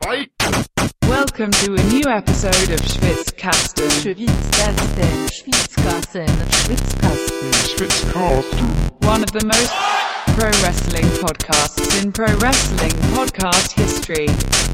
Welcome to a new episode of Schwitzkasten. Schwitzkasten. One of the most pro wrestling podcasts in pro wrestling podcast history.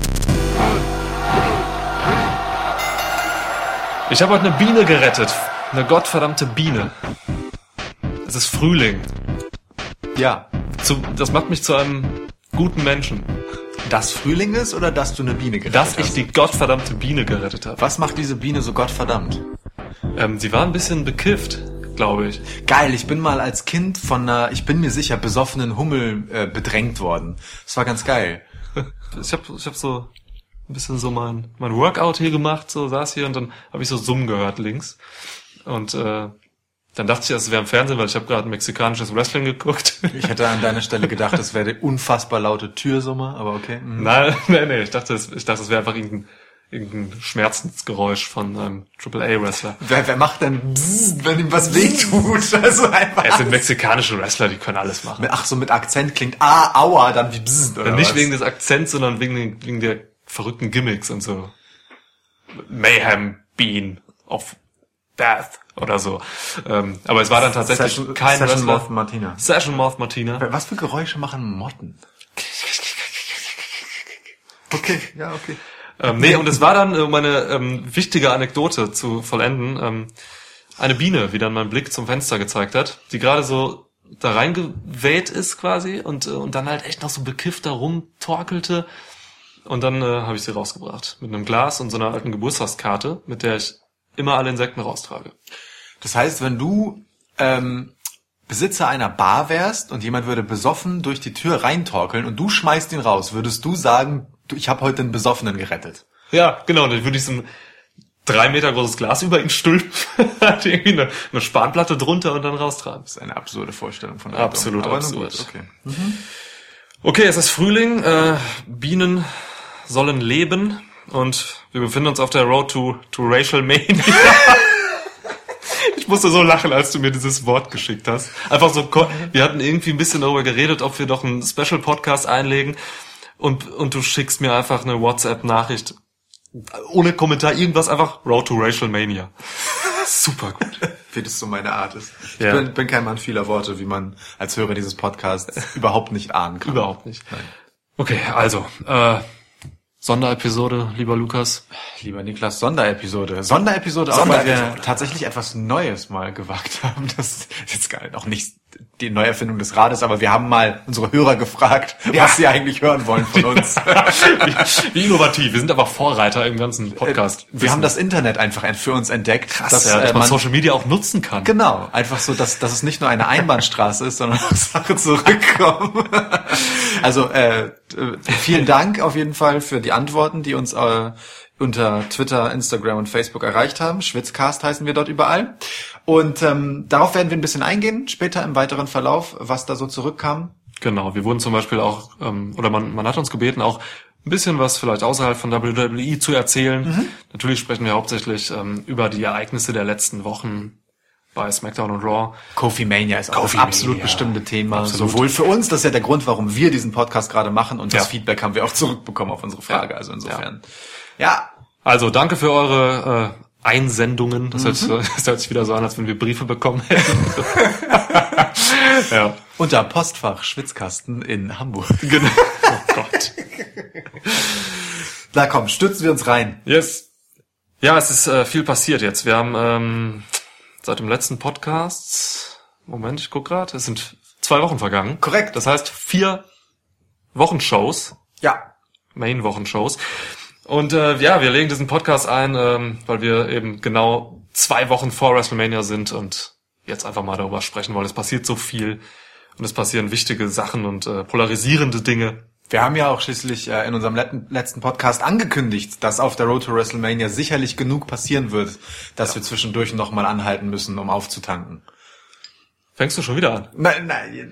Ich habe heute eine Biene gerettet. Eine gottverdammte Biene. Es ist Frühling. Ja. Das macht mich zu einem guten Menschen. Dass Frühling ist oder dass du eine Biene gerettet hast? Dass ich die gottverdammte Biene gerettet habe. Was macht diese Biene so gottverdammt? Sie war ein bisschen bekifft, glaube ich. Geil, ich bin mal als Kind von einer, ich bin mir sicher, besoffenen Hummel bedrängt worden. Das war ganz geil. Ich hab so ein bisschen so mein Workout hier gemacht, so saß hier und dann habe ich so Summen gehört links. Und dann dachte ich, das wäre im Fernsehen, weil ich habe gerade mexikanisches Wrestling geguckt. Ich hätte an deiner Stelle gedacht, das wäre die unfassbar laute Türsumme, aber okay. Nein, ich dachte, es wäre einfach irgendein Schmerzensgeräusch von einem AAA-Wrestler. Wer macht denn Bzzz, wenn ihm was wehtut? Also einfach. Es sind mexikanische Wrestler, die können alles machen. Ach so, mit Akzent klingt aua, dann wie Bzzz, oder Nicht was? wegen des Akzents, sondern wegen der verrückten Gimmicks und so. Mayhem Bean of Death oder so. Aber es war dann tatsächlich kein Session Wrestler. Moth Martina. Session Moth Martina. Was für Geräusche machen Motten? Okay, ja, okay. Und es war dann, um eine wichtige Anekdote zu vollenden, eine Biene, wie dann mein Blick zum Fenster gezeigt hat, die gerade so da reingeweht ist quasi und dann halt echt noch so bekifft da rumtorkelte. Und dann habe ich sie rausgebracht mit einem Glas und so einer alten Geburtstagskarte, mit der ich immer alle Insekten raustrage. Das heißt, wenn du Besitzer einer Bar wärst und jemand würde besoffen durch die Tür reintorkeln und du schmeißt ihn raus, würdest du sagen, ich habe heute einen Besoffenen gerettet? Ja, genau. Dann würde ich so ein 3 Meter großes Glas über ihn stülpen, irgendwie eine Spanplatte drunter und dann raustragen. Das ist eine absurde Vorstellung von Rettung. Absolut aber absurd. Gut, okay. Okay, es ist Frühling. Bienen sollen leben und wir befinden uns auf der Road to Racial Mania. Ich musste so lachen, als du mir dieses Wort geschickt hast. Einfach so, wir hatten irgendwie ein bisschen darüber geredet, ob wir doch einen Special-Podcast einlegen und du schickst mir einfach eine WhatsApp-Nachricht ohne Kommentar, irgendwas, einfach Road to Racial Mania. Super gut. Wie das so meine Art ist. Ja. Ich bin kein Mann vieler Worte, wie man als Hörer dieses Podcasts überhaupt nicht ahnen kann. Überhaupt nicht. Nein. Okay, also, Sonderepisode, lieber Lukas. Lieber Niklas, Sonderepisode, auch weil wir tatsächlich etwas Neues mal gewagt haben. Das ist jetzt gar auch nicht die Neuerfindung des Rades, aber wir haben mal unsere Hörer gefragt, was sie eigentlich hören wollen von uns. Wie innovativ. Wir sind aber Vorreiter im ganzen Podcast. Wir haben das Internet einfach für uns entdeckt. Krass, dass man Social Media auch nutzen kann. Genau, einfach so, dass es nicht nur eine Einbahnstraße ist, sondern auch Sachen zurückkommen. Also vielen Dank auf jeden Fall für die Antworten, die uns unter Twitter, Instagram und Facebook erreicht haben. Schwitzcast heißen wir dort überall. Und darauf werden wir ein bisschen eingehen, später im weiteren Verlauf, was da so zurückkam. Genau, wir wurden zum Beispiel auch, oder man hat uns gebeten, auch ein bisschen was vielleicht außerhalb von WWE zu erzählen. Natürlich sprechen wir hauptsächlich über die Ereignisse der letzten Wochen bei SmackDown und Raw. Kofi Mania ist auch das absolut bestimmte Thema. Absolut. Sowohl für uns, das ist ja der Grund, warum wir diesen Podcast gerade machen, und das Feedback haben wir auch zurückbekommen auf unsere Frage. Also insofern. Ja. Also danke für eure Einsendungen. Das hört sich wieder so an, als wenn wir Briefe bekommen hätten. Ja. Unter Postfach Schwitzkasten in Hamburg. Genau. Oh Gott. Na komm, stürzen wir uns rein. Yes. Ja, es ist viel passiert jetzt. Wir haben seit dem letzten Podcast, Moment, ich guck gerade, es sind 2 Wochen vergangen. Korrekt. Das heißt 4 Wochenshows. Ja. Main-Wochenshows. Und wir legen diesen Podcast ein, weil wir eben genau 2 Wochen vor WrestleMania sind und jetzt einfach mal darüber sprechen wollen. Es passiert so viel und es passieren wichtige Sachen und polarisierende Dinge. Wir haben ja auch schließlich in unserem letzten Podcast angekündigt, dass auf der Road to WrestleMania sicherlich genug passieren wird, dass wir zwischendurch nochmal anhalten müssen, um aufzutanken. Fängst du schon wieder an? Nein,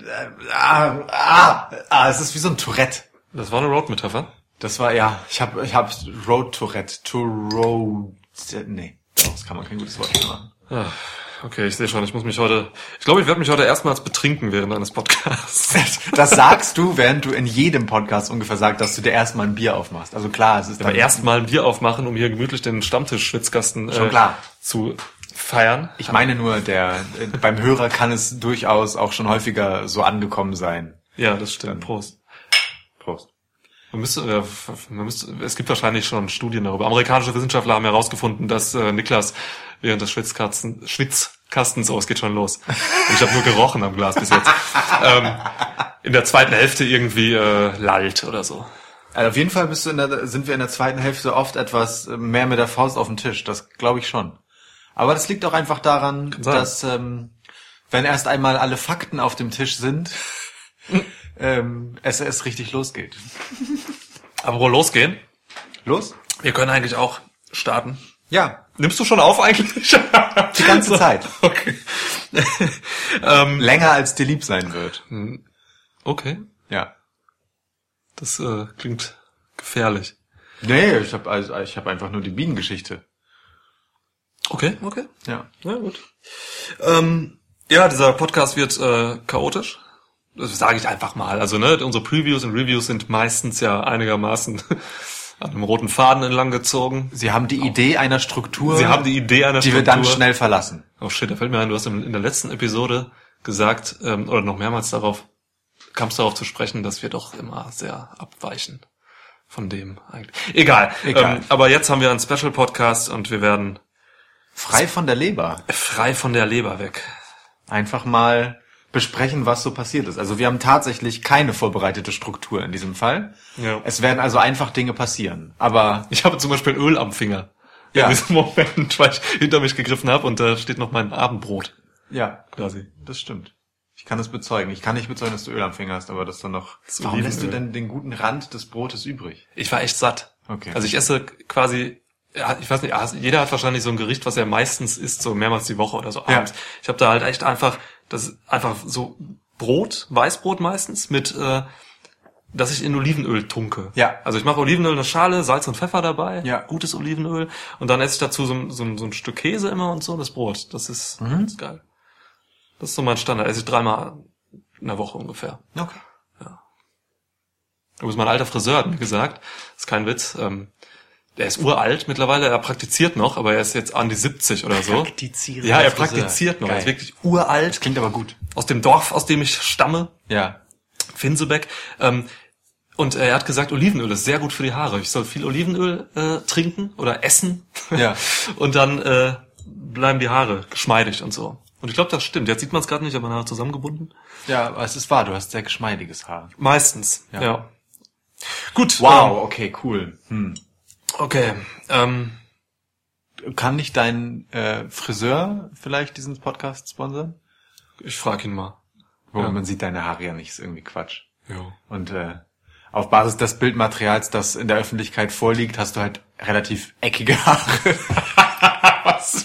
es ist wie so ein Tourette. Das war eine Road-Metapher. Das war, ja, ich hab Road Tourette, nee, daraus kann man kein gutes Wort mehr machen. Okay, ich sehe schon, ich glaube, ich werde mich heute erstmals betrinken während eines Podcasts. Das sagst du, während du in jedem Podcast ungefähr sagst, dass du dir erstmal ein Bier aufmachst. Also klar, es ist Aber erstmal ein Bier aufmachen, um hier gemütlich den Stammtisch-Schwitzkasten schon klar zu feiern. Ich meine nur, beim Hörer kann es durchaus auch schon häufiger so angekommen sein. Ja, das stimmt. Prost. Es gibt wahrscheinlich schon Studien darüber. Amerikanische Wissenschaftler haben herausgefunden, dass Niklas während des Schwitzkastens, es geht schon los. Und ich habe nur gerochen am Glas bis jetzt. In der zweiten Hälfte irgendwie lallt oder so. Also auf jeden Fall sind wir in der zweiten Hälfte oft etwas mehr mit der Faust auf dem Tisch. Das glaube ich schon. Aber das liegt auch einfach daran, dass wenn erst einmal alle Fakten auf dem Tisch sind, es richtig losgeht. Aber wo losgehen? Los? Wir können eigentlich auch starten. Ja. Nimmst du schon auf eigentlich? Die ganze Zeit. Okay. Länger als dir lieb sein wird. Okay. Ja. Das klingt gefährlich. Nee, ich hab einfach nur die Bienengeschichte. Okay. Ja. Ja, gut. Ja, dieser Podcast wird chaotisch. Das sage ich einfach mal. Also, unsere Previews und Reviews sind meistens ja einigermaßen an einem roten Faden entlang gezogen. Sie haben die Idee einer Struktur. Die wir dann schnell verlassen. Oh shit, da fällt mir ein, du hast in der letzten Episode gesagt, oder noch mehrmals kamst darauf zu sprechen, dass wir doch immer sehr abweichen von dem eigentlich. Egal. Aber jetzt haben wir einen Special-Podcast und wir werden frei von der Leber weg. Einfach mal besprechen, was so passiert ist. Also wir haben tatsächlich keine vorbereitete Struktur in diesem Fall. Ja. Es werden also einfach Dinge passieren. Aber ich habe zum Beispiel Öl am Finger. Ja. In diesem Moment, weil ich hinter mich gegriffen habe und da steht noch mein Abendbrot. Ja, quasi. Das stimmt. Ich kann das bezeugen. Ich kann nicht bezeugen, dass du Öl am Finger hast, aber dass du noch... Warum Olivenöl. Lässt du denn den guten Rand des Brotes übrig? Ich war echt satt. Okay. Also ich esse quasi... Ja, ich weiß nicht, jeder hat wahrscheinlich so ein Gericht, was er meistens isst, so mehrmals die Woche oder so abends. Ja. Ich habe da halt echt einfach so Brot, Weißbrot meistens, mit, dass ich in Olivenöl tunke. Ja. Also ich mache Olivenöl in eine Schale, Salz und Pfeffer dabei, ja. Gutes Olivenöl und dann esse ich dazu so ein Stück Käse immer und so, das Brot. Das ist geil. Das ist so mein Standard. Esse ich 3-mal in der Woche ungefähr. Okay. Ja. Du bist mein alter Friseur, hat mir gesagt. Das ist kein Witz. Der ist uralt mittlerweile, er praktiziert noch, aber er ist jetzt an die 70 oder so. Ja, er praktiziert noch. Er ist wirklich uralt. Das klingt aber gut. Aus dem Dorf, aus dem ich stamme. Ja. Finsebeck. Und er hat gesagt, Olivenöl ist sehr gut für die Haare. Ich soll viel Olivenöl trinken oder essen. Ja. Und dann bleiben die Haare geschmeidig und so. Und ich glaube, das stimmt. Jetzt sieht man es gerade nicht, aber man hat zusammengebunden. Ja, aber es ist wahr, du hast sehr geschmeidiges Haar. Meistens, ja. Gut. Wow, okay, cool. Okay. Kann nicht dein Friseur vielleicht diesen Podcast sponsern? Ich frage ihn mal. Man sieht deine Haare ja nicht, ist irgendwie Quatsch. Ja. Und auf Basis des Bildmaterials, das in der Öffentlichkeit vorliegt, hast du halt relativ eckige Haare. Was?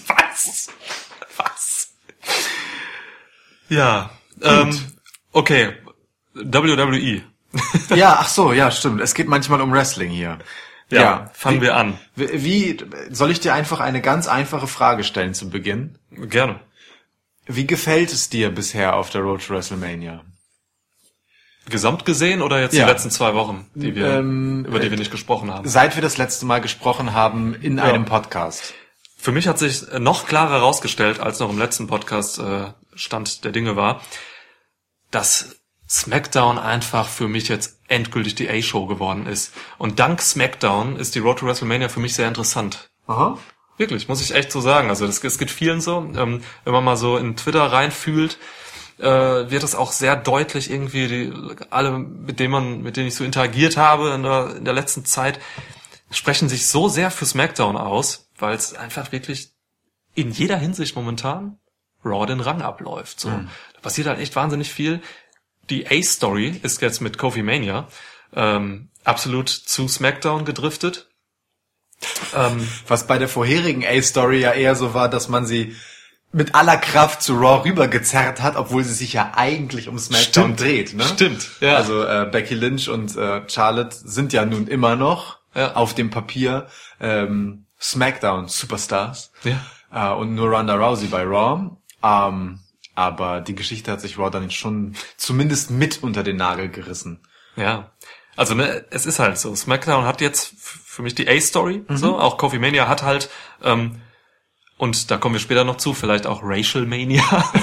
Ja. Okay. WWE. Ja, ach so, ja, stimmt. Es geht manchmal um Wrestling hier. Ja, fangen wir an. Wie soll ich dir einfach eine ganz einfache Frage stellen zu Beginn? Gerne. Wie gefällt es dir bisher auf der Road to WrestleMania? Gesamt gesehen oder jetzt die letzten 2 Wochen, über die wir nicht gesprochen haben? Seit wir das letzte Mal gesprochen haben in einem Podcast. Für mich hat sich noch klarer herausgestellt, als noch im letzten Podcast Stand der Dinge war, dass SmackDown einfach für mich jetzt endgültig die A-Show geworden ist. Und dank SmackDown ist die Road to WrestleMania für mich sehr interessant. Aha. Wirklich, muss ich echt so sagen. Also es geht vielen so. Wenn man mal so in Twitter reinfühlt, wird es auch sehr deutlich irgendwie, alle, mit denen ich so interagiert habe in der letzten Zeit, sprechen sich so sehr für SmackDown aus, weil es einfach wirklich in jeder Hinsicht momentan Raw den Rang abläuft. So. Da passiert halt echt wahnsinnig viel. Die A-Story ist jetzt mit Kofi Mania absolut zu SmackDown gedriftet. Was bei der vorherigen A-Story ja eher so war, dass man sie mit aller Kraft zu Raw rübergezerrt hat, obwohl sie sich ja eigentlich um SmackDown dreht. Ne? Stimmt, ja. Also Becky Lynch und Charlotte sind ja nun immer noch auf dem Papier SmackDown Superstars. Ja. Und nur Ronda Rousey bei Raw. Aber die Geschichte hat sich Raw dann schon zumindest mit unter den Nagel gerissen. Ja, also ne, es ist halt so. SmackDown hat jetzt für mich die A-Story, so. Auch Kofi Mania hat halt, und da kommen wir später noch zu, vielleicht auch Racial Mania,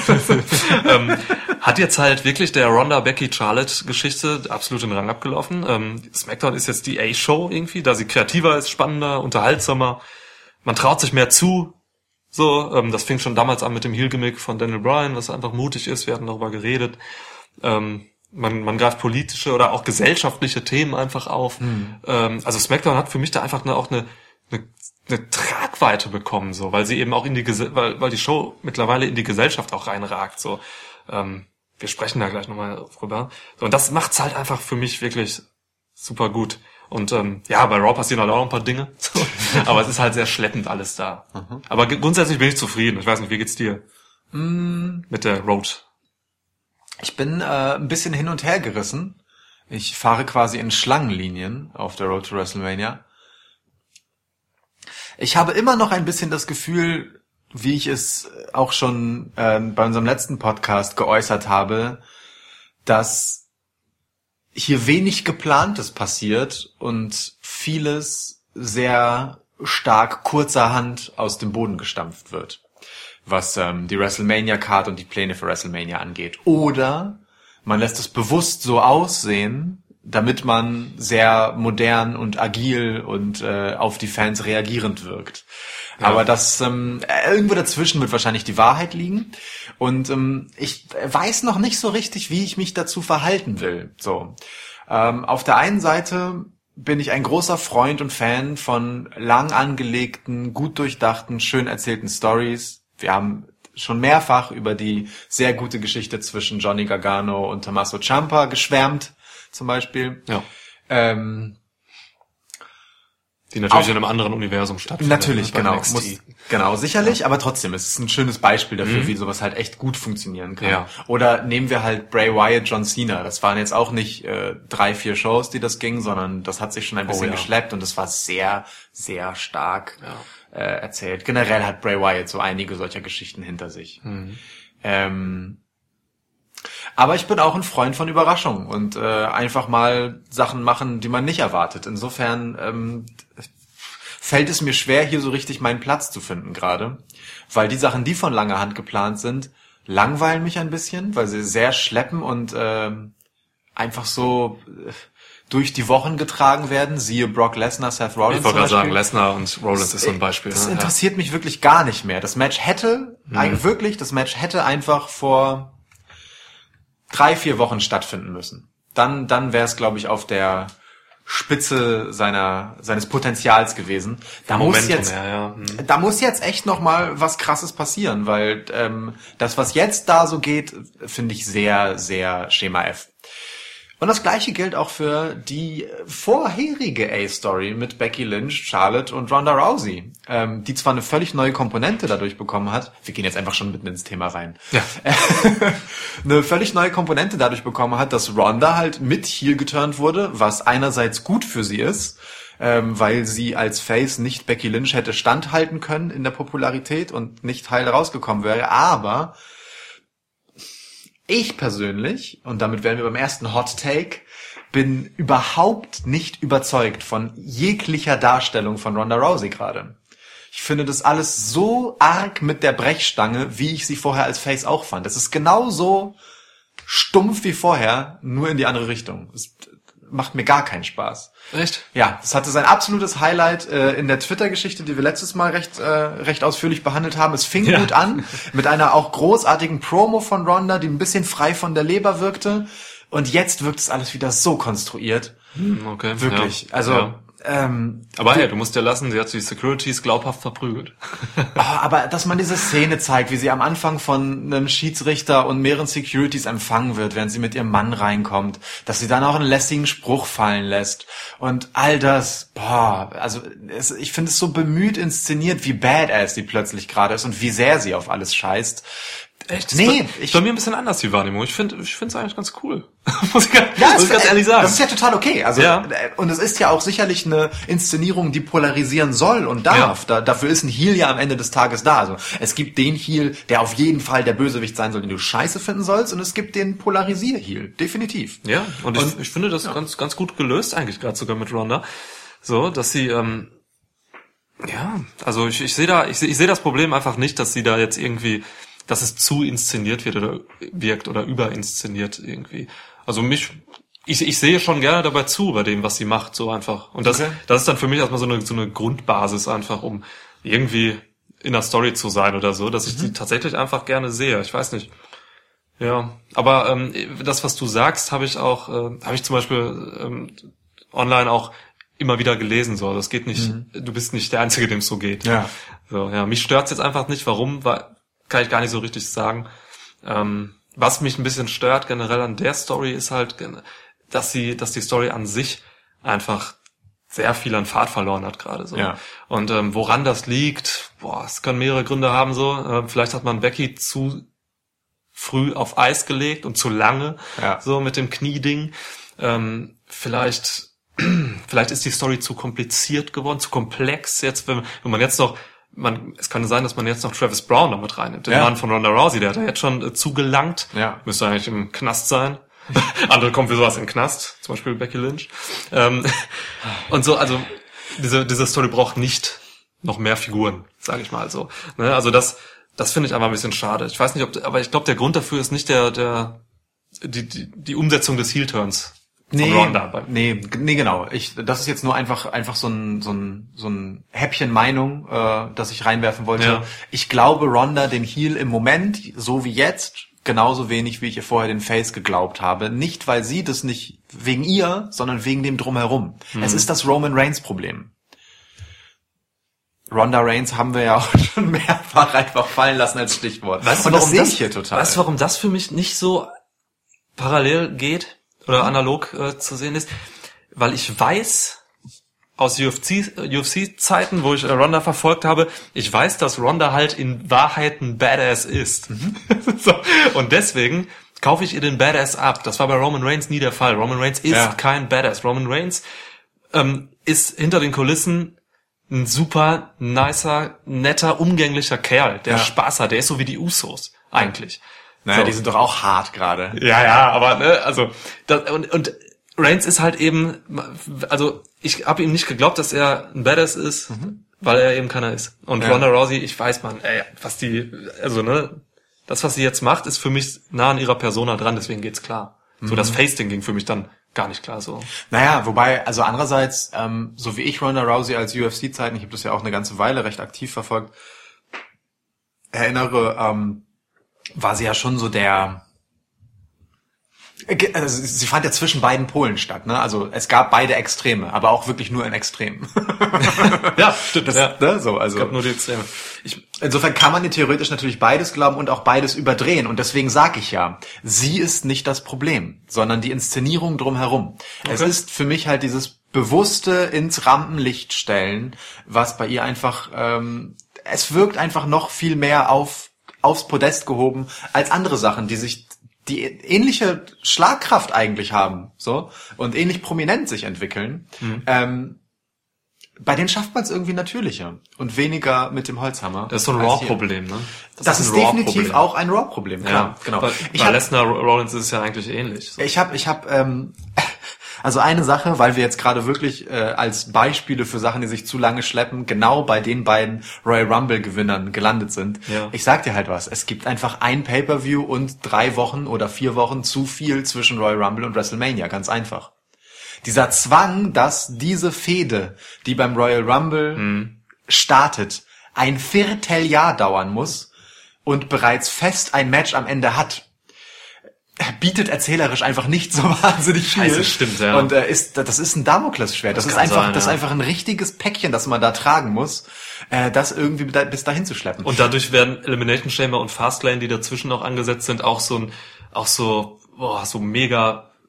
hat jetzt halt wirklich der Ronda, Becky, Charlotte Geschichte absolut den Rang abgelaufen. SmackDown ist jetzt die A-Show irgendwie, da sie kreativer ist, spannender, unterhaltsamer. Man traut sich mehr zu. So, das fing schon damals an mit dem Heel-Gimmick von Daniel Bryan, was einfach mutig ist. Wir hatten darüber geredet. Man greift politische oder auch gesellschaftliche Themen einfach auf. Also SmackDown hat für mich da einfach auch eine Tragweite bekommen, so, weil sie eben auch weil die Show mittlerweile in die Gesellschaft auch reinragt, so. Wir sprechen da gleich nochmal drüber. So, und das macht's halt einfach für mich wirklich super gut. Und ja, bei Raw passieren halt auch noch ein paar Dinge. So. Aber es ist halt sehr schleppend alles da. Aber grundsätzlich bin ich zufrieden. Ich weiß nicht, wie geht's dir mit der Road? Ich bin ein bisschen hin und her gerissen. Ich fahre quasi in Schlangenlinien auf der Road to WrestleMania. Ich habe immer noch ein bisschen das Gefühl, wie ich es auch schon bei unserem letzten Podcast geäußert habe, dass hier wenig Geplantes passiert und vieles sehr stark kurzerhand aus dem Boden gestampft wird, was die WrestleMania-Card und die Pläne für WrestleMania angeht. Oder man lässt es bewusst so aussehen, damit man sehr modern und agil und auf die Fans reagierend wirkt. Ja. Aber das irgendwo dazwischen wird wahrscheinlich die Wahrheit liegen. Und ich weiß noch nicht so richtig, wie ich mich dazu verhalten will. So, auf der einen Seite bin ich ein großer Freund und Fan von lang angelegten, gut durchdachten, schön erzählten Stories. Wir haben schon mehrfach über die sehr gute Geschichte zwischen Johnny Gargano und Tommaso Ciampa geschwärmt, zum Beispiel. Ja. Die natürlich in einem anderen Universum stattfindet. Natürlich, genau. Sicherlich, aber trotzdem, es ist ein schönes Beispiel dafür, wie sowas halt echt gut funktionieren kann. Ja. Oder nehmen wir halt Bray Wyatt, John Cena. Das waren jetzt auch nicht 3-4 Shows, die das ging, sondern das hat sich schon ein bisschen geschleppt und es war sehr, sehr stark erzählt. Generell hat Bray Wyatt so einige solcher Geschichten hinter sich. Aber ich bin auch ein Freund von Überraschungen und einfach mal Sachen machen, die man nicht erwartet. Insofern fällt es mir schwer, hier so richtig meinen Platz zu finden gerade, weil die Sachen, die von langer Hand geplant sind, langweilen mich ein bisschen, weil sie sehr schleppen und einfach so durch die Wochen getragen werden. Siehe Brock Lesnar, Seth Rollins. Ich wollte gerade sagen, Lesnar und Rollins ist so ein Beispiel. Das interessiert mich wirklich gar nicht mehr. Das Match hätte einfach vor 3-4 Wochen stattfinden müssen. Dann wäre es, glaube ich, auf der Spitze seines Potenzials gewesen. Da muss jetzt echt noch mal was Krasses passieren, weil das, was jetzt da so geht, finde ich sehr, sehr Schema F. Und das Gleiche gilt auch für die vorherige A-Story mit Becky Lynch, Charlotte und Ronda Rousey, die zwar eine völlig neue Komponente dadurch bekommen hat, wir gehen jetzt einfach schon mitten ins Thema rein, eine völlig neue Komponente dadurch bekommen hat, dass Ronda halt mit Heel geturnt wurde, was einerseits gut für sie ist, weil sie als Face nicht Becky Lynch hätte standhalten können in der Popularität und nicht heil rausgekommen wäre, aber ich persönlich, und damit wären wir beim ersten Hot Take, bin überhaupt nicht überzeugt von jeglicher Darstellung von Ronda Rousey gerade. Ich finde das alles so arg mit der Brechstange, wie ich sie vorher als Face auch fand. Es ist genauso stumpf wie vorher, nur in die andere Richtung. Es macht mir gar keinen Spaß. Echt? Ja, das hatte sein absolutes Highlight in der Twitter-Geschichte, die wir letztes Mal recht ausführlich behandelt haben. Es fing gut an mit einer auch großartigen Promo von Ronda, die ein bisschen frei von der Leber wirkte. Und jetzt wirkt es alles wieder so konstruiert. Okay. Wirklich. Ja. Also ja. Aber hey, du musst ja lassen, sie hat die Securities glaubhaft verprügelt. Aber dass man diese Szene zeigt, wie sie am Anfang von einem Schiedsrichter und mehreren Securities empfangen wird, während sie mit ihrem Mann reinkommt, dass sie dann auch einen lästigen Spruch fallen lässt und all das, ich finde es so bemüht inszeniert, wie badass sie plötzlich gerade ist und wie sehr sie auf alles scheißt. Echt? Nee, ist bei mir ein bisschen anders, die Wahrnehmung. Ich finde es eigentlich ganz cool. muss ich ganz ehrlich sagen. Das ist ja total okay. Also, ja. Und es ist ja auch sicherlich eine Inszenierung, die polarisieren soll und darf. Ja. Dafür ist ein Heel ja am Ende des Tages da. Also, es gibt den Heel, der auf jeden Fall der Bösewicht sein soll, den du scheiße finden sollst, und es gibt den Polarisier-Heel. Definitiv. Ja, und ich finde das ganz gut gelöst eigentlich, gerade sogar mit Ronda. So, dass sie, also ich sehe das Problem einfach nicht, dass sie da jetzt irgendwie, dass es zu inszeniert wirkt oder überinszeniert irgendwie. Also ich sehe schon gerne dabei zu bei dem, was sie macht, so einfach. Und das ist dann für mich erstmal so eine Grundbasis einfach, um irgendwie in der Story zu sein oder so, dass ich die tatsächlich einfach gerne sehe. Ich weiß nicht. Ja, aber das, was du sagst, habe ich zum Beispiel online auch immer wieder gelesen. So, das geht nicht. Du bist nicht der Einzige, dem es so geht. Ja. So, ja, mich stört's jetzt einfach nicht. Warum? Kann ich gar nicht so richtig sagen. Was mich ein bisschen stört generell an der Story ist halt, dass die Story an sich einfach sehr viel an Fahrt verloren hat gerade so. Ja. Und woran das liegt, es können mehrere Gründe haben so. Vielleicht hat man Becky zu früh auf Eis gelegt und zu lange so mit dem Knieding. Vielleicht ist die Story zu kompliziert geworden, zu komplex jetzt, wenn man jetzt noch es kann sein, dass man jetzt noch Travis Brown noch mit reinnimmt. Den Mann von Ronda Rousey, der hat ja jetzt schon zugelangt. Ja. Müsste eigentlich im Knast sein. Andere kommen für sowas in den Knast. Zum Beispiel Becky Lynch. Und so, also, diese Story braucht nicht noch mehr Figuren, sage ich mal so. Ne? Also das finde ich einfach ein bisschen schade. Ich weiß nicht, aber ich glaube, der Grund dafür ist nicht die Umsetzung des Heel-Turns. Nee, genau. Das ist jetzt nur einfach so ein Häppchen Meinung, das ich reinwerfen wollte. Ja. Ich glaube Ronda dem Heel im Moment, so wie jetzt, genauso wenig, wie ich ihr vorher den Face geglaubt habe. Nicht, weil sie das nicht wegen ihr, sondern wegen dem Drumherum. Es ist das Roman Reigns Problem. Ronda Reigns haben wir ja auch schon mehrfach einfach fallen lassen als Stichwort. Weißt du, warum das für mich nicht so parallel geht? Oder analog zu sehen ist, weil ich weiß aus UFC-Zeiten, wo ich Ronda verfolgt habe, ich weiß, dass Ronda halt in Wahrheit ein Badass ist. So. Und deswegen kaufe ich ihr den Badass ab. Das war bei Roman Reigns nie der Fall. Roman Reigns ist kein Badass. Roman Reigns ist hinter den Kulissen ein super nicer, netter, umgänglicher Kerl, der Spaß hat. Der ist so wie die Usos eigentlich. Naja, so. Die sind doch auch hart gerade. Ja, aber also und Reigns ist halt eben, also ich habe ihm nicht geglaubt, dass er ein Badass ist, weil er eben keiner ist. Und Ronda Rousey, ich weiß das, was sie jetzt macht, ist für mich nah an ihrer Persona dran, deswegen geht's klar. So das Face-Ding ging für mich dann gar nicht klar so. Naja, wobei, also andererseits, so wie ich Ronda Rousey als UFC-Zeiten, ich habe das ja auch eine ganze Weile recht aktiv verfolgt, erinnere, war sie ja schon so also sie fand ja zwischen beiden Polen statt, ne? Also es gab beide Extreme, aber auch wirklich nur in Extremen. Ja, stimmt. Ne? So, also es gab nur die Extreme. Insofern kann man ihr theoretisch natürlich beides glauben und auch beides überdrehen. Und deswegen sage ich ja, sie ist nicht das Problem, sondern die Inszenierung drumherum. Okay. Es ist für mich halt dieses bewusste ins Rampenlicht stellen, was bei ihr einfach, es wirkt einfach noch viel mehr aufs Podest gehoben als andere Sachen, die ähnliche Schlagkraft eigentlich haben, so, und ähnlich prominent sich entwickeln. Bei denen schafft man es irgendwie natürlicher und weniger mit dem Holzhammer. Das ist so ein Raw-Problem, ne? Das ist definitiv auch ein Raw-Problem, klar. Ja, genau. Bei Lesnar Rollins ist es ja eigentlich ähnlich. So. Ich hab also eine Sache, weil wir jetzt gerade wirklich als Beispiele für Sachen, die sich zu lange schleppen, genau bei den beiden Royal Rumble-Gewinnern gelandet sind. Ja. Ich sag dir halt was, es gibt einfach ein Pay-Per-View und 3 Wochen oder 4 Wochen zu viel zwischen Royal Rumble und WrestleMania, ganz einfach. Dieser Zwang, dass diese Fehde, die beim Royal Rumble startet, ein Vierteljahr dauern muss und bereits fest ein Match am Ende hat, bietet erzählerisch einfach nicht so wahnsinnig viel. Scheiße, stimmt, ja. Und das ist ein Damoklesschwert. Das ist einfach ein richtiges Päckchen, das man da tragen muss, das irgendwie bis dahin zu schleppen. Und dadurch werden Elimination Chamber und Fastlane, die dazwischen noch angesetzt sind, auch so mega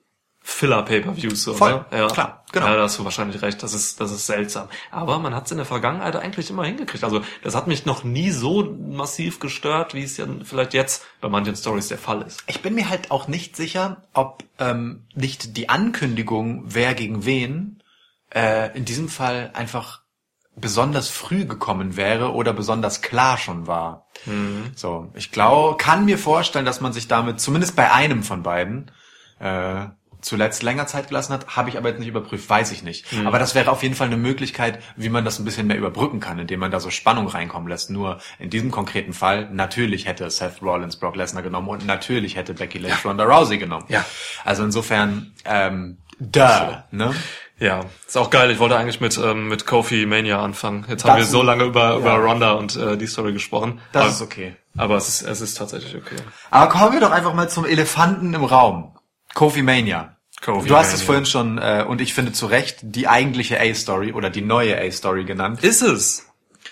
Filler-Pay-Per-Views, so, Voll, ne? Ja, klar, genau. Ja, da hast du wahrscheinlich recht, das ist seltsam. Aber man hat es in der Vergangenheit eigentlich immer hingekriegt. Also, das hat mich noch nie so massiv gestört, wie es ja vielleicht jetzt bei manchen Stories der Fall ist. Ich bin mir halt auch nicht sicher, ob nicht die Ankündigung, wer gegen wen, in diesem Fall einfach besonders früh gekommen wäre oder besonders klar schon war. So, ich glaube, kann mir vorstellen, dass man sich damit zumindest bei einem von beiden zuletzt länger Zeit gelassen hat, habe ich aber jetzt nicht überprüft, weiß ich nicht. Aber das wäre auf jeden Fall eine Möglichkeit, wie man das ein bisschen mehr überbrücken kann, indem man da so Spannung reinkommen lässt. Nur in diesem konkreten Fall, natürlich hätte Seth Rollins Brock Lesnar genommen und natürlich hätte Becky Lynch Ronda Rousey genommen. Ja. Also insofern, ne? Ja, ist auch geil. Ich wollte eigentlich mit Kofi Mania anfangen. Jetzt haben wir so lange über Ronda und die Story gesprochen. Das ist okay. Aber es ist tatsächlich okay. Aber kommen wir doch einfach mal zum Elefanten im Raum. Kofi Mania. Du hast es vorhin schon, und ich finde zu Recht, die eigentliche A-Story oder die neue A-Story genannt. Ist es.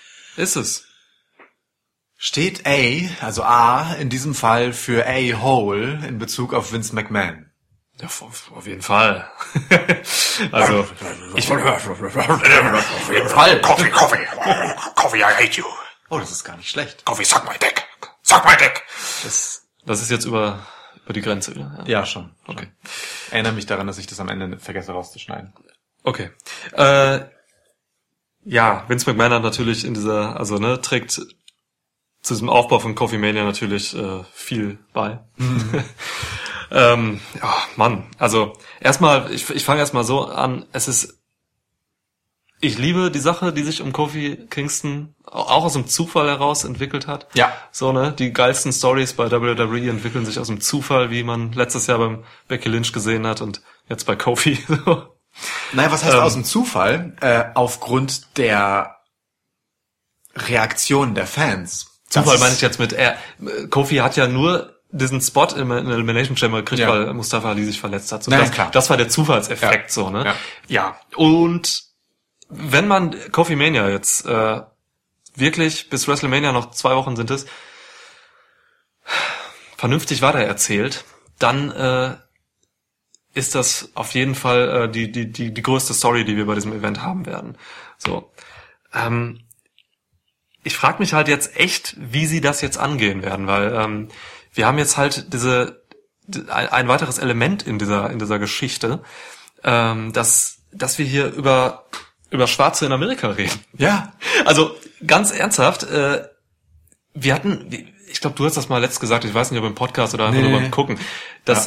Steht A, also A, in diesem Fall für A-Hole in Bezug auf Vince McMahon. Ja, auf jeden Fall. Also, auf jeden Fall. Coffee, I hate you. Oh, das ist gar nicht schlecht. Coffee, suck my dick. Das ist jetzt über die Grenze wieder. Ja, schon. Okay. Erinnere mich daran, dass ich das am Ende vergesse rauszuschneiden. Okay. Ja, Vince McMahon hat natürlich trägt zu diesem Aufbau von Coffee Mania natürlich viel bei. Also erstmal, ich fange erstmal so an, ich liebe die Sache, die sich um Kofi Kingston auch aus dem Zufall heraus entwickelt hat. Ja. So, ne? Die geilsten Stories bei WWE entwickeln sich aus dem Zufall, wie man letztes Jahr beim Becky Lynch gesehen hat und jetzt bei Kofi. Naja, was heißt aus dem Zufall? Aufgrund der Reaktion der Fans. Zufall meine ich jetzt Kofi hat ja nur diesen Spot im Elimination Chamber gekriegt, weil Mustafa Ali sich verletzt hat. So, das war der Zufallseffekt, so, ne? Ja. Und wenn man Coffee Mania jetzt wirklich bis WrestleMania noch 2 Wochen sind es, vernünftig weitererzählt, dann ist das auf jeden Fall die größte Story, die wir bei diesem Event haben werden. So, ich frage mich halt jetzt echt, wie sie das jetzt angehen werden, weil wir haben jetzt halt ein weiteres Element in dieser Geschichte, dass wir hier über Schwarze in Amerika reden. Ja. Also ganz ernsthaft, wir hatten, ich glaube, du hast das mal letzt gesagt, ich weiß nicht, ob im Podcast oder einfach nur beim Gucken, dass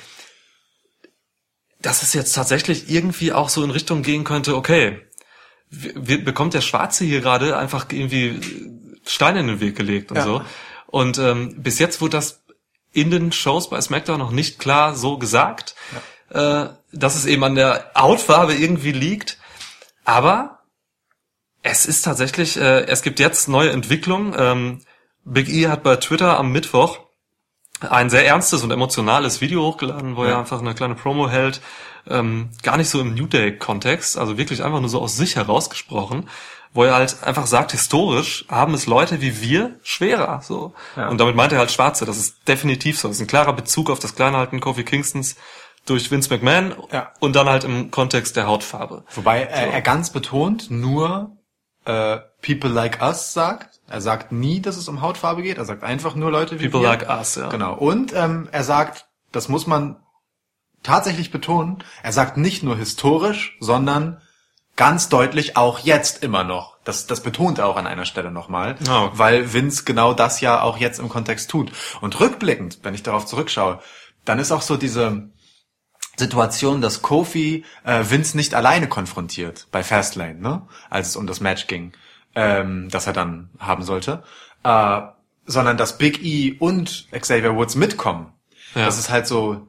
es jetzt tatsächlich irgendwie auch so in Richtung gehen könnte, okay, bekommt der Schwarze hier gerade einfach irgendwie Steine in den Weg gelegt und so. Und bis jetzt wurde das in den Shows bei SmackDown noch nicht klar so gesagt, dass es eben an der Hautfarbe irgendwie liegt. Aber es ist tatsächlich, es gibt jetzt neue Entwicklungen. Big E hat bei Twitter am Mittwoch ein sehr ernstes und emotionales Video hochgeladen, wo er einfach eine kleine Promo hält, gar nicht so im New Day-Kontext, also wirklich einfach nur so aus sich herausgesprochen, wo er halt einfach sagt, historisch haben es Leute wie wir schwerer, so. Ja. Und damit meint er halt Schwarze, das ist definitiv so. Das ist ein klarer Bezug auf das Kleinhalten Kofi Kingstons durch Vince McMahon und dann halt im Kontext der Hautfarbe. Wobei er ganz betont nur People like us sagt. Er sagt nie, dass es um Hautfarbe geht. Er sagt einfach nur Leute wie People wir. like us, ja. Genau. Und er sagt, das muss man tatsächlich betonen, er sagt nicht nur historisch, sondern ganz deutlich auch jetzt immer noch. Das betont er auch an einer Stelle nochmal, weil Vince genau das ja auch jetzt im Kontext tut. Und rückblickend, wenn ich darauf zurückschaue, dann ist auch so diese Situation, dass Kofi Vince nicht alleine konfrontiert bei Fastlane, ne, als es um das Match ging, das er dann haben sollte, sondern dass Big E und Xavier Woods mitkommen. Ja. Das ist halt so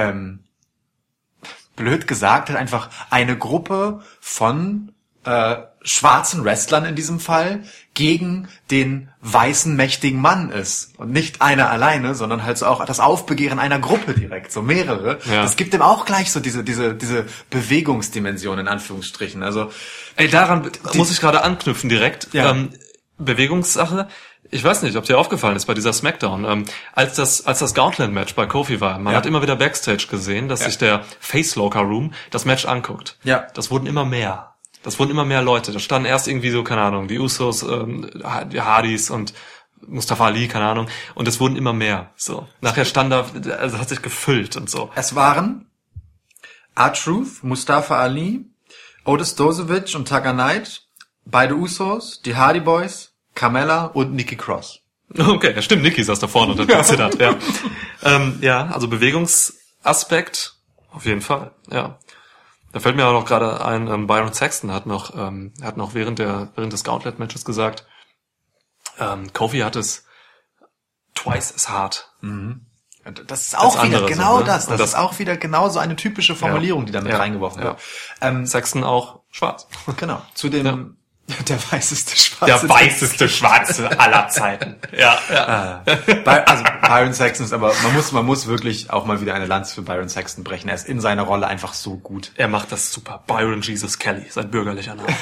blöd gesagt, halt einfach eine Gruppe von schwarzen Wrestlern in diesem Fall gegen den weißen, mächtigen Mann ist. Und nicht einer alleine, sondern halt so auch das Aufbegehren einer Gruppe direkt, so mehrere. Ja. Das gibt ihm auch gleich so diese Bewegungsdimension in Anführungsstrichen. Also daran muss ich gerade anknüpfen direkt. Ja. Bewegungssache. Ich weiß nicht, ob dir aufgefallen ist bei dieser Smackdown, als das Gauntlet-Match bei Kofi war, man hat immer wieder Backstage gesehen, dass sich der Face Locker Room das Match anguckt. Ja. Das wurden immer mehr. Leute. Da standen erst irgendwie so, keine Ahnung, die Usos, die Hardys und Mustafa Ali, keine Ahnung. Und es wurden immer mehr. So. Nachher stand da, also hat sich gefüllt und so. Es waren R-Truth, Mustafa Ali, Otis Dozovic und Tucker Knight, beide Usos, die Hardy Boys, Carmella und Nikki Cross. Okay, ja stimmt, Nikki saß da vorne und hat gezittert, ja. Also Bewegungsaspekt, auf jeden Fall, ja. Da fällt mir auch noch gerade ein, Byron Saxton hat noch während des Gauntlet-Matches gesagt, Kofi hat es twice as hard. Mhm. Das ist auch wieder genau so, ne? Das ist auch wieder genau so eine typische Formulierung, die damit reingeworfen wird. Saxton auch schwarz. Genau, zu dem der weißeste Schwarze aller Zeiten. Ja. Also Byron Saxton ist aber, man muss wirklich auch mal wieder eine Lanze für Byron Saxton brechen. Er ist in seiner Rolle einfach so gut. Er macht das super. Byron Jesus Kelly, sein bürgerlicher Name.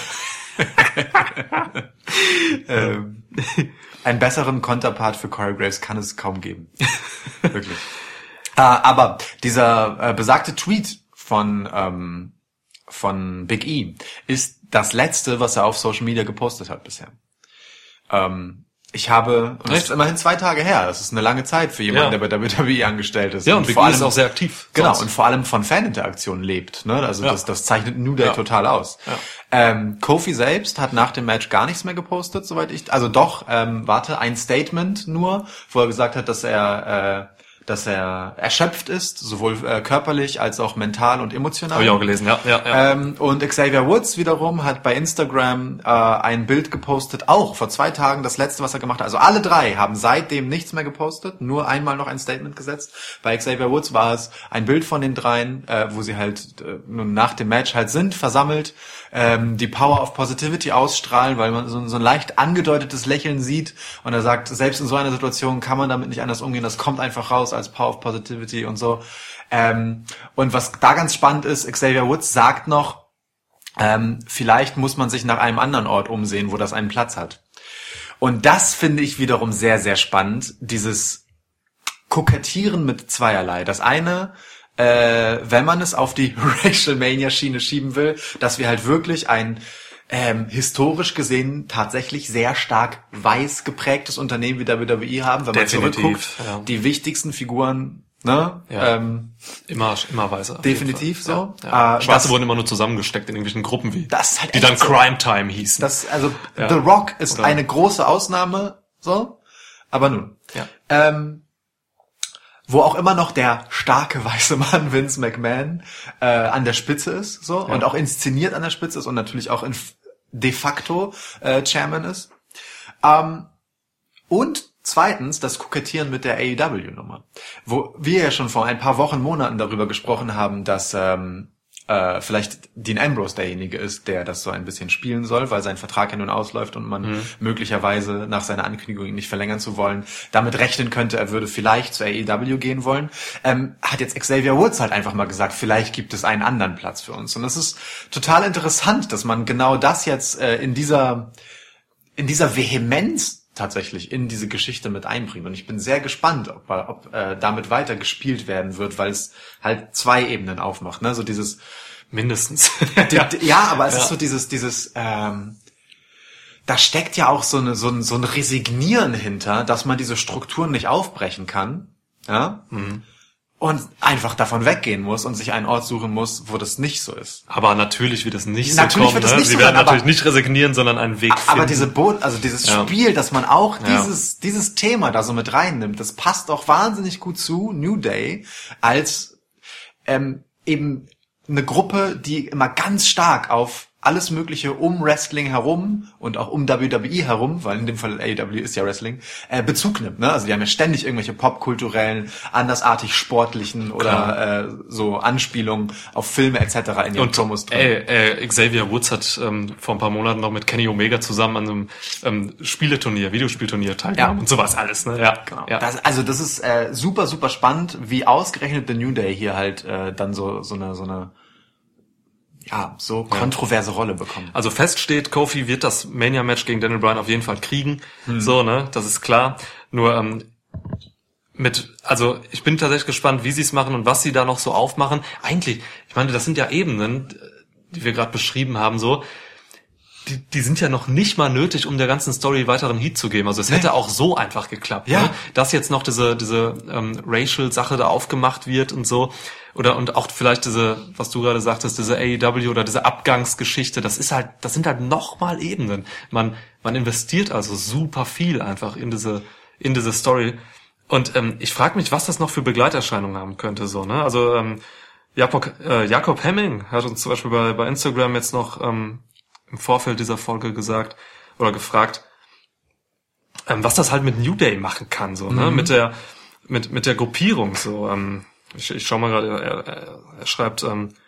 Einen besseren Konterpart für Corey Graves kann es kaum geben. Wirklich. Aber dieser besagte Tweet von Big E ist das letzte, was er auf Social Media gepostet hat bisher. Das ist immerhin 2 Tage her. Das ist eine lange Zeit für jemanden, der bei WWE angestellt ist. Ja, und Big E ist auch sehr aktiv. Genau, und vor allem von Faninteraktionen lebt. Ne? Also das zeichnet New Day total aus. Ja. Kofi selbst hat nach dem Match gar nichts mehr gepostet, soweit ein Statement nur, wo er gesagt hat, dass er erschöpft ist, sowohl körperlich als auch mental und emotional. Habe ich auch gelesen, ja. Und Xavier Woods wiederum hat bei Instagram ein Bild gepostet, auch vor 2 Tagen, das letzte, was er gemacht hat. Also alle 3 haben seitdem nichts mehr gepostet, nur einmal noch ein Statement gesetzt. Bei Xavier Woods war es ein Bild von den 3, wo sie halt nun nach dem Match halt sind, versammelt, die Power of Positivity ausstrahlen, weil man so ein leicht angedeutetes Lächeln sieht und er sagt, selbst in so einer Situation kann man damit nicht anders umgehen, das kommt einfach raus als Power of Positivity und so. Und was da ganz spannend ist, Xavier Woods sagt noch, vielleicht muss man sich nach einem anderen Ort umsehen, wo das einen Platz hat. Und das finde ich wiederum sehr, sehr spannend, dieses Kokettieren mit zweierlei. Das eine, wenn man es auf die Racial-Mania-Schiene schieben will, dass wir halt wirklich ein historisch gesehen tatsächlich sehr stark weiß geprägtes Unternehmen wie WWE haben, wenn man zurückguckt, die wichtigsten Figuren, ne? Ja. Immer weißer. Definitiv so. Ja. Schwarze wurden immer nur zusammengesteckt in irgendwelchen Gruppen die dann so. Crime Time hießen. The Rock ist eine große Ausnahme, so. Aber nun. Ja. Wo auch immer noch der starke weiße Mann Vince McMahon an der Spitze ist, so, und auch inszeniert an der Spitze ist und natürlich auch de facto Chairman ist. Und zweitens das Kokettieren mit der AEW-Nummer, wo wir ja schon vor ein paar Wochen, Monaten darüber gesprochen haben, dass vielleicht Dean Ambrose derjenige ist, der das so ein bisschen spielen soll, weil sein Vertrag ja nun ausläuft und man möglicherweise nach seiner Ankündigung ihn nicht verlängern zu wollen, damit rechnen könnte, er würde vielleicht zur AEW gehen wollen, hat jetzt Xavier Woods halt einfach mal gesagt, vielleicht gibt es einen anderen Platz für uns. Und das ist total interessant, dass man genau das jetzt in dieser Vehemenz tatsächlich in diese Geschichte mit einbringt. Und ich bin sehr gespannt, ob damit weiter gespielt werden wird, weil es halt 2 Ebenen aufmacht, ne? So dieses mindestens. Aber es ist so dieses da steckt ja auch so ein Resignieren hinter, dass man diese Strukturen nicht aufbrechen kann, ja? Mhm. Und einfach davon weggehen muss und sich einen Ort suchen muss, wo das nicht so ist. Aber natürlich wird es nicht so kommen. Sie werden natürlich nicht resignieren, sondern einen Weg finden. Aber dieses Spiel, dass man auch dieses Thema da so mit reinnimmt, das passt doch wahnsinnig gut zu New Day als eben eine Gruppe, die immer ganz stark auf alles Mögliche um Wrestling herum und auch um WWE herum, weil in dem Fall AEW ist ja Wrestling, Bezug nimmt, ne? Also die haben ja ständig irgendwelche popkulturellen, andersartig sportlichen oder so Anspielungen auf Filme etc. in ihren Promos drin. Xavier Woods hat vor ein paar Monaten noch mit Kenny Omega zusammen an einem Videospielturnier teilgenommen und sowas alles, ne? Ja, genau. Ja. Das ist super, super spannend, wie ausgerechnet The New Day hier halt dann so eine so kontroverse Rolle bekommen. Also fest steht, Kofi wird das Mania-Match gegen Daniel Bryan auf jeden Fall kriegen. So, ne, das ist klar. Nur ich bin tatsächlich gespannt, wie sie es machen und was sie da noch so aufmachen. Eigentlich, ich meine, das sind ja Ebenen, die wir gerade beschrieben haben, so. Die sind ja noch nicht mal nötig, um der ganzen Story weiteren Heat zu geben. Also es hätte auch so einfach geklappt, ne? Dass jetzt noch diese Racial-Sache da aufgemacht wird und so. Und auch vielleicht diese, was du gerade sagtest, diese AEW oder diese Abgangsgeschichte, das sind halt nochmal Ebenen. Man investiert also super viel einfach in diese Story. Und ich frage mich, was das noch für Begleiterscheinungen haben könnte, so, ne? Also Jakob Hemming hat uns zum Beispiel bei Instagram jetzt noch im Vorfeld dieser Folge gesagt oder gefragt, was das halt mit New Day machen kann, so, ne? Mit der Gruppierung, so. Ich schau mal gerade, er schreibt,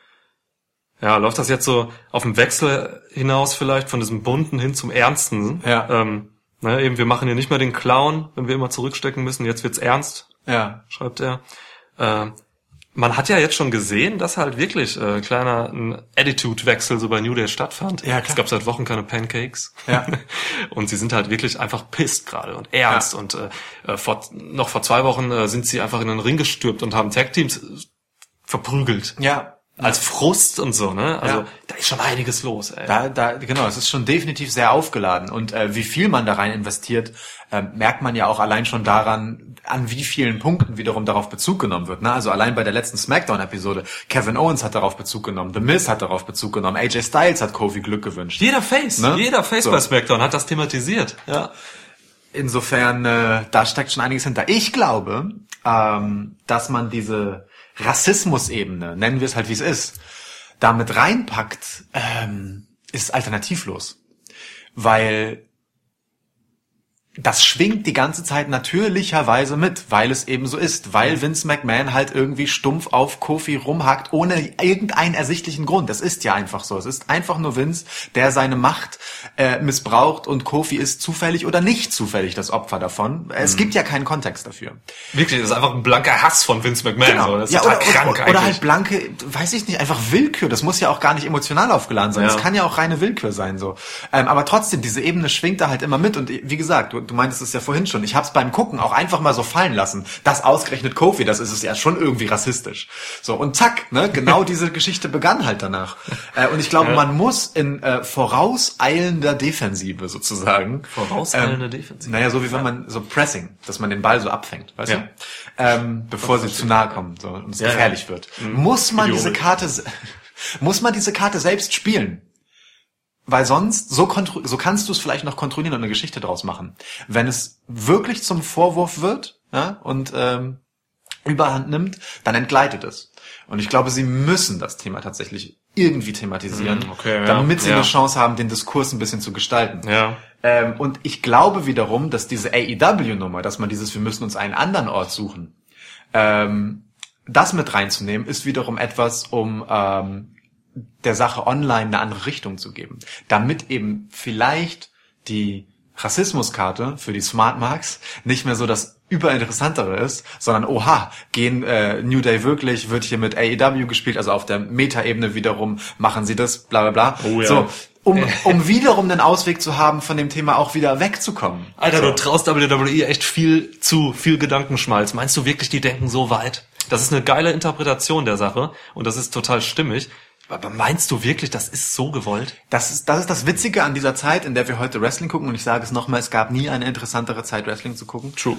läuft das jetzt so auf den Wechsel hinaus vielleicht von diesem Bunten hin zum Ernsten? Ja. Eben, wir machen hier nicht mehr den Clown, wenn wir immer zurückstecken müssen, jetzt wird's ernst, schreibt er. Man hat ja jetzt schon gesehen, dass halt wirklich ein Attitude-Wechsel so bei New Day stattfand. Ja, klar. Es gab seit Wochen keine Pancakes. Ja. Und sie sind halt wirklich einfach pissed gerade und ernst. Ja. Und vor 2 Wochen sind sie einfach in den Ring gestürmt und haben Tag-Teams verprügelt. Ja. Als Frust und so, ne? Also da ist schon einiges los, ey. Genau, es ist schon definitiv sehr aufgeladen. Und wie viel man da rein investiert, merkt man ja auch allein schon daran, an wie vielen Punkten wiederum darauf Bezug genommen wird. Ne? Also allein bei der letzten SmackDown-Episode, Kevin Owens hat darauf Bezug genommen, The Miz hat darauf Bezug genommen, AJ Styles hat Kofi Glück gewünscht. Jeder Face bei SmackDown hat das thematisiert. Ja. Insofern, da steckt schon einiges hinter. Ich glaube, dass man diese Rassismusebene, nennen wir es halt wie es ist, damit reinpackt, ist alternativlos. Weil das schwingt die ganze Zeit natürlicherweise mit, weil es eben so ist, weil Vince McMahon halt irgendwie stumpf auf Kofi rumhackt, ohne irgendeinen ersichtlichen Grund. Das ist ja einfach so. Es ist einfach nur Vince, der seine Macht missbraucht und Kofi ist zufällig oder nicht zufällig das Opfer davon. Es gibt ja keinen Kontext dafür. Wirklich, das ist einfach ein blanker Hass von Vince McMahon. Genau. So. Das ist total krank eigentlich. Oder halt blanke, weiß ich nicht, einfach Willkür. Das muss ja auch gar nicht emotional aufgeladen sein. Das kann ja auch reine Willkür sein. So. Aber trotzdem, diese Ebene schwingt da halt immer mit. Und wie gesagt, du meintest es ja vorhin schon, ich hab's beim Gucken auch einfach mal so fallen lassen. Das ausgerechnet Kofi, das ist es ja schon irgendwie rassistisch. So, und zack, ne, genau diese Geschichte begann halt danach. Und ich glaube, man muss in vorauseilender Defensive sozusagen. Vorauseilende Defensive? Naja, so wie wenn man so Pressing, dass man den Ball so abfängt, weißt du? Bevor sie zu nahe kommen so, und es gefährlich wird. Muss man diese Karte selbst spielen? Weil sonst, so kannst du es vielleicht noch kontrollieren und eine Geschichte draus machen. Wenn es wirklich zum Vorwurf wird, und Überhand nimmt, dann entgleitet es. Und ich glaube, sie müssen das Thema tatsächlich irgendwie thematisieren, damit sie eine Chance haben, den Diskurs ein bisschen zu gestalten. Ja. Und ich glaube wiederum, dass diese AEW-Nummer, dass man dieses, wir müssen uns einen anderen Ort suchen, das mit reinzunehmen, ist wiederum etwas, um der Sache online eine andere Richtung zu geben. Damit eben vielleicht die Rassismuskarte für die Smart Marks nicht mehr so das Überinteressantere ist, sondern gehen New Day wirklich, wird hier mit AEW gespielt, also auf der Meta-Ebene wiederum machen sie das, bla bla bla. Oh, ja. So, um wiederum einen Ausweg zu haben, von dem Thema auch wieder wegzukommen. Alter, du traust WWE echt viel Gedankenschmalz. Meinst du wirklich, die denken so weit? Das ist eine geile Interpretation der Sache und das ist total stimmig. Aber meinst du wirklich, das ist so gewollt? Das ist das Witzige an dieser Zeit, in der wir heute Wrestling gucken. Und ich sage es nochmal, es gab nie eine interessantere Zeit, Wrestling zu gucken. True.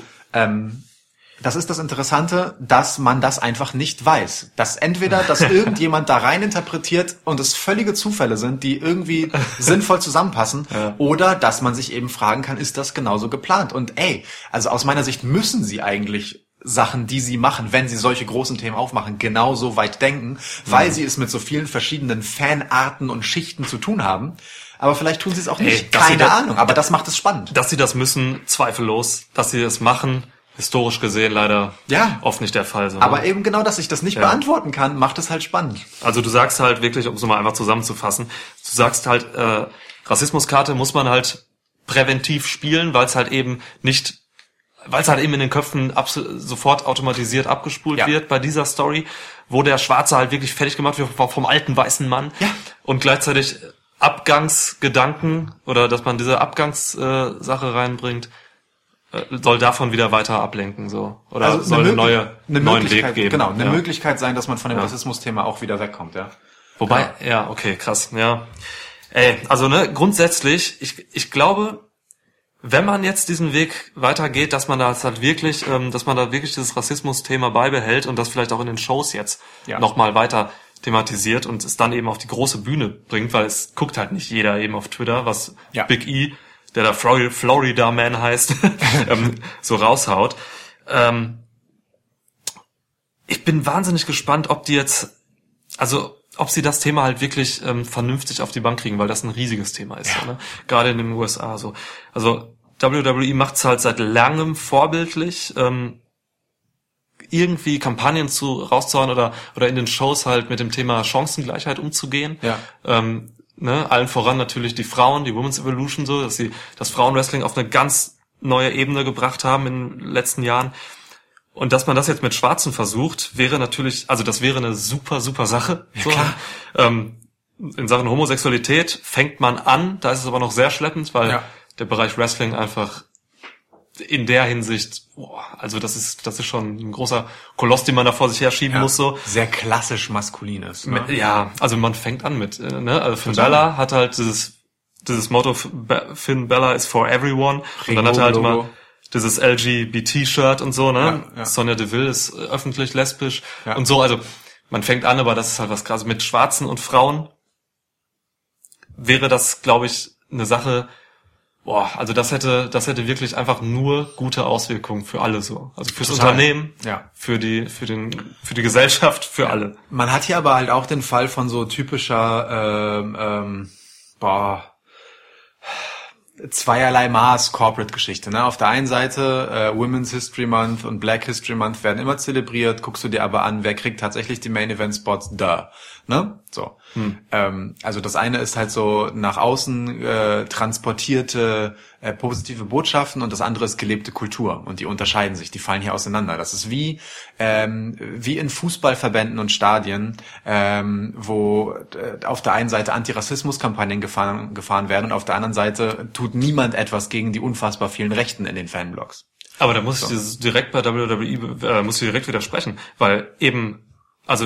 Das ist das Interessante, dass man das einfach nicht weiß. Dass entweder, dass irgendjemand da rein interpretiert und es völlige Zufälle sind, die irgendwie sinnvoll zusammenpassen, oder dass man sich eben fragen kann, ist das genauso geplant? Und also aus meiner Sicht müssen sie eigentlich Sachen, die sie machen, wenn sie solche großen Themen aufmachen, genauso weit denken, weil sie es mit so vielen verschiedenen Fanarten und Schichten zu tun haben. Aber vielleicht tun sie es auch nicht. Keine Ahnung, aber das macht es spannend. Dass sie das müssen, zweifellos. Dass sie das machen, historisch gesehen leider oft nicht der Fall. Aber eben genau, dass ich das nicht beantworten kann, macht es halt spannend. Also du sagst halt wirklich, um es nochmal einfach zusammenzufassen, du sagst halt, Rassismuskarte muss man halt präventiv spielen, weil es halt eben in den Köpfen sofort automatisiert abgespult wird bei dieser Story, wo der Schwarze halt wirklich fertig gemacht wird vom alten weißen Mann. Ja. Und gleichzeitig Abgangsgedanken oder dass man diese Abgangssache reinbringt, soll davon wieder weiter ablenken, so. Oder Also soll einen neuen Möglichkeit, Weg geben. Genau, eine ja. Möglichkeit sein, dass man von dem Rassismus-Thema auch wieder wegkommt, ja. Wobei, ja, okay, krass, ja. Also, ne, grundsätzlich, ich glaube, wenn man jetzt diesen Weg weitergeht, dass man da halt wirklich, dieses Rassismus-Thema beibehält und das vielleicht auch in den Shows jetzt nochmal weiter thematisiert und es dann eben auf die große Bühne bringt, weil es guckt halt nicht jeder eben auf Twitter, was Big E, der da Florida Man heißt, so raushaut. Ich bin wahnsinnig gespannt, ob sie das Thema halt wirklich vernünftig auf die Bank kriegen, weil das ein riesiges Thema ist, ne? Gerade in den USA so. Also WWE macht's halt seit langem vorbildlich, irgendwie Kampagnen rauszuhauen oder in den Shows halt mit dem Thema Chancengleichheit umzugehen. Ja. Ne? Allen voran natürlich die Frauen, die Women's Evolution so, dass sie das Frauenwrestling auf eine ganz neue Ebene gebracht haben in den letzten Jahren. Und dass man das jetzt mit Schwarzen versucht, wäre natürlich, also das wäre eine super, super Sache. Ja, so. klar. In Sachen Homosexualität fängt man an, da ist es aber noch sehr schleppend, weil der Bereich Wrestling einfach in der Hinsicht, also das ist schon ein großer Koloss, den man da vor sich herschieben muss, so. Sehr klassisch maskulin ist, ne? Ja, also man fängt an mit, ne, also Finn Balor hat halt dieses Motto, Finn Balor is for everyone, und dann hat er halt immer dieses LGBT-Shirt und so, ne? Ja. Sonya Deville ist öffentlich lesbisch und so, also man fängt an, aber das ist halt was Krasses. Mit Schwarzen und Frauen wäre das, glaube ich, eine Sache, also das hätte wirklich einfach nur gute Auswirkungen für alle so. Also fürs Unternehmen, für die Gesellschaft, für alle. Man hat hier aber halt auch den Fall von so typischer, zweierlei Maß Corporate-Geschichte, ne? Auf der einen Seite Women's History Month und Black History Month werden immer zelebriert, guckst du dir aber an, wer kriegt tatsächlich die Main Event Spots, ne? So. Also das eine ist halt so nach außen transportierte positive Botschaften und das andere ist gelebte Kultur und die unterscheiden sich, die fallen hier auseinander. Das ist wie in Fußballverbänden und Stadien, wo auf der einen Seite Antirassismus-Kampagnen gefahren werden und auf der anderen Seite tut niemand etwas gegen die unfassbar vielen Rechten in den Fanblocks. Aber da muss ich direkt bei WWE muss ich direkt widersprechen, weil eben, also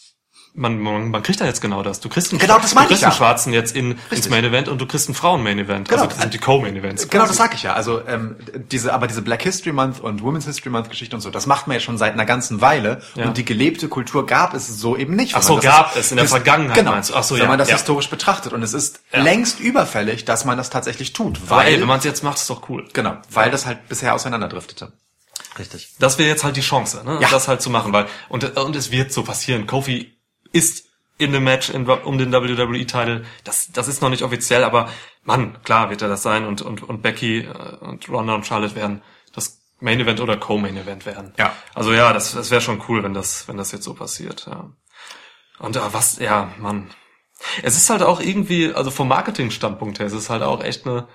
man kriegt da jetzt genau das. Du kriegst einen Schwarzen jetzt ins Main Event und du kriegst einen Frauen Main Event. Genau. Also das sind die Co-Main Events. Genau, das sag ich ja. Also diese Black History Month und Women's History Month Geschichte und so, das macht man ja schon seit einer ganzen Weile und die gelebte Kultur gab es so eben nicht. Ach so, gab es in der Vergangenheit, genau, meinst du? Ach so, wenn man das historisch betrachtet und es ist längst überfällig, dass man das tatsächlich tut, weil wenn man es jetzt macht, ist doch cool. Genau, weil das halt bisher auseinanderdriftete. Richtig. Das wäre jetzt halt die Chance, ne? Das halt zu machen, weil und es wird so passieren. Kofi ist in dem Match um den WWE-Title. Das ist noch nicht offiziell, aber Mann, klar wird er das sein und Becky und Ronda und Charlotte werden das Main Event oder Co-Main Event werden. Ja. Also ja, das wäre schon cool, wenn das jetzt so passiert, ja. Und Mann. Es ist halt auch irgendwie, also vom Marketing-Standpunkt her, es ist halt auch echt wäre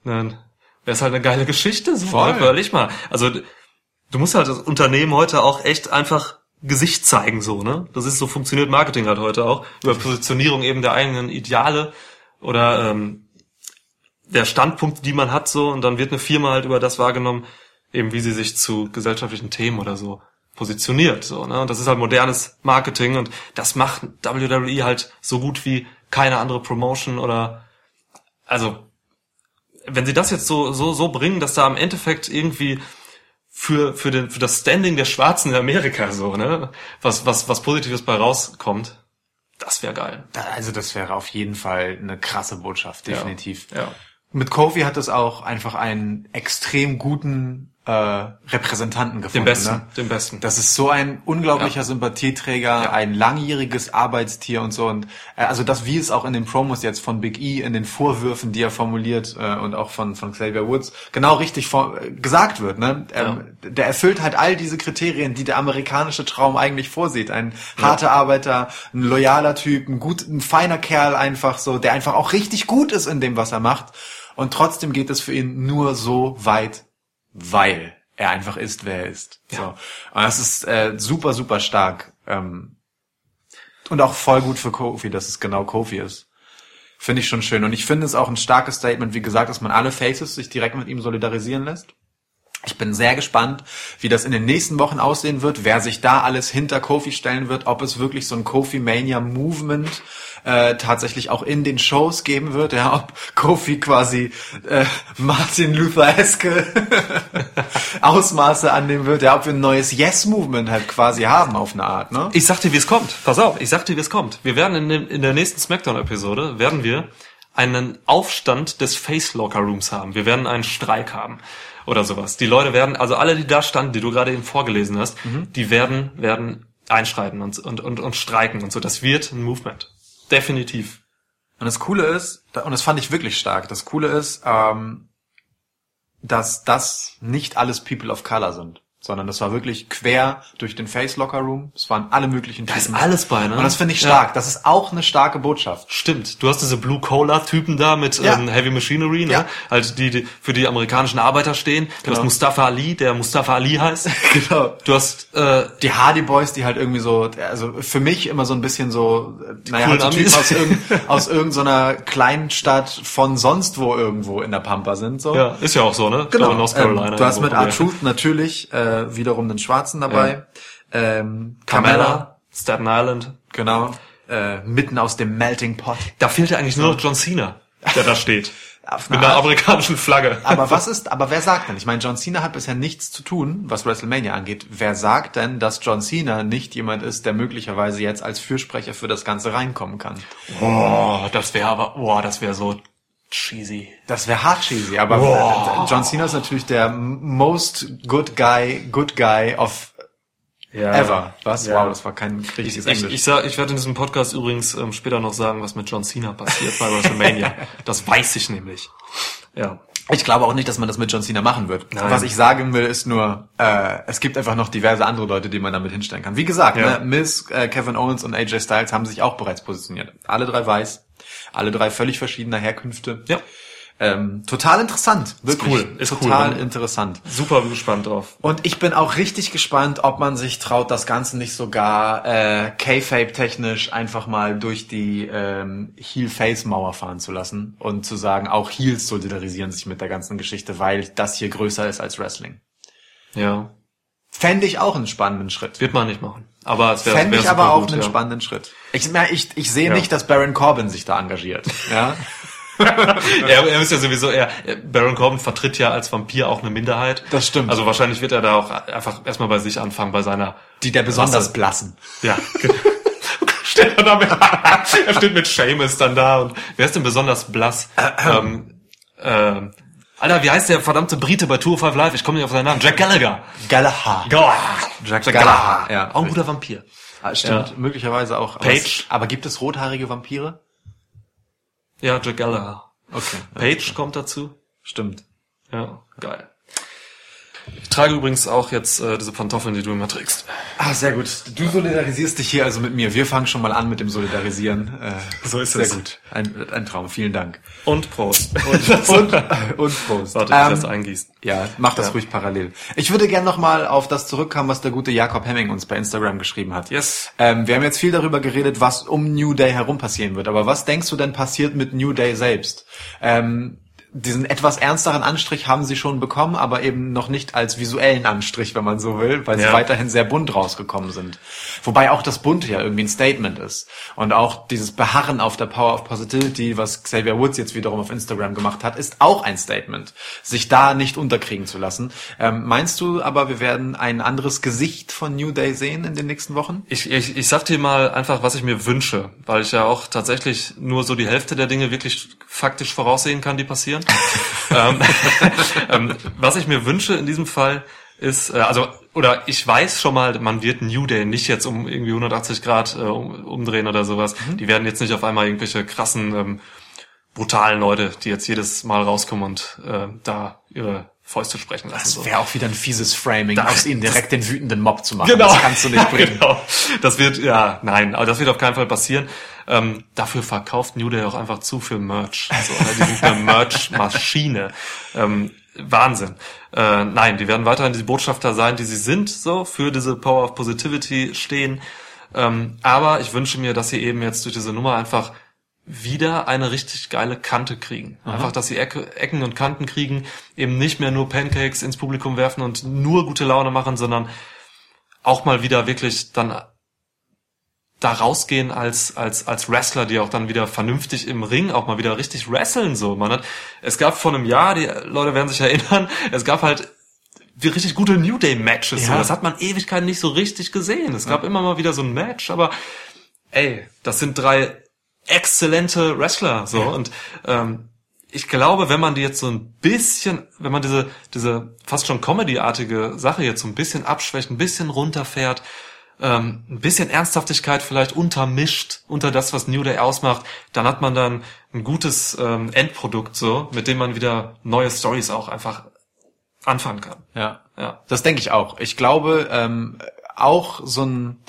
es halt eine geile Geschichte, so, überleg mal. Also du musst halt das Unternehmen heute auch echt einfach Gesicht zeigen, so, ne? Das ist so, funktioniert Marketing halt heute auch. Über Positionierung eben der eigenen Ideale oder der Standpunkt, die man hat, so, und dann wird eine Firma halt über das wahrgenommen, eben wie sie sich zu gesellschaftlichen Themen oder so positioniert, so, ne? Und das ist halt modernes Marketing und das macht WWE halt so gut wie keine andere Promotion oder, also, wenn sie das jetzt so bringen, dass da im Endeffekt irgendwie für das Standing der Schwarzen in Amerika so, ne, was Positives bei rauskommt, das wäre geil. Also das wäre auf jeden Fall eine krasse Botschaft, definitiv. Ja. Mit Kofi hat es auch einfach einen extrem guten Repräsentanten gefunden. Den besten. Das ist so ein unglaublicher Sympathieträger, ein langjähriges Arbeitstier und so. Und also das, wie es auch in den Promos jetzt von Big E, in den Vorwürfen, die er formuliert und auch von Xavier Woods, genau richtig gesagt wird. Ne? Der erfüllt halt all diese Kriterien, die der amerikanische Traum eigentlich vorsieht. Ein harter Arbeiter, ein loyaler Typ, ein feiner Kerl einfach so, der einfach auch richtig gut ist in dem, was er macht. Und trotzdem geht es für ihn nur so weit, weil er einfach ist, wer er ist. Ja. So. Und das ist super, super stark. Und auch voll gut für Kofi, dass es genau Kofi ist. Finde ich schon schön. Und ich finde es auch ein starkes Statement, wie gesagt, dass man alle Faces sich direkt mit ihm solidarisieren lässt. Ich bin sehr gespannt, wie das in den nächsten Wochen aussehen wird, wer sich da alles hinter Kofi stellen wird, ob es wirklich so ein Kofi-Mania-Movement tatsächlich auch in den Shows geben wird, ja, ob Kofi quasi Martin Luther-eske Ausmaße annehmen wird, ja, ob wir ein neues Yes-Movement halt quasi haben auf eine Art, ne? Ich sag dir, wie es kommt. Pass auf, ich sag dir, wie es kommt. Wir werden in der nächsten Smackdown-Episode, einen Aufstand des Face-Locker-Rooms haben. Wir werden einen Streik haben. Oder sowas. Die Leute werden, also alle, die da standen, die du gerade eben vorgelesen hast, die werden einschreiten und streiken und so. Das wird ein Movement. Definitiv. Und das Coole ist, und das fand ich wirklich stark, das Coole ist, dass das nicht alles People of Color sind, sondern das war wirklich quer durch den Face Locker Room. Es waren alle möglichen Typen. Da ist alles bei, ne? Und das finde ich stark. Ja. Das ist auch eine starke Botschaft. Stimmt. Du hast diese Blue Collar Typen da mit Heavy Machinery, ne? Ja. Halt die für die amerikanischen Arbeiter stehen. Du genau. hast Mustafa Ali, der Mustafa Ali heißt. Genau. Du hast die Hardy Boys, die halt irgendwie so, also für mich immer so ein bisschen so, halt so Typen aus irgendeiner kleinen Stadt von sonst wo irgendwo in der Pampa sind. So. Ja, ist ja auch so, ne? Genau. North Carolina. Du hast mit R-Truth natürlich wiederum den Schwarzen dabei. Ja. Carmella. Staten Island. Genau. Mitten aus dem Melting Pot. Da fehlt ja eigentlich nur noch John Cena, der da steht. Mit einer amerikanischen Flagge. Aber wer sagt denn? Ich meine, John Cena hat bisher nichts zu tun, was WrestleMania angeht. Wer sagt denn, dass John Cena nicht jemand ist, der möglicherweise jetzt als Fürsprecher für das Ganze reinkommen kann? Das wäre so cheesy. Das wäre hart cheesy, aber John Cena ist natürlich der most good guy of ever. Was? Ja. Wow, das war kein richtiges Englisch. Ich werde in diesem Podcast übrigens später noch sagen, was mit John Cena passiert bei WrestleMania. Das weiß ich nämlich. Ja. Ich glaube auch nicht, dass man das mit John Cena machen wird. Nein. Was ich sagen will, ist nur, es gibt einfach noch diverse andere Leute, die man damit hinstellen kann. Wie gesagt, ne, Miz, Kevin Owens und AJ Styles haben sich auch bereits positioniert. Alle drei weiß, alle drei völlig verschiedener Herkünfte. Ja. Total interessant. Wirklich. Ist total cool. Interessant. Super gespannt drauf. Und ich bin auch richtig gespannt, ob man sich traut, das Ganze nicht sogar Kayfabe-technisch einfach mal durch die Heel-Face-Mauer fahren zu lassen und zu sagen, auch Heels solidarisieren sich mit der ganzen Geschichte, weil das hier größer ist als Wrestling. Ja. Fände ich auch einen spannenden Schritt. Wird man nicht machen. Aber es wäre Fände ich aber auch gut, einen spannenden Schritt. Ich sehe nicht, dass Baron Corbin sich da engagiert. Ja. er ist ja sowieso Baron Corbin vertritt ja als Vampir auch eine Minderheit. Das stimmt. Also wahrscheinlich wird er da auch einfach erstmal bei sich anfangen, bei seiner... Die der besonders blassen. Ja. Steht er da mit, er steht mit Sheamus dann da und wer ist denn besonders blass? Alter, wie heißt der verdammte Brite bei Tour of Five Live? Ich komme nicht auf seinen Namen. Jack Gallagher. Jack Gallagher. Ja. Auch ein guter Vampir. Stimmt, möglicherweise auch. Page. Aber gibt es rothaarige Vampire? Ja, Jack Gallagher. Okay. Page kommt dazu. Stimmt. Ja, geil. Ich trage übrigens auch jetzt diese Pantoffeln, die du immer trägst. Ah, sehr gut. Du solidarisierst dich hier also mit mir. Wir fangen schon mal an mit dem Solidarisieren. So ist es. Sehr gut. Ein Traum. Vielen Dank. Und Prost. Und Prost. Warte, ich das eingießen. Ja, mach das ruhig parallel. Ich würde gern nochmal auf das zurückkommen, was der gute Jakob Hemming uns bei Instagram geschrieben hat. Yes. Wir haben jetzt viel darüber geredet, was um New Day herum passieren wird. Aber was denkst du denn passiert mit New Day selbst? Diesen etwas ernsteren Anstrich haben sie schon bekommen, aber eben noch nicht als visuellen Anstrich, wenn man so will, weil sie weiterhin sehr bunt rausgekommen sind. Wobei auch das Bunte ja irgendwie ein Statement ist. Und auch dieses Beharren auf der Power of Positivity, was Xavier Woods jetzt wiederum auf Instagram gemacht hat, ist auch ein Statement. Sich da nicht unterkriegen zu lassen. Meinst du aber, wir werden ein anderes Gesicht von New Day sehen in den nächsten Wochen? Ich sag dir mal einfach, was ich mir wünsche, weil ich ja auch tatsächlich nur so die Hälfte der Dinge wirklich faktisch voraussehen kann, die passieren. Was ich mir wünsche in diesem Fall ist, ich weiß schon mal, man wird New Day nicht jetzt um irgendwie 180 Grad umdrehen oder sowas. Die werden jetzt nicht auf einmal irgendwelche krassen, brutalen Leute, die jetzt jedes Mal rauskommen und da ihre Fäuste sprechen lassen. Das wäre auch wieder ein fieses Framing, aus ihnen direkt den wütenden Mob zu machen. Genau. Das kannst du nicht bringen. Genau. Das wird, aber das wird auf keinen Fall passieren. Dafür verkauft New Day auch einfach zu viel Merch. Also, die sind eine Merch-Maschine. Wahnsinn. Nein, die werden weiterhin die Botschafter sein, die sie sind, so, für diese Power of Positivity stehen. Aber ich wünsche mir, dass sie eben jetzt durch diese Nummer einfach wieder eine richtig geile Kante kriegen. Einfach, dass sie Ecken und Kanten kriegen, eben nicht mehr nur Pancakes ins Publikum werfen und nur gute Laune machen, sondern auch mal wieder wirklich dann da rausgehen als Wrestler, die auch dann wieder vernünftig im Ring auch mal wieder richtig wresteln, so. Es gab vor einem Jahr, die Leute werden sich erinnern, es gab halt wie richtig gute New Day Matches, so. Das hat man Ewigkeiten nicht so richtig gesehen. Es gab immer mal wieder so ein Match, aber das sind 3 exzellente Wrestler, so. Und ich glaube, wenn man die jetzt so ein bisschen, wenn man diese fast schon Comedy-artige Sache jetzt so ein bisschen abschwächt, ein bisschen runterfährt, ein bisschen Ernsthaftigkeit vielleicht untermischt unter das, was New Day ausmacht, dann hat man dann ein gutes Endprodukt, so, mit dem man wieder neue Stories auch einfach anfangen kann. Ja. Das denke ich auch. Ich glaube, auch so ein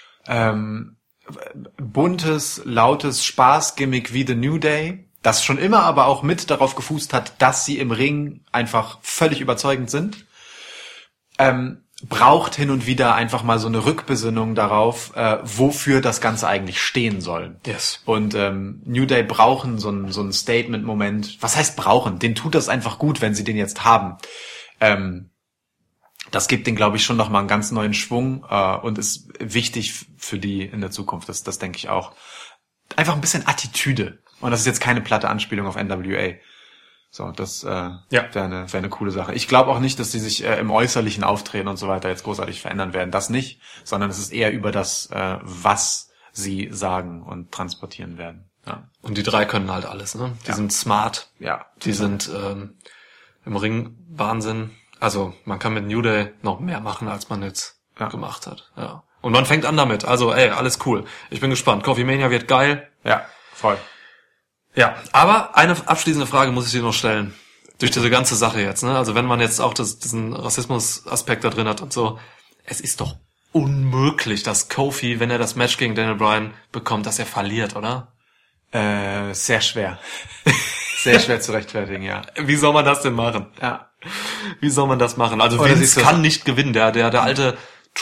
buntes, lautes Spaßgimmick wie The New Day, das schon immer aber auch mit darauf gefußt hat, dass sie im Ring einfach völlig überzeugend sind, braucht hin und wieder einfach mal so eine Rückbesinnung darauf, wofür das Ganze eigentlich stehen soll. Yes. Und New Day brauchen so einen Statement-Moment. Was heißt brauchen? Denen tut das einfach gut, wenn sie den jetzt haben. Das gibt denen, glaube ich, schon nochmal einen ganz neuen Schwung und ist wichtig für die in der Zukunft. Das denke ich auch. Einfach ein bisschen Attitüde. Und das ist jetzt keine platte Anspielung auf NWA. So, das wäre eine coole Sache. Ich glaube auch nicht, dass die sich im äußerlichen Auftreten und so weiter jetzt großartig verändern werden. Das nicht, sondern es ist eher über das, was sie sagen und transportieren werden. Ja. Und die 3 können halt alles, ne? Die sind smart. Ja. Die sind im Ring Wahnsinn. Also man kann mit New Day noch mehr machen, als man jetzt gemacht hat. Ja. Und man fängt an damit. Also alles cool. Ich bin gespannt. Coffee Mania wird geil. Ja, voll. Ja, aber eine abschließende Frage muss ich dir noch stellen. Durch diese ganze Sache jetzt, ne? Also wenn man jetzt auch diesen Rassismus-Aspekt da drin hat und so. Es ist doch unmöglich, dass Kofi, wenn er das Match gegen Daniel Bryan bekommt, dass er verliert, oder? Sehr schwer. Sehr schwer zu rechtfertigen, ja. Wie soll man das denn machen? Ja. Wie soll man das machen? Also Vince kann nicht gewinnen. Der alte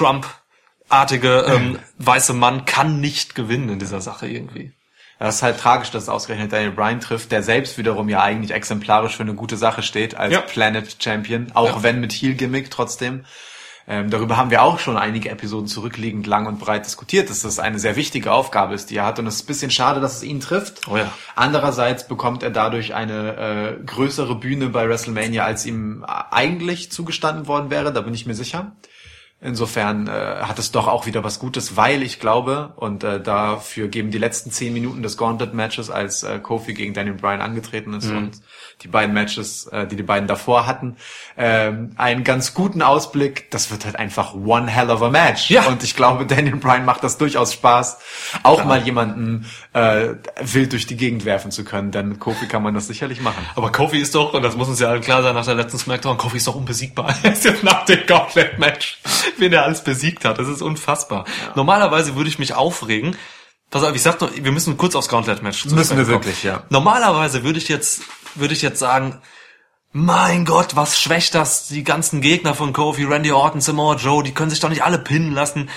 Trump-artige weiße Mann kann nicht gewinnen in dieser Sache irgendwie. Das ist halt tragisch, dass ausgerechnet Daniel Bryan trifft, der selbst wiederum ja eigentlich exemplarisch für eine gute Sache steht als Planet Champion, auch wenn mit Heel-Gimmick trotzdem. Darüber haben wir auch schon einige Episoden zurückliegend lang und breit diskutiert, dass das eine sehr wichtige Aufgabe ist, die er hat, und es ist ein bisschen schade, dass es ihn trifft. Oh ja. Andererseits bekommt er dadurch eine größere Bühne bei WrestleMania, als ihm eigentlich zugestanden worden wäre, da bin ich mir sicher. Insofern hat es doch auch wieder was Gutes, weil ich glaube, und dafür geben die letzten 10 Minuten des Gauntlet-Matches, als Kofi gegen Daniel Bryan angetreten ist und die beiden Matches, die beiden davor hatten, einen ganz guten Ausblick. Das wird halt einfach one hell of a match. Ja. Und ich glaube, Daniel Bryan macht das durchaus Spaß, auch mal jemanden wild durch die Gegend werfen zu können, denn mit Kofi kann man das sicherlich machen. Aber Kofi ist doch, und das muss uns ja allen klar sein nach der letzten Smackdown, Kofi ist doch unbesiegbar. Er ist jetzt nach dem Gauntlet-Match, wen er alles besiegt hat. Das ist unfassbar. Ja. Normalerweise würde ich mich aufregen. Pass auf, ich sag nur, wir müssen kurz aufs Gauntlet-Match zurückkommen. Müssen wir wirklich, ja. Normalerweise würde ich jetzt sagen, mein Gott, was schwächt das? Die ganzen Gegner von Kofi, Randy Orton, Samoa Joe, die können sich doch nicht alle pinnen lassen.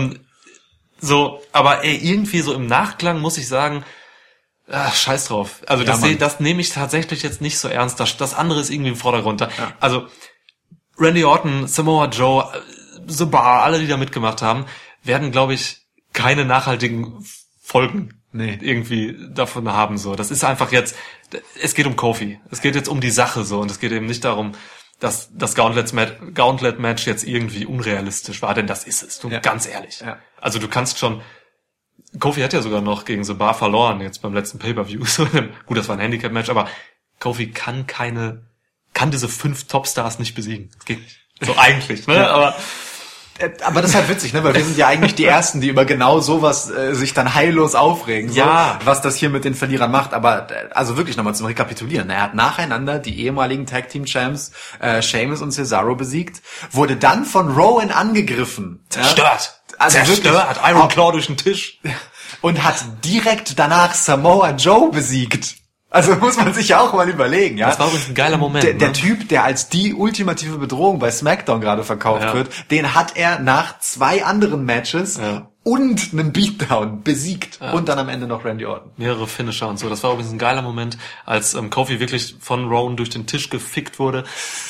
Aber irgendwie so im Nachklang muss ich sagen, scheiß drauf. Also das nehme ich tatsächlich jetzt nicht so ernst. Das andere ist irgendwie im Vordergrund. Ja. Also Randy Orton, Samoa Joe, The Bar, alle, die da mitgemacht haben, werden, glaube ich, keine nachhaltigen Folgen irgendwie davon haben. So, das ist einfach jetzt, es geht um Kofi. Es geht jetzt um die Sache so, und es geht eben nicht darum, dass das Gauntlet-Match jetzt irgendwie unrealistisch war, denn das ist es. Ganz ehrlich. Ja. Also du kannst schon, Kofi hat ja sogar noch gegen The Bar verloren, jetzt beim letzten Pay-Per-View. Gut, das war ein Handicap-Match, aber Kofi kann diese 5 Topstars nicht besiegen. Das geht nicht. So eigentlich, ne? Ja. Aber das ist halt witzig, ne? Weil wir sind ja eigentlich die Ersten, die über genau sowas sich dann heillos aufregen, so, was das hier mit den Verlierern macht. Aber also wirklich nochmal zum Rekapitulieren. Er hat nacheinander die ehemaligen Tag-Team-Champs Sheamus und Cesaro besiegt, wurde dann von Rowan angegriffen. Zerstört. Ja? Also zerstört. Iron Claw durch den Tisch. Und hat direkt danach Samoa Joe besiegt. Also muss man sich ja auch mal überlegen, ja. Das war übrigens ein geiler Moment. Der Typ, der als die ultimative Bedrohung bei SmackDown gerade verkauft wird, den hat er nach 2 anderen Matches und einem Beatdown besiegt und dann am Ende noch Randy Orton. Mehrere Finisher und so. Das war übrigens ein geiler Moment, als Kofi wirklich von Rowan durch den Tisch gefickt wurde.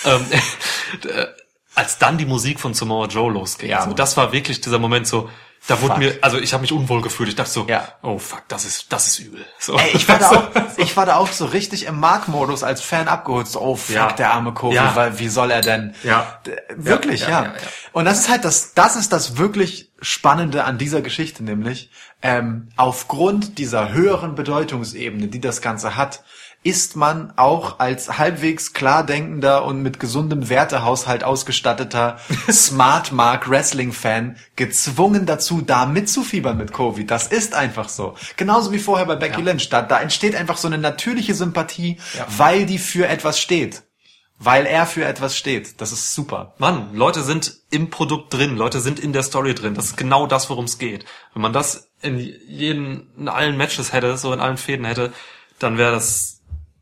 Als dann die Musik von Samoa Joe losging. Ja, so, das war wirklich dieser Moment so, da wurde mir, also ich habe mich unwohl gefühlt. Ich dachte so, ja. Oh fuck, das ist übel. So. Ey, ich war da auch so richtig im Mark-Modus als Fan abgeholt. So, oh fuck, Ja. der arme Kofi, Ja. weil wie soll er denn? Ja. Wirklich, ja. Ja. Und das ist halt das ist das wirklich Spannende an dieser Geschichte, nämlich aufgrund dieser höheren Bedeutungsebene, die das Ganze hat, ist man auch als halbwegs klar denkender und mit gesundem Wertehaushalt ausgestatteter Smart Mark Wrestling Fan gezwungen dazu, da mitzufiebern mit Kofi. Das ist einfach so. Genauso wie vorher bei Becky Lynch. Da entsteht einfach so eine natürliche Sympathie, weil die für etwas steht. Weil er für etwas steht. Das ist super. Mann, Leute sind im Produkt drin, Leute sind in der Story drin. Das ist genau das, worum es geht. Wenn man das in allen Matches hätte, so in allen Fäden hätte, dann wäre das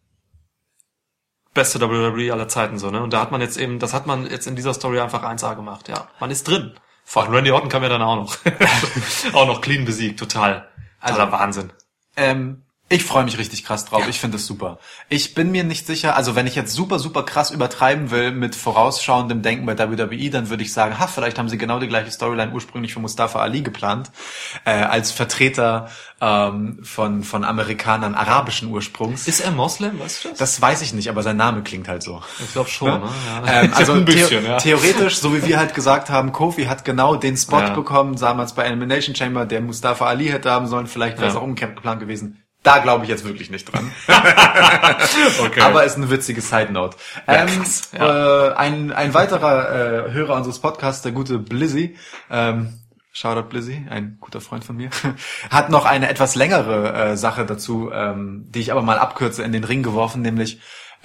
beste WWE aller Zeiten so, ne? Und da hat man jetzt eben, das hat man jetzt in dieser Story einfach 1A gemacht, ja. Man ist drin. Vor allem Randy Orton kam ja dann auch noch. Auch noch clean besiegt, total. Also Wahnsinn. Ich freue mich richtig krass drauf. Ja. Ich finde es super. Ich bin mir nicht sicher, also wenn ich jetzt super, super krass übertreiben will mit vorausschauendem Denken bei WWE, dann würde ich sagen, vielleicht haben sie genau die gleiche Storyline ursprünglich für Mustafa Ali geplant, als Vertreter von Amerikanern arabischen Ursprungs. Ist er Moslem, weißt du das? Das weiß ich nicht, aber sein Name klingt halt so. Ich glaube schon, Ja? ne? Ja. Also ein bisschen, ja. theoretisch, so wie wir halt gesagt haben, Kofi hat genau den Spot Ja. bekommen, damals bei Elimination Chamber, der Mustafa Ali hätte haben sollen, vielleicht wäre es Ja. auch umgekehrt geplant gewesen. Da glaube ich jetzt wirklich nicht dran. Okay. Aber ist eine witzige Side-Note. Ja, krass, ja. Ein weiterer Hörer unseres Podcasts, der gute Blizzy, Shoutout Blizzy, ein guter Freund von mir, hat noch eine etwas längere Sache dazu, die ich aber mal abkürze, in den Ring geworfen, nämlich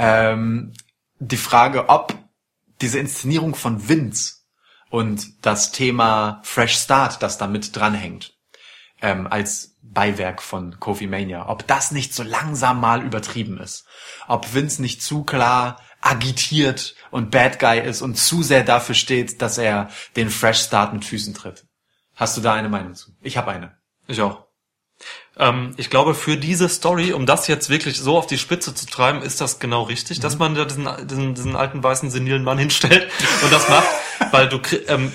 die Frage, ob diese Inszenierung von Vince und das Thema Fresh Start, das da mit dranhängt, als Beiwerk von Kofi Mania, ob das nicht so langsam mal übertrieben ist, ob Vince nicht zu klar agitiert und Bad Guy ist und zu sehr dafür steht, dass er den Fresh Start mit Füßen tritt. Hast du da eine Meinung zu? Ich habe eine. Ich auch. Ich glaube, für diese Story, um das jetzt wirklich so auf die Spitze zu treiben, ist das genau richtig, dass man da diesen alten weißen senilen Mann hinstellt und das macht, weil du,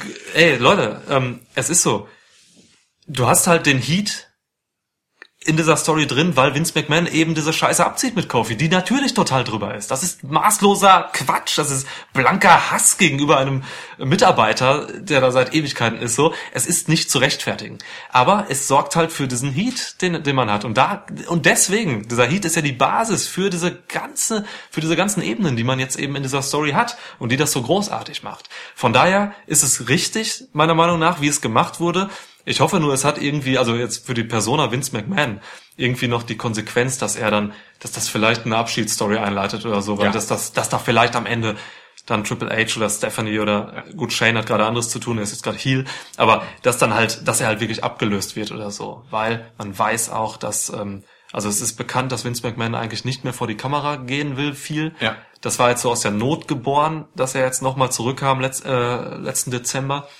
Leute, es ist so, du hast halt den Heat in dieser Story drin, weil Vince McMahon eben diese Scheiße abzieht mit Kofi, die natürlich total drüber ist. Das ist maßloser Quatsch, das ist blanker Hass gegenüber einem Mitarbeiter, der da seit Ewigkeiten ist, so. Es ist nicht zu rechtfertigen. Aber es sorgt halt für diesen Heat, den man hat. Und deswegen, dieser Heat ist ja die Basis für diese ganzen Ebenen, die man jetzt eben in dieser Story hat und die das so großartig macht. Von daher ist es richtig, meiner Meinung nach, wie es gemacht wurde. Ich hoffe nur, es hat irgendwie, also jetzt für die Persona Vince McMahon, irgendwie noch die Konsequenz, dass das vielleicht eine Abschiedsstory einleitet oder so, weil dass da vielleicht am Ende dann Triple H oder Stephanie oder, gut, Shane hat gerade anderes zu tun, er ist jetzt gerade Heel, aber dass er halt wirklich abgelöst wird oder so, weil man weiß auch, dass, also es ist bekannt, dass Vince McMahon eigentlich nicht mehr vor die Kamera gehen will, viel. Ja. Das war jetzt so aus der Not geboren, dass er jetzt nochmal zurückkam letzten Dezember.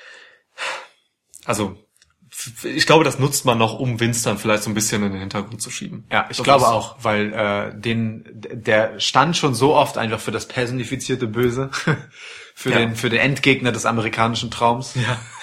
Also, ich glaube, das nutzt man noch, um Vince dann vielleicht so ein bisschen in den Hintergrund zu schieben. Ja, ich Das glaube ist- auch, weil der stand schon so oft einfach für das personifizierte Böse, für Ja. den Endgegner des amerikanischen Traums.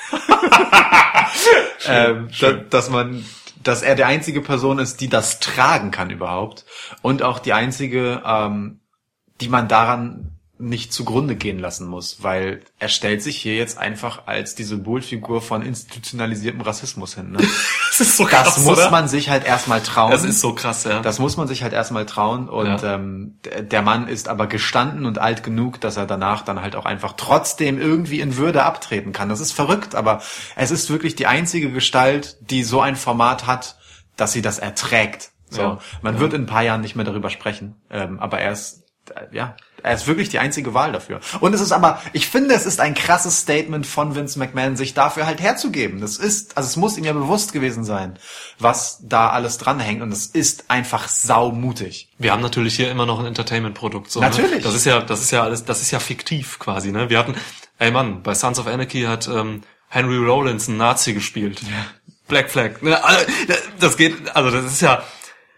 Ja. Dass er der einzige Person ist, die das tragen kann überhaupt und auch die einzige, die man daran nicht zugrunde gehen lassen muss, weil er stellt sich hier jetzt einfach als die Symbolfigur von institutionalisiertem Rassismus hin. Ne? Das ist so krass, Das muss oder? man sich halt erstmal trauen. Das ist so krass, ja. Das muss man sich halt erstmal trauen und Ja. der Mann ist aber gestanden und alt genug, dass er danach dann halt auch einfach trotzdem irgendwie in Würde abtreten kann. Das ist verrückt, aber es ist wirklich die einzige Gestalt, die so ein Format hat, dass sie das erträgt. So, Ja. man wird in ein paar Jahren nicht mehr darüber sprechen, aber er ist wirklich die einzige Wahl dafür. Und ich finde, es ist ein krasses Statement von Vince McMahon, sich dafür halt herzugeben. Es muss ihm ja bewusst gewesen sein, was da alles dranhängt. Und es ist einfach saumutig. Wir haben natürlich hier immer noch ein Entertainment-Produkt. So, Natürlich. Ne? Das ist ja fiktiv quasi, ne? Wir hatten, bei Sons of Anarchy hat Henry Rollins einen Nazi gespielt. Ja. Black Flag. Das geht, also das ist ja,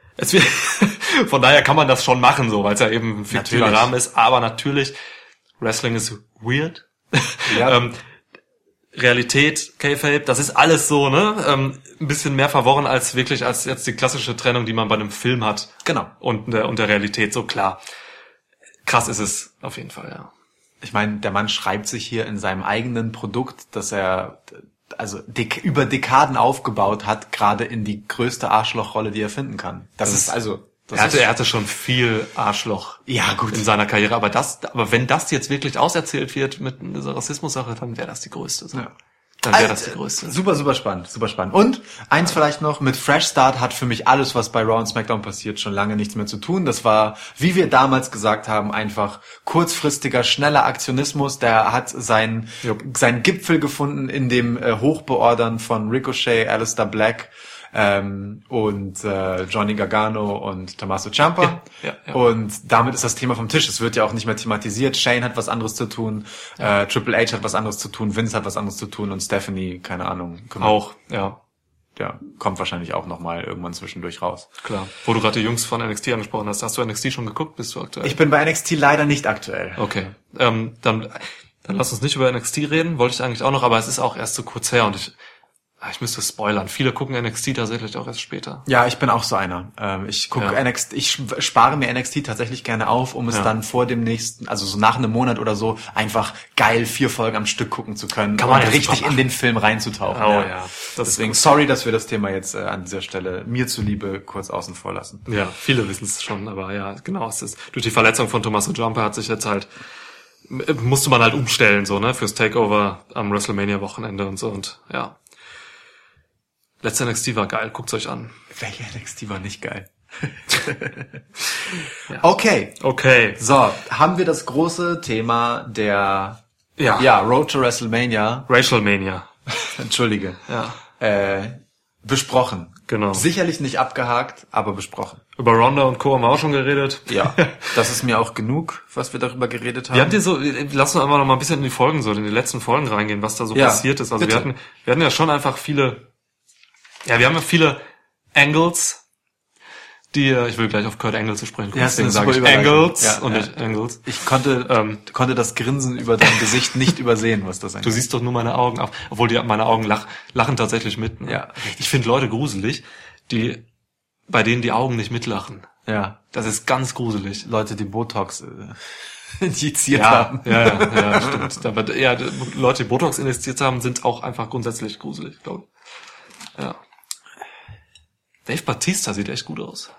von daher kann man das schon machen, so, weil es ja eben ein fiktiver Rahmen ist, aber natürlich, Wrestling ist weird. Ja. Realität, Kayfabe, das ist alles so, ne? Ein bisschen mehr verworren als jetzt die klassische Trennung, die man bei einem Film hat. Genau. Und der Realität, so klar. Krass ist es auf jeden Fall, ja. Ich meine, der Mann schreibt sich hier in seinem eigenen Produkt, das er über Dekaden aufgebaut hat, gerade in die größte Arschlochrolle, die er finden kann. Er hatte schon viel Arschloch gut in seiner Karriere, aber wenn das jetzt wirklich auserzählt wird mit dieser Rassismus-Sache, dann wäre das die größte. So. Ja. Dann wäre das die größte. Super, super spannend, super spannend. Und eins vielleicht noch, mit Fresh Start hat für mich alles, was bei Raw und SmackDown passiert, schon lange nichts mehr zu tun. Das war, wie wir damals gesagt haben, einfach kurzfristiger, schneller Aktionismus. Der hat seinen Gipfel gefunden in dem Hochbeordern von Ricochet, Aleister Black, und Johnny Gargano und Tommaso Ciampa. Ja. Und damit ist das Thema vom Tisch. Es wird ja auch nicht mehr thematisiert. Shane hat was anderes zu tun, Triple H hat was anderes zu tun, Vince hat was anderes zu tun und Stephanie, keine Ahnung. Auch, ja. Ja, kommt wahrscheinlich auch nochmal irgendwann zwischendurch raus. Klar. Wo du gerade die Jungs von NXT angesprochen hast. Hast du NXT schon geguckt? Bist du aktuell? Ich bin bei NXT leider nicht aktuell. Okay. Dann lass uns nicht über NXT reden. Wollte ich eigentlich auch noch, aber es ist auch erst so kurz her und ich müsste spoilern. Viele gucken NXT tatsächlich auch erst später. Ja, ich bin auch so einer. Ich gucke NXT, ich spare mir NXT tatsächlich gerne auf, um es dann vor dem nächsten, also so nach einem Monat oder so, einfach geil 4 Folgen am Stück gucken zu können. Kann man richtig in den Film reinzutauchen. Oh ja. Deswegen sorry, dass wir das Thema jetzt an dieser Stelle mir zuliebe kurz außen vor lassen. Ja, viele wissen es schon, aber ja, genau. Es ist durch die Verletzung von Tommaso Ciampa hat sich jetzt musste man halt umstellen, so, ne, fürs Takeover am WrestleMania-Wochenende und so und ja. Letzte NXT war geil, guckt's euch an. Welche NXT war nicht geil? Ja. Okay. So, haben wir das große Thema der Road to WrestleMania. WrestleMania. Entschuldige. Ja. Besprochen. Genau. Sicherlich nicht abgehakt, aber besprochen. Über Ronda und Co. haben wir auch schon geredet. Ja, das ist mir auch genug, was wir darüber geredet haben. Wir haben lass uns einfach noch mal ein bisschen in die letzten Folgen reingehen, was da so passiert ist. Also bitte. wir hatten ja schon einfach wir haben ja viele Angles, ich will gleich auf Kurt Angle zu sprechen kommen, deswegen sage ich Angles und nicht Angles. Ich konnte das Grinsen über dein Gesicht nicht übersehen, was das angeht. Du siehst doch nur meine Augen, obwohl meine Augen lachen tatsächlich mit. Ne? Ja. Ich finde Leute gruselig, bei denen die Augen nicht mitlachen. Ja. Das ist ganz gruselig. Leute, die Botox injiziert haben. Ja, stimmt. Aber Leute, die Botox injiziert haben, sind auch einfach grundsätzlich gruselig, glaube ich. Ja. Dave Bautista sieht echt gut aus.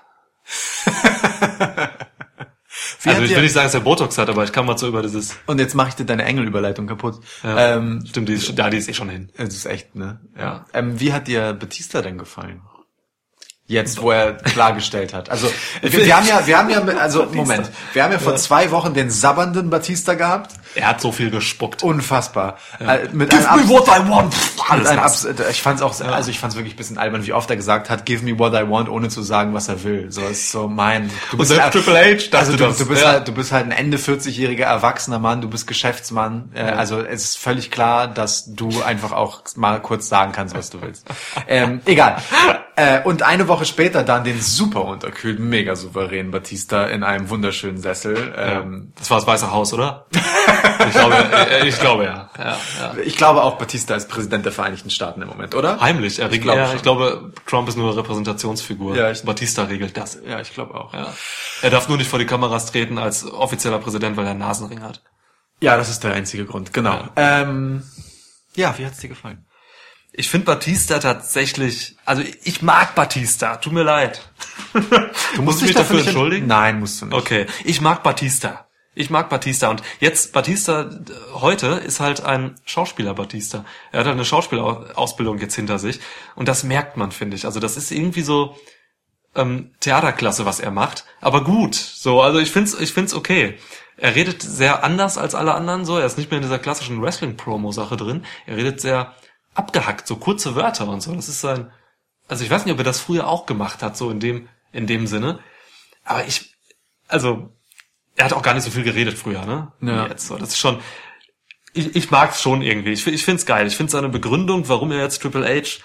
Also ich will nicht sagen, dass er Botox hat, aber ich kann mal so über dieses... Und jetzt mache ich dir deine Engelüberleitung kaputt. Ja, stimmt, die ist eh schon hin. Das ist echt, ne? Ja. Wie hat dir Batista denn gefallen? Jetzt, wo er klargestellt hat. Also, wir haben ja vor 2 Wochen den sabbernden Batista gehabt. Er hat so viel gespuckt. Unfassbar. Ja. Give me what I want. Ich fand's auch, also ich fand's wirklich ein bisschen albern, wie oft er gesagt hat, give me what I want, ohne zu sagen, was er will. So, ist so du bist halt, Triple H, also du bist halt ein Ende 40-jähriger erwachsener Mann, du bist Geschäftsmann. Also es ist völlig klar, dass du einfach auch mal kurz sagen kannst, was du willst. Egal. Und eine Woche später dann den super unterkühlten, mega souveränen Batista in einem wunderschönen Sessel. Das war das Weiße Haus, oder? Ich glaube, ja. Ich glaube auch, Batista ist Präsident der Vereinigten Staaten im Moment, oder? Heimlich. Ich glaube, Trump ist nur eine Repräsentationsfigur. Ja, Batista regelt das. Ja, ich glaube auch. Ja. Er darf nur nicht vor die Kameras treten als offizieller Präsident, weil er einen Nasenring hat. Ja, das ist der einzige Grund, genau. Wie hat's dir gefallen? Ich finde Batista tatsächlich, also ich mag Batista, tut mir leid. Du musst mich dafür entschuldigen? Nein, musst du nicht. Okay, ich mag Batista und jetzt Batista heute ist halt ein Schauspieler Batista. Er hat halt eine Schauspielausbildung jetzt hinter sich und das merkt man, finde ich. Also das ist irgendwie so Theaterklasse, was er macht, aber gut. So, also ich find's okay. Er redet sehr anders als alle anderen so, er ist nicht mehr in dieser klassischen Wrestling-Promo-Sache drin. Er redet sehr abgehackt, so kurze Wörter und so. Das ist also ich weiß nicht, ob er das früher auch gemacht hat, so in dem Sinne. Aber er hat auch gar nicht so viel geredet früher, ne? Ja. Wie jetzt so. Das ist schon, ich mag's schon irgendwie. Ich find's geil. Ich find seine Begründung, warum er jetzt Triple H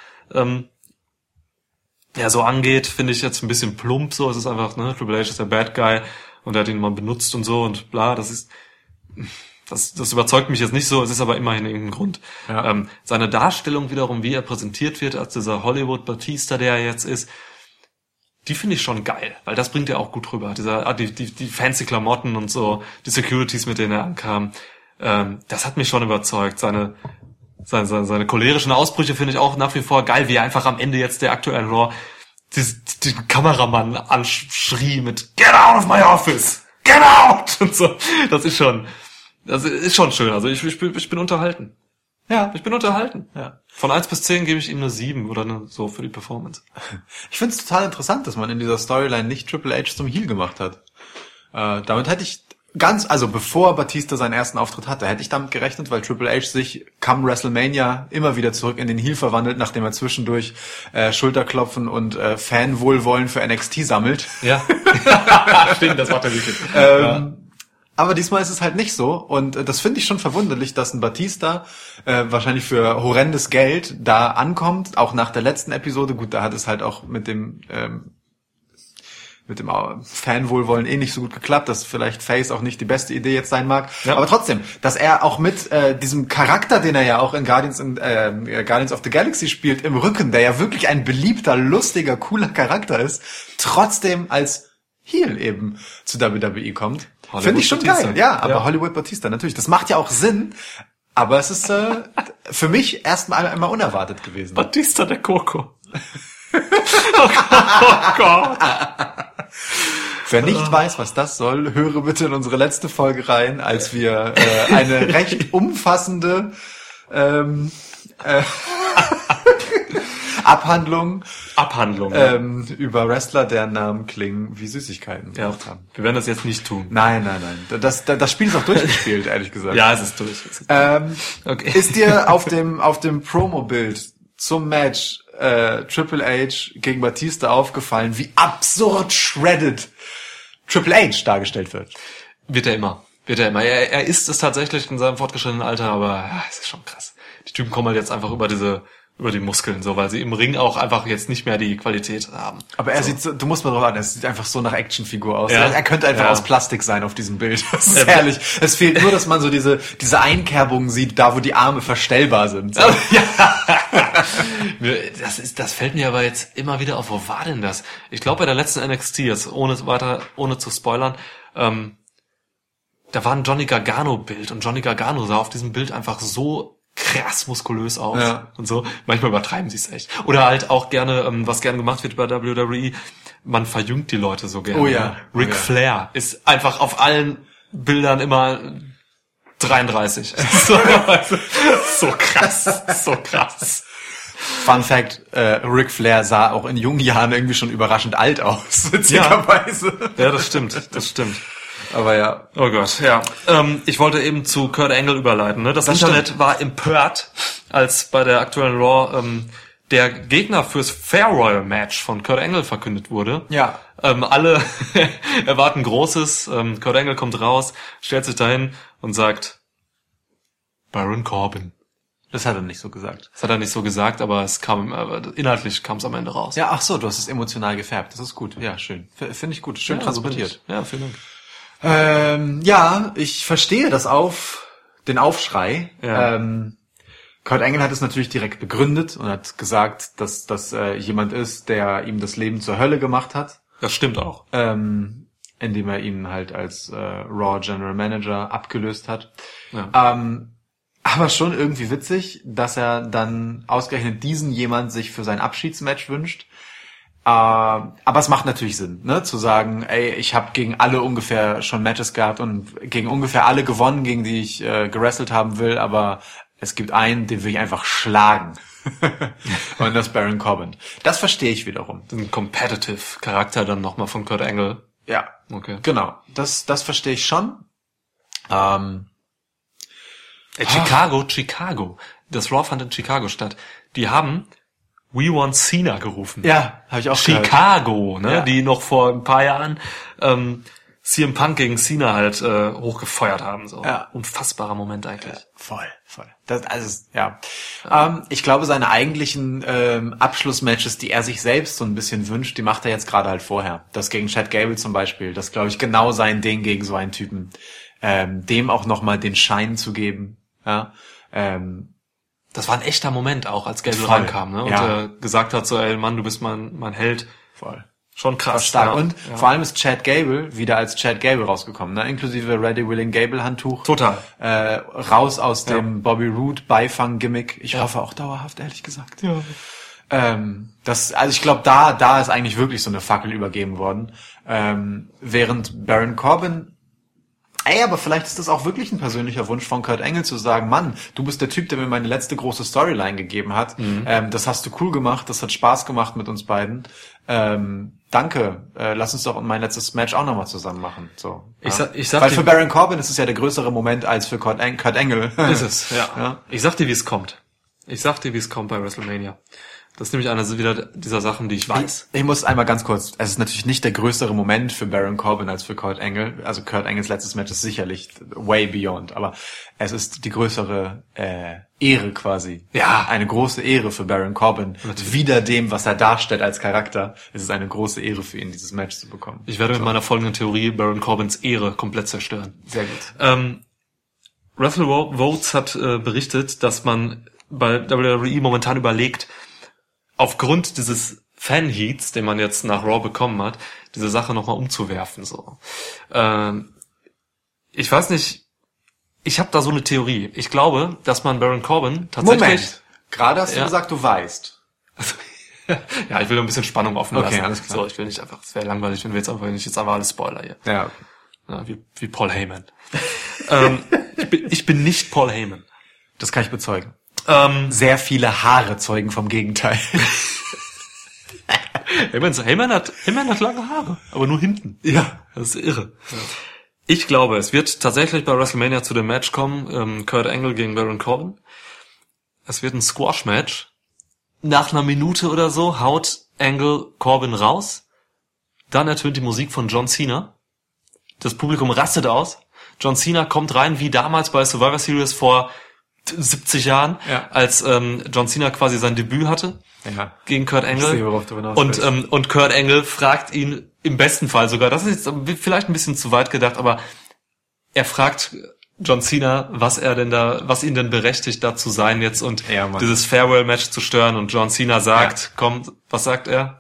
so angeht, finde ich jetzt ein bisschen plump. So, es ist einfach, ne, Triple H ist der Bad Guy und er hat ihn mal benutzt und so und bla. Das überzeugt mich jetzt nicht so. Es ist aber immerhin irgendein Grund. Ja. Seine Darstellung wiederum, wie er präsentiert wird als dieser Hollywood Batista, der er jetzt ist, die finde ich schon geil, weil das bringt er auch gut rüber. Die fancy Klamotten und so, die Securities, mit denen er ankam, das hat mich schon überzeugt. Seine cholerischen Ausbrüche finde ich auch nach wie vor geil, wie er einfach am Ende jetzt der aktuellen Raw den Kameramann anschrie mit "Get out of my office! Get out!" und so. Das ist schon schön. Also ich bin unterhalten. Ja. Ich bin unterhalten. Ja. Von 1 bis 10 gebe ich ihm eine 7 oder so für die Performance. Ich finde es total interessant, dass man in dieser Storyline nicht Triple H zum Heel gemacht hat. Damit hätte ich bevor Batista seinen ersten Auftritt hatte, hätte ich damit gerechnet, weil Triple H sich come WrestleMania immer wieder zurück in den Heel verwandelt, nachdem er zwischendurch Schulterklopfen und Fanwohlwollen für NXT sammelt. Ja. Stimmt, das macht er wirklich. Aber diesmal ist es halt nicht so und das finde ich schon verwunderlich, dass ein Batista wahrscheinlich für horrendes Geld da ankommt, auch nach der letzten Episode. Gut, da hat es halt auch mit dem Fanwohlwollen nicht so gut geklappt, dass vielleicht Face auch nicht die beste Idee jetzt sein mag. Ja. Aber trotzdem, dass er auch mit diesem Charakter, den er ja auch in Guardians of the Galaxy spielt, im Rücken, der ja wirklich ein beliebter, lustiger, cooler Charakter ist, trotzdem als Heel eben zu WWE kommt. Finde ich schon Batista. Geil. Ja, aber Hollywood Batista, natürlich. Das macht ja auch Sinn, aber es ist für mich erstmal einmal unerwartet gewesen. Batista der Coco. Oh Gott. Wer nicht weiß, was das soll, höre bitte in unsere letzte Folge rein, als wir eine recht umfassende Abhandlung über Wrestler, deren Namen klingen wie Süßigkeiten gemacht haben. Wir werden das jetzt nicht tun. Nein. Das Spiel ist auch durchgespielt, ehrlich gesagt. Ja, es ist durch. Okay. Ist dir auf dem Promo-Bild zum Match Triple H gegen Batista aufgefallen, wie absurd shredded Triple H dargestellt wird? Wird er immer. Er ist es tatsächlich in seinem fortgeschrittenen Alter, aber es ist schon krass. Die Typen kommen halt jetzt einfach über die Muskeln, so, weil sie im Ring auch einfach jetzt nicht mehr die Qualität haben. Aber er sieht so, du musst mal drauf achten, er sieht einfach so nach Actionfigur aus. Ja. Er könnte einfach aus Plastik sein auf diesem Bild. Das ist herrlich. Es fehlt nur, dass man so diese Einkerbungen sieht, da wo die Arme verstellbar sind. So. Das fällt mir aber jetzt immer wieder auf. Wo war denn das? Ich glaube bei der letzten NXT, jetzt ohne zu spoilern, da war ein Johnny Gargano-Bild und Johnny Gargano sah auf diesem Bild einfach so krass muskulös aus und so. Manchmal übertreiben sie es echt. Oder halt auch gerne, was gerne gemacht wird bei WWE, man verjüngt die Leute so gerne. Oh ja. Ric Flair ist einfach auf allen Bildern immer 33. So krass. Fun Fact, Ric Flair sah auch in jungen Jahren irgendwie schon überraschend alt aus, witzigerweise. Ja, das stimmt. Aber ja. Oh Gott, ja. Ich wollte eben zu Kurt Angle überleiten. Ne? Das Internet war empört, als bei der aktuellen Raw der Gegner fürs Fair Royal Match von Kurt Angle verkündet wurde. Ja. Alle erwarten Großes. Kurt Angle kommt raus, stellt sich dahin und sagt Baron Corbin. Das hat er nicht so gesagt. Das hat er nicht so gesagt, aber inhaltlich kam es am Ende raus. Ja, ach so, du hast es emotional gefärbt. Das ist gut. Ja, schön. Finde ich gut. Schön transportiert. Ja, vielen Dank. Ich verstehe den Aufschrei. Ja. Kurt Angle hat es natürlich direkt begründet und hat gesagt, dass das jemand ist, der ihm das Leben zur Hölle gemacht hat. Das stimmt auch. Indem er ihn halt als Raw General Manager abgelöst hat. Ja. Aber schon irgendwie witzig, dass er dann ausgerechnet diesen jemand sich für sein Abschiedsmatch wünscht. Aber es macht natürlich Sinn, ne, zu sagen, ey, ich habe gegen alle ungefähr schon Matches gehabt und gegen ungefähr alle gewonnen, gegen die ich gewrestelt haben will, aber es gibt einen, den will ich einfach schlagen. Und das ist Baron Corbin. Das verstehe ich wiederum. Ein competitive Charakter dann nochmal von Kurt Angle. Ja, okay. Genau. Das verstehe ich schon. Chicago. Das Raw fand in Chicago statt. Die haben We Want Cena gerufen. Ja, habe ich auch Chicago, gehört. Ne? Ja. Die noch vor ein paar Jahren CM Punk gegen Cena halt hochgefeuert haben. So. Ja. Unfassbarer Moment eigentlich. Voll. Ich glaube, seine eigentlichen Abschlussmatches, die er sich selbst so ein bisschen wünscht, die macht er jetzt gerade halt vorher. Das gegen Chad Gable zum Beispiel, das glaube ich genau sein Ding gegen so einen Typen. Dem auch nochmal den Schein zu geben. Ja. Das war ein echter Moment auch, als Gable Voll. reinkam, ne? Und gesagt hat so, ey Mann, du bist mein Held. Voll. Schon krass. Stark. Ja. Und vor allem ist Chad Gable wieder als Chad Gable rausgekommen, ne? Inklusive Ready Willing Gable Handtuch. Total. Raus aus dem Bobby Roode Beifang-Gimmick. Ich hoffe auch dauerhaft, ehrlich gesagt. Ja. Also ich glaube, da ist eigentlich wirklich so eine Fackel übergeben worden. Während Baron Corbin, aber vielleicht ist das auch wirklich ein persönlicher Wunsch von Kurt Angle zu sagen, Mann, du bist der Typ, der mir meine letzte große Storyline gegeben hat. Das hast du cool gemacht, das hat Spaß gemacht mit uns beiden. Danke, lass uns doch mein letztes Match auch nochmal zusammen machen. So, Ich sag weil dir, für Baron Corbin ist es ja der größere Moment als für Kurt Angle. ist es, ja. Ja. Ich sag dir, wie es kommt. Bei WrestleMania. Das ist nämlich eine wieder dieser Sachen, die ich weiß. Ich muss einmal ganz kurz, es ist natürlich nicht der größere Moment für Baron Corbin als für Kurt Angle. Also Kurt Angles letztes Match ist sicherlich way beyond, aber es ist die größere Ehre quasi. Ja. Eine große Ehre für Baron Corbin. Wieder dem, was er darstellt als Charakter. Es ist eine große Ehre für ihn, dieses Match zu bekommen. Ich werde mit meiner folgenden Theorie Baron Corbins Ehre komplett zerstören. Sehr gut. WrestleVotes hat berichtet, dass man bei WWE momentan überlegt, aufgrund dieses Fan-Heats, den man jetzt nach Raw bekommen hat, diese Sache nochmal umzuwerfen. So, ich weiß nicht, ich habe da so eine Theorie. Ich glaube, dass man Baron Corbin tatsächlich... Moment, gerade hast du gesagt, du weißt. Ja, ich will ein bisschen Spannung offen lassen. Okay, alles klar. So, ich will nicht einfach, es wäre langweilig, wenn ich jetzt einfach alles Spoiler hier. Ja. Ja, wie Paul Heyman. Ich bin nicht Paul Heyman. Das kann ich bezeugen. Sehr viele Haare zeugen vom Gegenteil. Heyman hat lange Haare, aber nur hinten. Ja. Das ist irre. Ja. Ich glaube, es wird tatsächlich bei WrestleMania zu dem Match kommen, Kurt Angle gegen Baron Corbin. Es wird ein Squash-Match. Nach einer Minute oder so haut Angle Corbin raus. Dann ertönt die Musik von John Cena. Das Publikum rastet aus. John Cena kommt rein wie damals bei Survivor Series vor 70 Jahren, als John Cena quasi sein Debüt hatte gegen Kurt Angle. Ich sehe, worauf du hinaus willst. Und Kurt Angle fragt ihn im besten Fall sogar, das ist jetzt vielleicht ein bisschen zu weit gedacht, aber er fragt John Cena, was ihn denn berechtigt, da zu sein jetzt und dieses Farewell-Match zu stören. Und John Cena sagt, was sagt er?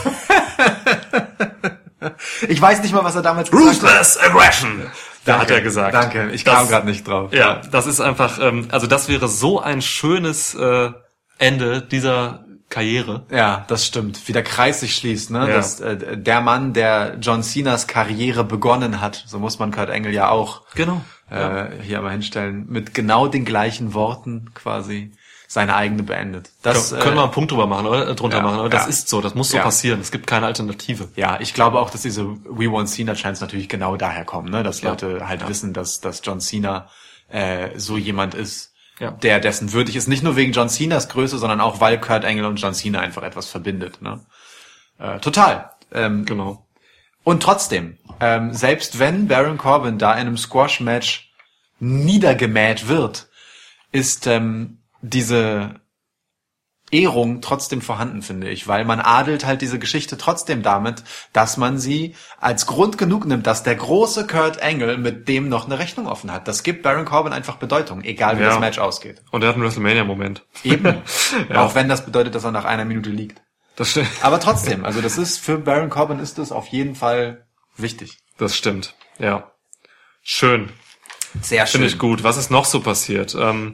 Ich weiß nicht mal, was er damals gesagt hat. Ruthless Aggression! Da hat er gesagt. Danke, ich kam gerade nicht drauf. Ja, das ist einfach, also das wäre so ein schönes Ende dieser Karriere. Ja, das stimmt. Wie der Kreis sich schließt, ne? Ja. Das, der Mann, der John Cenas Karriere begonnen hat, so muss man Kurt Angle ja auch Genau. hier mal hinstellen, mit genau den gleichen Worten quasi seine eigene beendet. Das Können wir einen Punkt drunter machen, oder? Das ja. ist so, das muss so passieren. Es gibt keine Alternative. Ja, ich glaube auch, dass diese We Want Cena Chants natürlich genau daher kommen, ne? Dass Leute halt wissen, dass John Cena so jemand ist, der dessen würdig ist. Nicht nur wegen John Cenas Größe, sondern auch, weil Kurt Angle und John Cena einfach etwas verbindet. Ne? Total. Genau. Und trotzdem, selbst wenn Baron Corbin da in einem Squash-Match niedergemäht wird, ist diese Ehrung trotzdem vorhanden, finde ich, weil man adelt halt diese Geschichte trotzdem damit, dass man sie als Grund genug nimmt, dass der große Kurt Angle mit dem noch eine Rechnung offen hat. Das gibt Baron Corbin einfach Bedeutung, egal wie das Match ausgeht. Und er hat einen WrestleMania-Moment. Eben. Auch wenn das bedeutet, dass er nach einer Minute liegt. Das stimmt. Aber trotzdem, also das ist, für Baron Corbin ist das auf jeden Fall wichtig. Das stimmt. Ja. Schön. Sehr schön. Finde ich gut. Was ist noch so passiert?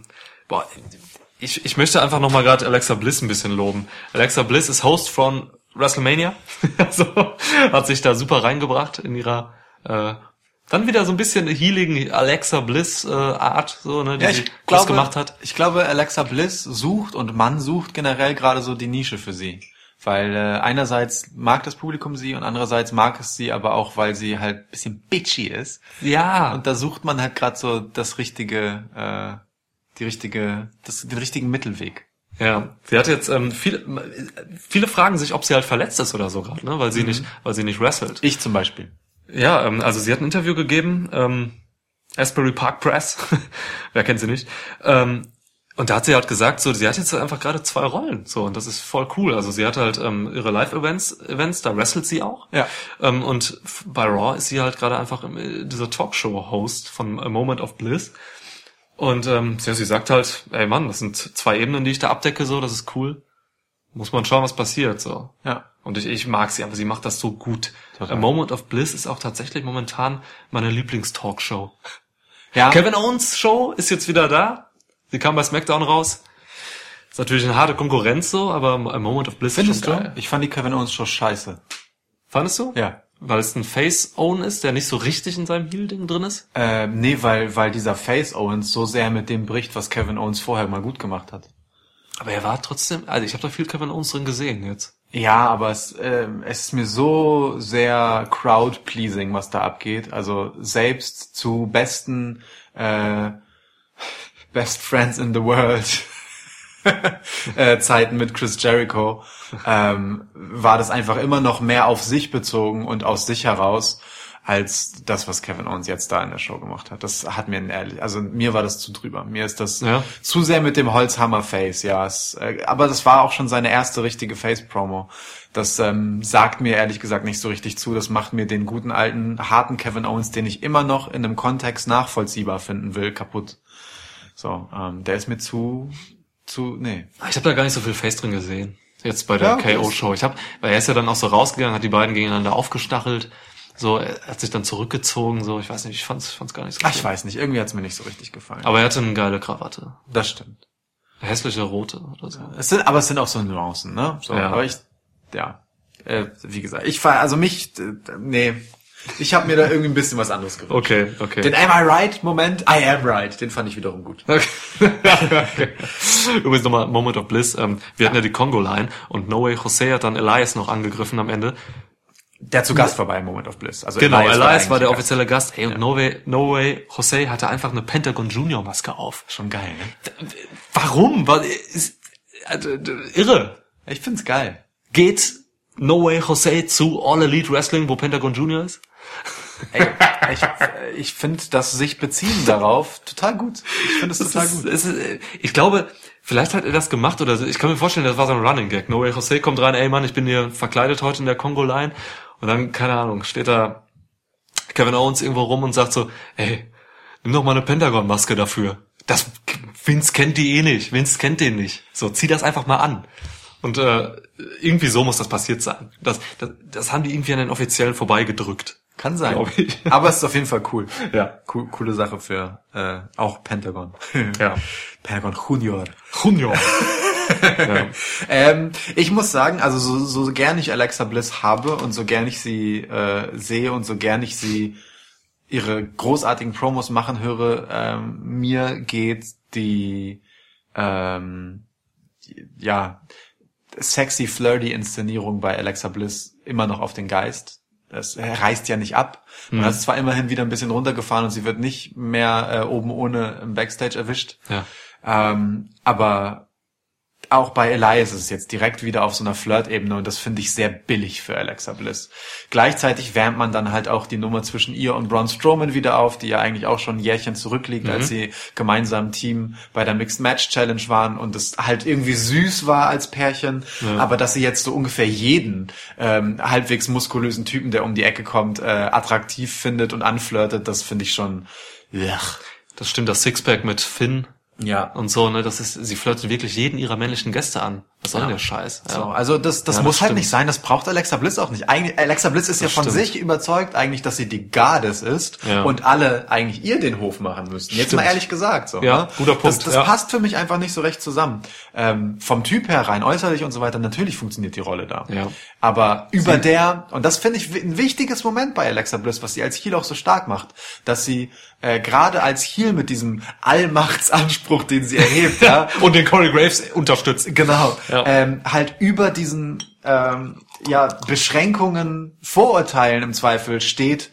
Ich möchte einfach nochmal gerade Alexa Bliss ein bisschen loben. Alexa Bliss ist Host von WrestleMania. Also hat sich da super reingebracht in ihrer dann wieder so ein bisschen healing Alexa Bliss Art, so, ne, die sie groß gemacht hat. Ich glaube, Alexa Bliss sucht und man sucht generell gerade so die Nische für sie. Weil einerseits mag das Publikum sie und andererseits mag es sie aber auch, weil sie halt ein bisschen bitchy ist. Ja. Und da sucht man halt gerade so das richtige, den richtigen Mittelweg. Ja, sie hat jetzt viele fragen sich, ob sie halt verletzt ist oder so gerade, ne, weil sie nicht wrestelt. Ich zum Beispiel. Ja, also sie hat ein Interview gegeben, Asbury Park Press, wer kennt sie nicht, und da hat sie halt gesagt, so, sie hat jetzt einfach gerade 2 Rollen, so, und das ist voll cool. Also sie hat halt ihre Live-Events, da wrestelt sie auch. Ja. Und bei Raw ist sie halt gerade einfach dieser Talkshow-Host von A Moment of Bliss. Und sie sagt halt, ey Mann, das sind 2 Ebenen, die ich da abdecke, so, das ist cool. Muss man schauen, was passiert, so. Ja. Und ich mag sie, aber sie macht das so gut. Total. A Moment of Bliss ist auch tatsächlich momentan meine Lieblings-Talkshow. Ja. Kevin Owens Show ist jetzt wieder da. Sie kam bei SmackDown raus. Ist natürlich eine harte Konkurrenz so, aber A Moment of Bliss Findest ist schon du? geil. Ich fand die Kevin Owens Show scheiße. Fandest du? Ja. Weil es ein Face-Own ist, der nicht so richtig in seinem Heel-Ding drin ist? Nee, weil dieser Face Owens so sehr mit dem bricht, was Kevin Owens vorher mal gut gemacht hat. Aber er war trotzdem, also ich habe da viel Kevin Owens drin gesehen jetzt. Ja, aber es ist mir so sehr crowd-pleasing, was da abgeht. Also selbst zu besten Best Friends in the World Zeiten mit Chris Jericho war das einfach immer noch mehr auf sich bezogen und aus sich heraus als das, was Kevin Owens jetzt da in der Show gemacht hat. Das hat mir mir war das zu drüber. Mir ist das zu sehr mit dem Holzhammer-Face, ja. Aber das war auch schon seine erste richtige Face-Promo. Das sagt mir ehrlich gesagt nicht so richtig zu. Das macht mir den guten alten, harten Kevin Owens, den ich immer noch in einem Kontext nachvollziehbar finden will, kaputt. So, der ist mir nee. Ich habe da gar nicht so viel Face drin gesehen. Jetzt bei der KO-Show. Weil er ist ja dann auch so rausgegangen, hat die beiden gegeneinander aufgestachelt. So, er hat sich dann zurückgezogen, so, ich weiß nicht, ich fand's gar nicht so schön. Ich weiß nicht, irgendwie hat's mir nicht so richtig gefallen. Aber er hatte eine geile Krawatte. Das stimmt. Eine hässliche rote oder so. Es sind auch so Nuancen, ne? So, ja. Aber wie gesagt, ich habe mir da irgendwie ein bisschen was anderes gewünscht. Okay. Den Am I Right Moment, I am right, den fand ich wiederum gut. Okay. Übrigens nochmal Moment of Bliss, wir hatten ja die Congo-Line und No Way Jose hat dann Elias noch angegriffen am Ende. Der zu Gast war bei Moment of Bliss. Also genau, Elias war der offizielle Gast. Ey, und No Way Jose hatte einfach eine Pentagon Junior Maske auf. Schon geil, ne? Warum? Irre. Ich find's geil. Geht No Way Jose zu All Elite Wrestling, wo Pentagon Junior ist? Ey, ich finde das sich beziehen darauf total gut. Ich finde es total gut. Ich glaube, vielleicht hat er das gemacht oder ich kann mir vorstellen, das war so ein Running Gag. No Way Jose kommt rein, ey Mann, ich bin hier verkleidet heute in der Congo-Line. Und dann, keine Ahnung, steht da Kevin Owens irgendwo rum und sagt so, ey, nimm doch mal eine Pentagon-Maske dafür. Vince kennt die eh nicht. Vince kennt den nicht. So, zieh das einfach mal an. Und irgendwie so muss das passiert sein. Das haben die irgendwie an den Offiziellen vorbeigedrückt. Kann sein. Aber es ist auf jeden Fall cool. Ja. Coole Sache für auch Pentagon. Ja. Pentagon Junior. Ja. Ich muss sagen, also so gern ich Alexa Bliss habe und so gern ich sie sehe und so gern ich sie ihre großartigen Promos machen höre, mir geht die sexy, flirty Inszenierung bei Alexa Bliss immer noch auf den Geist. Das reißt ja nicht ab. Man hat es zwar immerhin wieder ein bisschen runtergefahren und sie wird nicht mehr oben ohne im Backstage erwischt. Ja. Aber auch bei Elias ist es jetzt direkt wieder auf so einer Flirt-Ebene und das finde ich sehr billig für Alexa Bliss. Gleichzeitig wärmt man dann halt auch die Nummer zwischen ihr und Braun Strowman wieder auf, die ja eigentlich auch schon ein Jährchen zurückliegt, als sie gemeinsam Team bei der Mixed Match Challenge waren und es halt irgendwie süß war als Pärchen, aber dass sie jetzt so ungefähr jeden halbwegs muskulösen Typen, der um die Ecke kommt, attraktiv findet und anflirtet, das finde ich schon... Das stimmt, das Sixpack mit Finn. Ja. Und so, ne, sie flirtet wirklich jeden ihrer männlichen Gäste an. Was soll denn der Scheiß? Ja. So, also das muss halt nicht sein, das braucht Alexa Bliss auch nicht. Eigentlich, Alexa Bliss ist ja von sich überzeugt eigentlich, dass sie die Goddess ist und alle eigentlich ihr den Hof machen müssten. Jetzt mal ehrlich gesagt, so. Ja, ne? guter Punkt. Das passt für mich einfach nicht so recht zusammen. Vom Typ her rein, äußerlich und so weiter, natürlich funktioniert die Rolle da. Ja. Aber und das finde ich ein wichtiges Moment bei Alexa Bliss, was sie als Heel auch so stark macht, dass sie gerade als Heel mit diesem Allmachtsanspruch, den sie erhebt, ja, und den Corey Graves unterstützt. Genau. Ja. Halt über diesen Beschränkungen, Vorurteilen im Zweifel steht,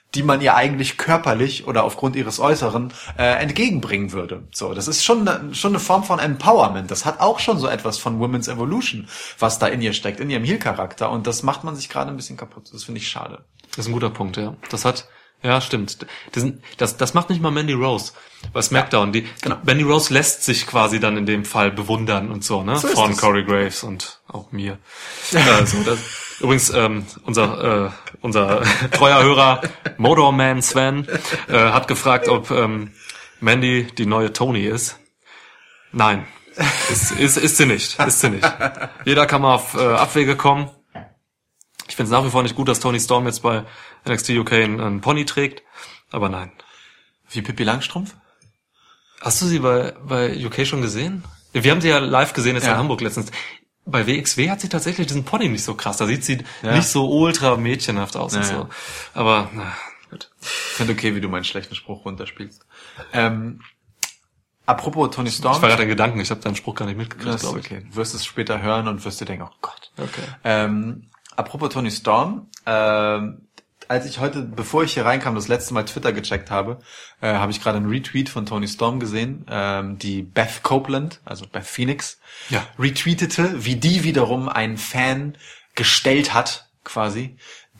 die man ihr eigentlich körperlich oder aufgrund ihres Äußeren entgegenbringen würde. So, das ist schon eine Form von Empowerment. Das hat auch schon so etwas von Women's Evolution, was da in ihr steckt, in ihrem Heel-Charakter. Und das macht man sich gerade ein bisschen kaputt. Das finde ich schade. Das ist ein guter Punkt, ja. Ja, stimmt. Das macht nicht mal Mandy Rose bei SmackDown. genau. Mandy Rose lässt sich quasi dann in dem Fall bewundern und so, ne? So ist von es. Corey Graves und auch mir. Übrigens, unser treuer Hörer Motorman Sven hat gefragt, ob Mandy die neue Tony ist. Nein, ist sie nicht. Ist sie nicht. Jeder kann mal auf Abwege kommen. Ich finde es nach wie vor nicht gut, dass Toni Storm jetzt bei NXT UK einen Pony trägt, aber nein. Wie Pippi Langstrumpf? Hast du sie bei UK schon gesehen? Wir haben sie ja live gesehen jetzt in Hamburg letztens. Bei WXW hat sie tatsächlich diesen Pony nicht so krass. Da sieht sie nicht so ultra mädchenhaft aus und so. Aber, na, gut. Ich finde okay, wie du meinen schlechten Spruch runterspielst. Apropos Toni Storm. Ich war gerade in Gedanken, ich habe deinen Spruch gar nicht mitgekriegt, glaube ich. Okay. Du wirst es später hören und wirst dir denken, oh Gott. Okay. Apropos Toni Storm, als ich heute, bevor ich hier reinkam, das letzte Mal Twitter gecheckt habe, habe ich gerade einen Retweet von Toni Storm gesehen, die Beth Copeland, also Beth Phoenix, retweetete, wie die wiederum einen Fan gestellt hat, quasi,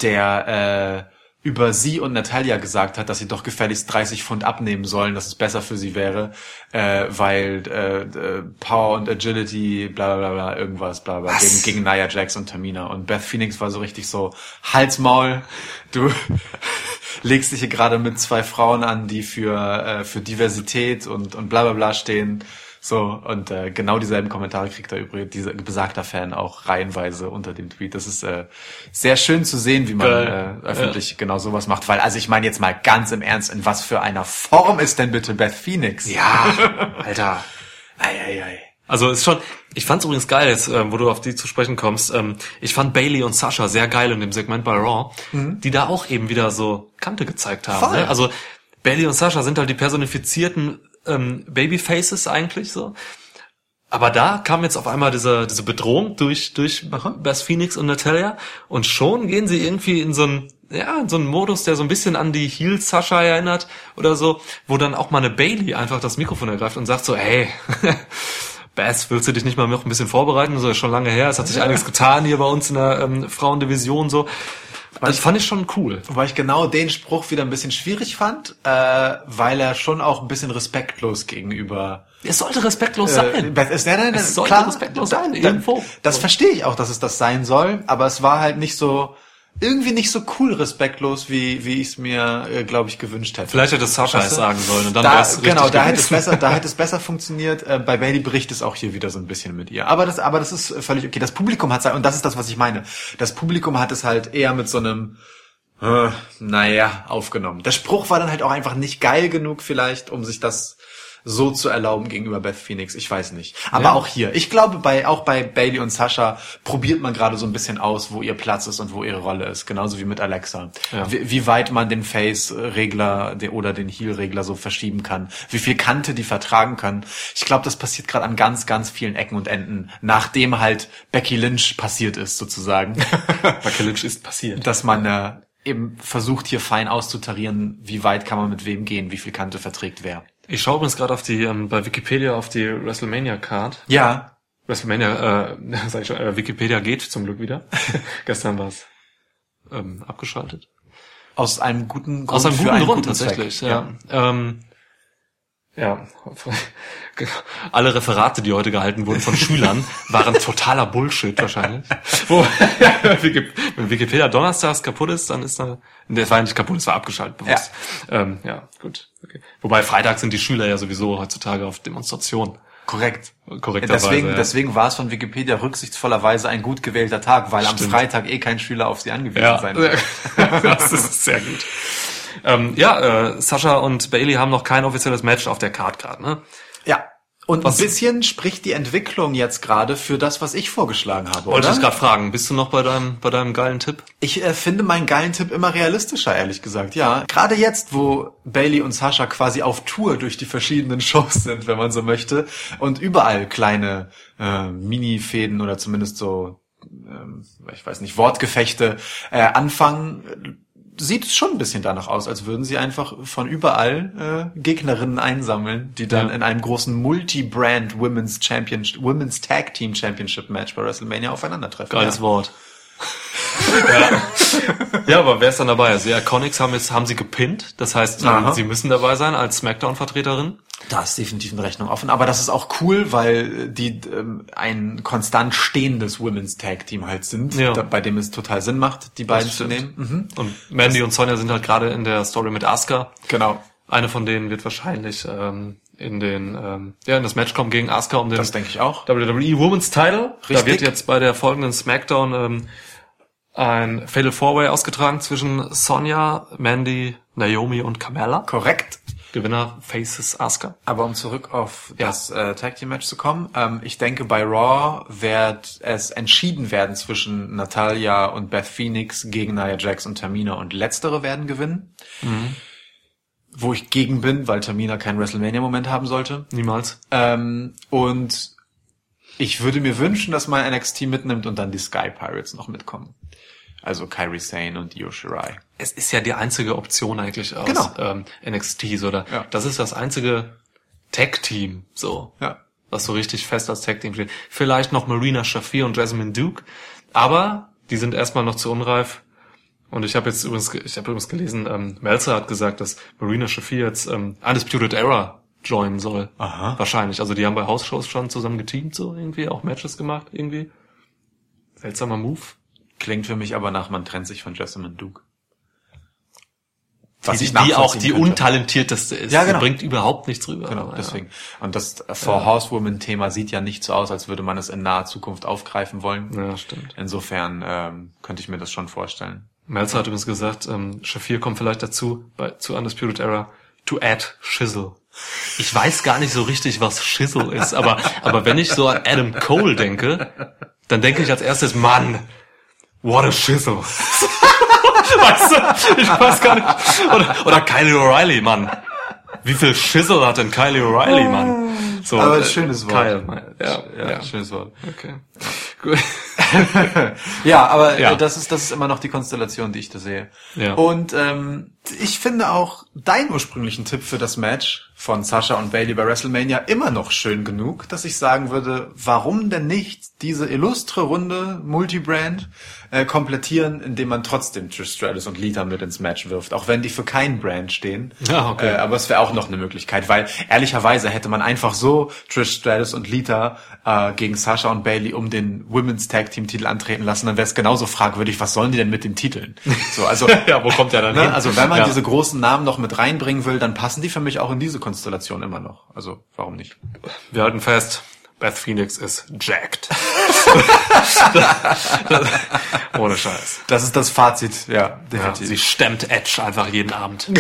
der über sie und Natalia gesagt hat, dass sie doch gefälligst 30 Pfund abnehmen sollen, dass es besser für sie wäre, weil Power und Agility, bla bla bla, irgendwas, bla bla, gegen Nia Jax und Tamina. Und Beth Phoenix war so richtig so, Halsmaul, du legst dich hier gerade mit 2 Frauen an, die für Diversität und bla bla bla stehen. So, und genau dieselben Kommentare kriegt übrigens dieser besagter Fan auch reihenweise unter dem Tweet. Das ist sehr schön zu sehen, wie man öffentlich genau sowas macht. Weil, also ich meine jetzt mal ganz im Ernst, in was für einer Form ist denn bitte Beth Phoenix? Ja, Alter. Also ist schon, ich fand's übrigens geil, jetzt, wo du auf die zu sprechen kommst. Ich fand Bayley und Sasha sehr geil in dem Segment bei Raw, die da auch eben wieder so Kante gezeigt haben. Ne? Also Bayley und Sasha sind halt die personifizierten Babyfaces eigentlich so. Aber da kam jetzt auf einmal diese Bedrohung durch Beth Phoenix und Natalia und schon gehen sie irgendwie in so einen Modus, der so ein bisschen an die Heel Sasha erinnert oder so, wo dann auch mal eine Bayley einfach das Mikrofon ergreift und sagt so, hey, Beth, willst du dich nicht mal noch ein bisschen vorbereiten? So, ist schon lange her, es hat sich einiges getan hier bei uns in der Frauendivision so. Das fand ich schon cool. Wobei ich genau den Spruch wieder ein bisschen schwierig fand, weil er schon auch ein bisschen respektlos gegenüber... Es sollte respektlos sein. Es sollte respektlos sein, irgendwo. Das verstehe ich auch, dass es das sein soll, aber es war halt nicht so... Irgendwie nicht so cool respektlos, wie ich es mir, glaube ich, gewünscht hätte. Vielleicht hätte Sasha es sagen sollen und dann wäre es richtig gewesen. Da hätte es besser funktioniert. Bei Bayley bricht es auch hier wieder so ein bisschen mit ihr. Aber das ist völlig okay. Das Publikum hat es, und das ist das, was ich meine. Das Publikum hat es halt eher mit so einem, aufgenommen. Der Spruch war dann halt auch einfach nicht geil genug vielleicht, um sich das so zu erlauben gegenüber Beth Phoenix. Ich weiß nicht. Aber auch hier. Ich glaube, auch bei Bayley und Sasha probiert man gerade so ein bisschen aus, wo ihr Platz ist und wo ihre Rolle ist. Genauso wie mit Alexa. Ja. Wie weit man den Face-Regler oder den Heel-Regler so verschieben kann. Wie viel Kante die vertragen können. Ich glaube, das passiert gerade an ganz, ganz vielen Ecken und Enden. Nachdem halt Becky Lynch passiert ist, sozusagen. Becky Lynch ist passiert. Dass man eben versucht, hier fein auszutarieren, wie weit kann man mit wem gehen, wie viel Kante verträgt wer. Ich schaue übrigens gerade auf die bei Wikipedia auf die WrestleMania-Card. Ja. WrestleMania, sag ich schon, Wikipedia geht zum Glück wieder. Gestern war es abgeschaltet. Aus einem guten Grund. Aus einem für guten Grund guten tatsächlich, Zweck. Ja. Alle Referate, die heute gehalten wurden von Schülern, waren totaler Bullshit wahrscheinlich. Wenn Wikipedia donnerstags kaputt ist, dann ist der war nicht kaputt, es war abgeschaltet bewusst. Ja, gut. Okay. Wobei freitags sind die Schüler ja sowieso heutzutage auf Demonstrationen. Korrekterweise. Deswegen war es von Wikipedia rücksichtsvollerweise ein gut gewählter Tag, weil am Freitag kein Schüler auf sie angewiesen sein wird. Das ist sehr gut. Sasha und Bayley haben noch kein offizielles Match auf der Card gerade, ne? Ja. Und ein bisschen spricht die Entwicklung jetzt gerade für das, was ich vorgeschlagen habe, oder? Wollte ich gerade fragen, bist du noch bei deinem geilen Tipp? Ich finde meinen geilen Tipp immer realistischer, ehrlich gesagt, ja. Gerade jetzt, wo Bayley und Sasha quasi auf Tour durch die verschiedenen Shows sind, wenn man so möchte, und überall kleine Mini-Fäden oder zumindest so, ich weiß nicht, Wortgefechte anfangen, sieht es schon ein bisschen danach aus, als würden sie einfach von überall Gegnerinnen einsammeln, die dann in einem großen Multi-Brand Women's Tag Team Championship Match bei WrestleMania aufeinandertreffen. Geiles Wort. Ja, aber wer ist dann dabei? Also die Iconics haben sie gepinnt. Das heißt, sie müssen dabei sein als SmackDown-Vertreterin. Da ist definitiv eine Rechnung offen. Aber das ist auch cool, weil die ein konstant stehendes Women's Tag Team halt sind, bei dem es total Sinn macht, die beiden zu nehmen. Mhm. Und Mandy und Sonja sind halt gerade in der Story mit Asuka. Genau. Eine von denen wird wahrscheinlich in das Match kommen gegen Asuka um den das denke ich auch. WWE Women's Title. Richtig. Da wird jetzt bei der folgenden SmackDown ein Fatal 4-Way ausgetragen zwischen Sonja, Mandy, Naomi und Carmella. Korrekt. Gewinner faces Asuka. Aber um zurück auf das Tag Team Match zu kommen, ich denke, bei Raw wird es entschieden werden zwischen Natalya und Beth Phoenix gegen Nia Jax und Tamina, und letztere werden gewinnen. Mhm. Wo ich gegen bin, weil Tamina keinen WrestleMania-Moment haben sollte. Niemals. Und ich würde mir wünschen, dass man NXT mitnimmt und dann die Sky Pirates noch mitkommen. Also Kairi Sane und Io Shirai. Es ist ja die einzige Option eigentlich aus NXT, so da. Ja. Das ist das einzige Tag-Team, so. Ja. Was so richtig fest als Tag-Team steht. Vielleicht noch Marina Shafir und Jessamine Duke, aber die sind erstmal noch zu unreif. Und ich habe übrigens gelesen, Meltzer hat gesagt, dass Marina Shafir jetzt Undisputed Era joinen soll. Aha. Wahrscheinlich. Also die haben bei House-Shows schon zusammen geteamt, so irgendwie, auch Matches gemacht, irgendwie. Seltsamer Move. Klingt für mich aber nach, man trennt sich von Jessamine Duke. Die auch die untalentierteste ist. Ja, genau. Die bringt überhaupt nichts rüber. Genau, deswegen. Und das Four-Horsewoman-Thema sieht ja nicht so aus, als würde man es in naher Zukunft aufgreifen wollen. Ja, stimmt. Insofern könnte ich mir das schon vorstellen. Meltzer hat übrigens gesagt, Shafir kommt vielleicht dazu, zu Undisputed Era, to add Shizzle. Ich weiß gar nicht so richtig, was Shizzle ist, aber wenn ich so an Adam Cole denke, dann denke ich als erstes, Mann, what a Shizzle. Weißt du? Ich weiß gar nicht. Oder Kyle O'Reilly, Mann. Wie viel Shizzle hat denn Kyle O'Reilly, Mann? So, aber schönes Wort. Kyle, ja, schönes Wort. Okay. Gut. Ja, aber das ist immer noch die Konstellation, die ich da sehe. Ja. Und ich finde auch deinen ursprünglichen Tipp für das Match von Sasha und Bayley bei WrestleMania immer noch schön genug, dass ich sagen würde, warum denn nicht diese illustre Runde Multibrand komplettieren, indem man trotzdem Trish Stratus und Lita mit ins Match wirft, auch wenn die für keinen Brand stehen. Ja, okay. Aber es wäre auch noch eine Möglichkeit, weil ehrlicherweise hätte man einfach so Trish Stratus und Lita gegen Sasha und Bayley um den Women's Tag Team Titel antreten lassen, dann wäre es genauso fragwürdig, was sollen die denn mit den Titeln? So, also ja, wo kommt der dann hin? Also wenn man diese großen Namen noch mit reinbringen will, dann passen die für mich auch in diese Konstellation immer noch. Also warum nicht? Wir halten fest, Beth Phoenix ist jacked. Ohne Scheiß. Das ist das Fazit, ja, definitiv. Ja, sie stemmt Edge einfach jeden Abend.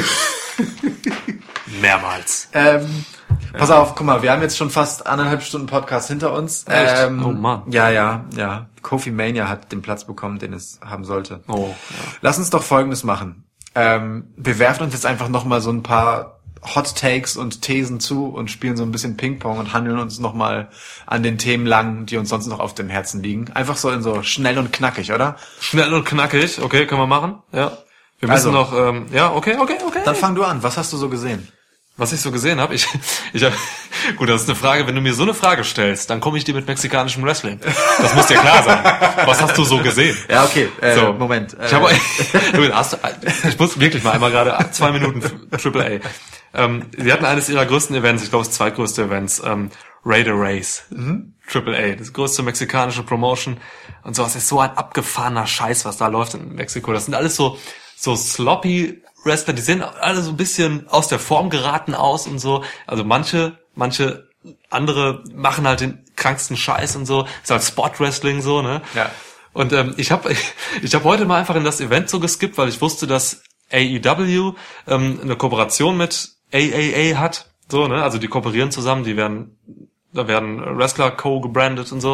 Mehrmals. Pass auf, guck mal, wir haben jetzt schon fast 1,5 Stunden Podcast hinter uns. Oh Mann. Ja. Kofi Mania hat den Platz bekommen, den es haben sollte. Oh, ja. Lass uns doch Folgendes machen. Wir werfen uns jetzt einfach nochmal so ein paar Hot Takes und Thesen zu und spielen so ein bisschen Ping-Pong und handeln uns nochmal an den Themen lang, die uns sonst noch auf dem Herzen liegen. Einfach so in so schnell und knackig, oder? Schnell und knackig, okay, können wir machen, ja. Wir müssen noch, okay. Dann fang du an, was hast du so gesehen? Was ich so gesehen habe, ich hab, gut, das ist eine Frage, wenn du mir so eine Frage stellst, dann komme ich dir mit mexikanischem Wrestling. Das muss dir klar sein. Was hast du so gesehen? Ja, okay, so. Moment. Ich muss wirklich mal einmal gerade 2 Minuten Triple A. Sie hatten eines ihrer größten Events, ich glaube das zweitgrößte Events, Raider Race. Triple A, das größte mexikanische Promotion und sowas ist so ein abgefahrener Scheiß, was da läuft in Mexiko. Das sind alles so sloppy Wrestler, die sehen alle so ein bisschen aus der Form geraten aus und so. Also manche andere machen halt den kranksten Scheiß und so. Ist halt Spot-Wrestling so, ne? Ja. Und ich hab heute mal einfach in das Event so geskippt, weil ich wusste, dass AEW eine Kooperation mit AAA hat. So, ne? Also die kooperieren zusammen, da werden Wrestler co-gebrandet und so.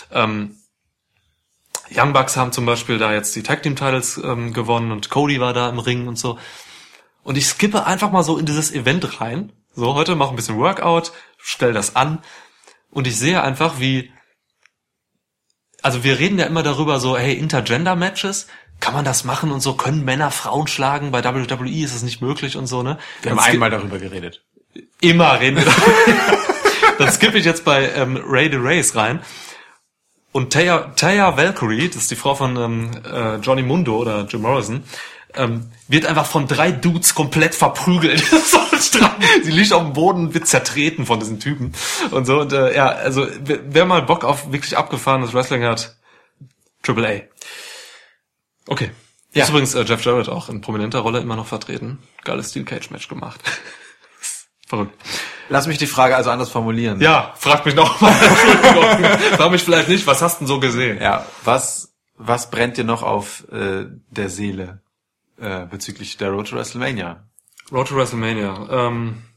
Young Bucks haben zum Beispiel da jetzt die Tag Team Titles gewonnen und Cody war da im Ring und so. Und ich skippe einfach mal so in dieses Event rein. So, heute mache ein bisschen Workout, stell das an und ich sehe einfach, also wir reden ja immer darüber so, hey, Intergender-Matches, kann man das machen und so? Können Männer Frauen schlagen? Bei WWE ist es nicht möglich und so, ne? Wir haben einmal darüber geredet. Immer reden wir darüber. Dann skippe ich jetzt bei Ray the Race rein. Und Taya Valkyrie, das ist die Frau von Johnny Mundo oder Jim Morrison, wird einfach von 3 Dudes komplett verprügelt. Sie liegt auf dem Boden, wird zertreten von diesen Typen und so. Und ja, also wer mal Bock auf wirklich abgefahrenes Wrestling hat, Triple A. Okay. Ja. Ist übrigens Jeff Jarrett auch in prominenter Rolle immer noch vertreten. Geiles Steel Cage Match gemacht. Verrückt. Lass mich die Frage also anders formulieren. Ja, frag mich noch mal. Entschuldigung. Frag mich vielleicht nicht, was hast du denn so gesehen? Ja, was brennt dir noch auf der Seele bezüglich der Road to WrestleMania? Road to WrestleMania.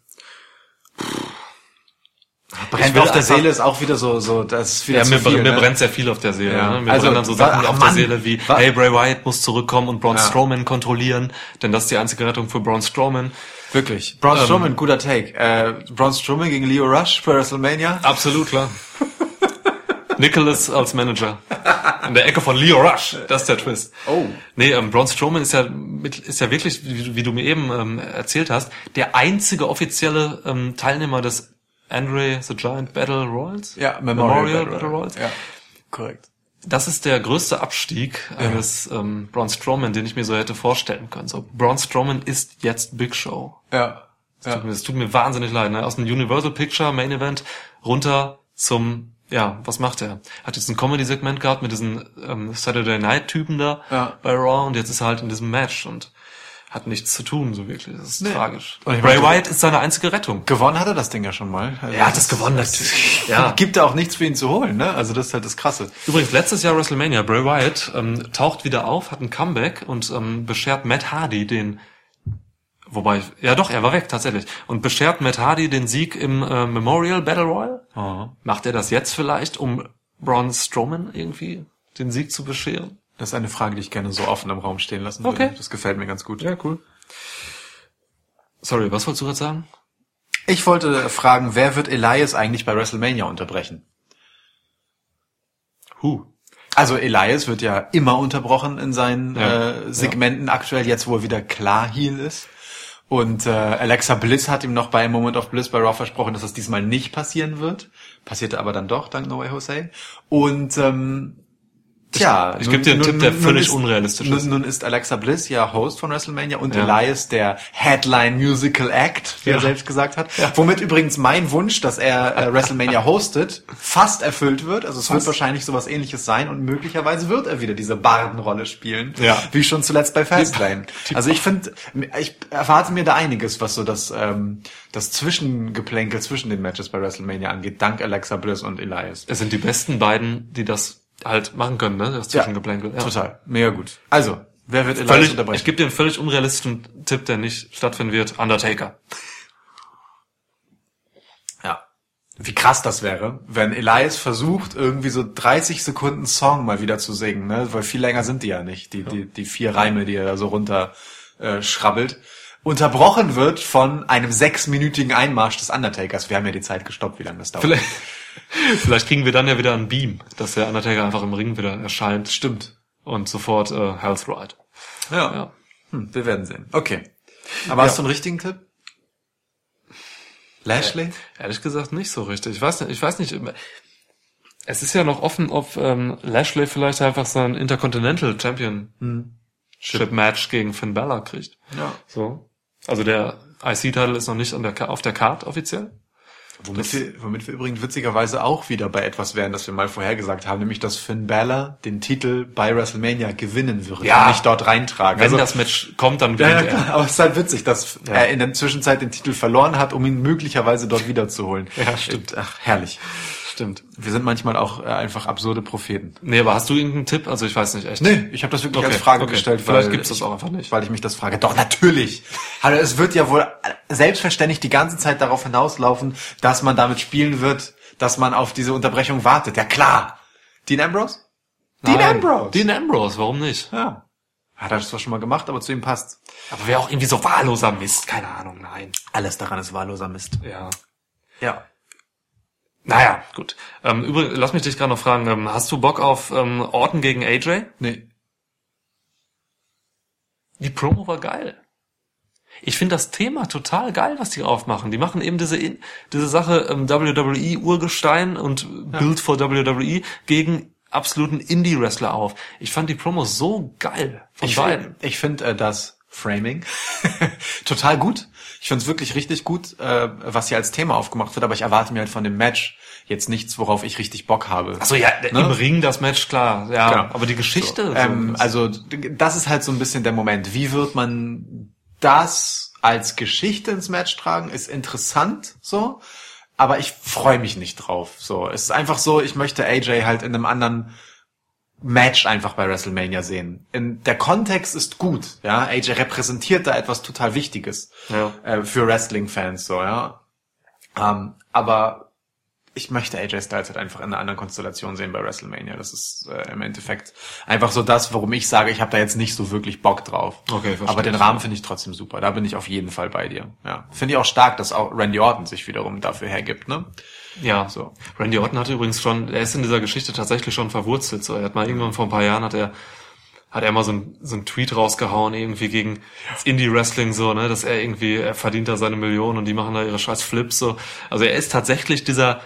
Brennt auf der Seele ist auch wieder so, das ist wieder ja, zu viel. Mir brennt sehr viel auf der Seele. Ja. Ne? Mir brennen dann so Sachen auf der Seele wie, was? hey, Bray Wyatt muss zurückkommen und Braun Strowman kontrollieren, denn das ist die einzige Rettung für Braun Strowman. Wirklich. Braun Strowman, guter Take. Braun Strowman gegen Lio Rush bei WrestleMania? Absolut, klar. Nicholas als Manager. In der Ecke von Lio Rush. Das ist der Twist. Oh. Nee, Braun Strowman ist ja wirklich, wie du mir eben erzählt hast, der einzige offizielle Teilnehmer des Andre the Giant Battle Royals? Ja, Memorial Battle Royals. Ja, korrekt. Das ist der größte Abstieg eines Braun Strowman, den ich mir so hätte vorstellen können. So, Braun Strowman ist jetzt Big Show. Ja. Es tut mir wahnsinnig leid, ne? Aus dem Universal Picture Main Event runter zum, was macht er? Hat jetzt ein Comedy-Segment gehabt mit diesen Saturday Night-Typen da bei Raw und jetzt ist er halt in diesem Match und hat nichts zu tun, so wirklich. Das ist tragisch. Und Bray Wyatt ist seine einzige Rettung. Gewonnen hat er das Ding ja schon mal. Also er hat es gewonnen, natürlich. Ja. Gibt da auch nichts für ihn zu holen, ne? Also das ist halt das Krasse. Übrigens, letztes Jahr WrestleMania, Bray Wyatt taucht wieder auf, hat ein Comeback und beschert Matt Hardy er war weg, tatsächlich. Und beschert Matt Hardy den Sieg im Memorial Battle Royal. Aha. Macht er das jetzt vielleicht, um Braun Strowman irgendwie den Sieg zu bescheren? Das ist eine Frage, die ich gerne so offen im Raum stehen lassen würde. Okay. Das gefällt mir ganz gut. Ja, cool. Sorry, was wolltest du gerade sagen? Ich wollte fragen, wer wird Elias eigentlich bei WrestleMania unterbrechen? Also Elias wird ja immer unterbrochen in seinen Segmenten aktuell, jetzt wo er wieder klar Heel ist. Und Alexa Bliss hat ihm noch bei Moment of Bliss bei Raw versprochen, dass das diesmal nicht passieren wird. Passierte aber dann doch, dank No Way Jose. Und ich gebe dir einen Tipp, der völlig unrealistisch ist. Nun ist Alexa Bliss ja Host von WrestleMania und Elias der Headline Musical Act, wie er selbst gesagt hat. Ja. Womit übrigens mein Wunsch, dass er WrestleMania hostet, fast erfüllt wird. Also es wird wahrscheinlich sowas Ähnliches sein und möglicherweise wird er wieder diese Bardenrolle spielen, wie schon zuletzt bei Fastlane. Also ich erwarte mir da einiges, was so das Zwischengeplänkel zwischen den Matches bei WrestleMania angeht, dank Alexa Bliss und Elias. Es sind die besten beiden, die das halt machen können, ne? Das Zwischengeplänkel. Ja. Total. Mega gut. Also, wer wird Elias unterbrechen? Ich gebe dir einen völlig unrealistischen Tipp, der nicht stattfinden wird. Undertaker. Ja. Wie krass das wäre, wenn Elias versucht, irgendwie so 30 Sekunden Song mal wieder zu singen, ne? Weil viel länger sind die ja nicht. Die 4 Reime, die er da so runter schrabbelt. Unterbrochen wird von einem 6-minütigen Einmarsch des Undertakers. Wir haben ja die Zeit gestoppt, wie lange das dauert. Vielleicht kriegen wir dann ja wieder einen Beam, dass der Undertaker einfach im Ring wieder erscheint. Stimmt. Und sofort Hell's Right. Ja. Wir werden sehen. Okay. Aber hast du einen richtigen Tipp? Lashley? Ehrlich gesagt nicht so richtig. Ich weiß nicht. Es ist ja noch offen, ob Lashley vielleicht einfach sein Intercontinental Championship Match gegen Finn Balor kriegt. Ja. So. Also der IC-Title ist noch nicht auf der Card offiziell. Womit wir übrigens witzigerweise auch wieder bei etwas wären, das wir mal vorhergesagt haben, nämlich dass Finn Balor den Titel bei WrestleMania gewinnen würde und nicht dort reintragen. Wenn das Match kommt, dann gewinnt er. Aber es ist halt witzig, dass er in der Zwischenzeit den Titel verloren hat, um ihn möglicherweise dort wiederzuholen. Ja, stimmt. Ach, herrlich. Stimmt. Wir sind manchmal auch einfach absurde Propheten. Nee, aber hast du irgendeinen Tipp? Also ich weiß nicht echt. Nee, ich habe das wirklich als Frage gestellt. Vielleicht gibt's das auch einfach nicht. Weil ich mich das frage. Doch, natürlich. Also es wird ja wohl selbstverständlich die ganze Zeit darauf hinauslaufen, dass man damit spielen wird, dass man auf diese Unterbrechung wartet. Ja klar. Dean Ambrose? Dean Ambrose, warum nicht? Ja. Hat er das zwar schon mal gemacht, aber zu ihm passt. Aber wäre auch irgendwie so wahlloser Mist. Keine Ahnung, nein. Alles daran ist wahlloser Mist. Ja. Naja, gut. Übrigens, lass mich dich gerade noch fragen, hast du Bock auf Orton gegen AJ? Nee. die Promo war geil. Ich finde das Thema total geil, was die aufmachen. Die machen eben diese Sache WWE Urgestein und Build for WWE gegen absoluten Indie-Wrestler auf. Ich fand die Promo so geil von beiden. Ich finde das Framing total gut. Ich finde es wirklich richtig gut, was hier als Thema aufgemacht wird, aber ich erwarte mir halt von dem Match jetzt nichts, worauf ich richtig Bock habe. Ach so, ja, ne? Im Ring das Match, klar. Ja, genau. Aber die Geschichte... Also das ist halt so ein bisschen der Moment. Wie wird man das als Geschichte ins Match tragen? Ist interessant so, aber ich freue mich nicht drauf. So, es ist einfach so, ich möchte AJ halt in einem anderen Match einfach bei WrestleMania sehen. Der Kontext ist gut, ja. AJ repräsentiert da etwas total Wichtiges für Wrestling-Fans, so, ja. Aber ich möchte AJ Styles halt einfach in einer anderen Konstellation sehen bei WrestleMania. Das ist im Endeffekt einfach so das, warum ich sage, ich habe da jetzt nicht so wirklich Bock drauf. Okay, verstehe. Aber den Rahmen finde ich trotzdem super. Da bin ich auf jeden Fall bei dir. Ja, finde ich auch stark, dass auch Randy Orton sich wiederum dafür hergibt, ne? Ja, so. Randy Orton hatte übrigens schon, er ist in dieser Geschichte tatsächlich schon verwurzelt. So, er hat mal irgendwann vor ein paar Jahren hat er mal so ein Tweet rausgehauen irgendwie gegen das Indie-Wrestling so, ne, dass er verdient da seine Millionen und die machen da ihre scheiß Flips so. Also er ist tatsächlich dieser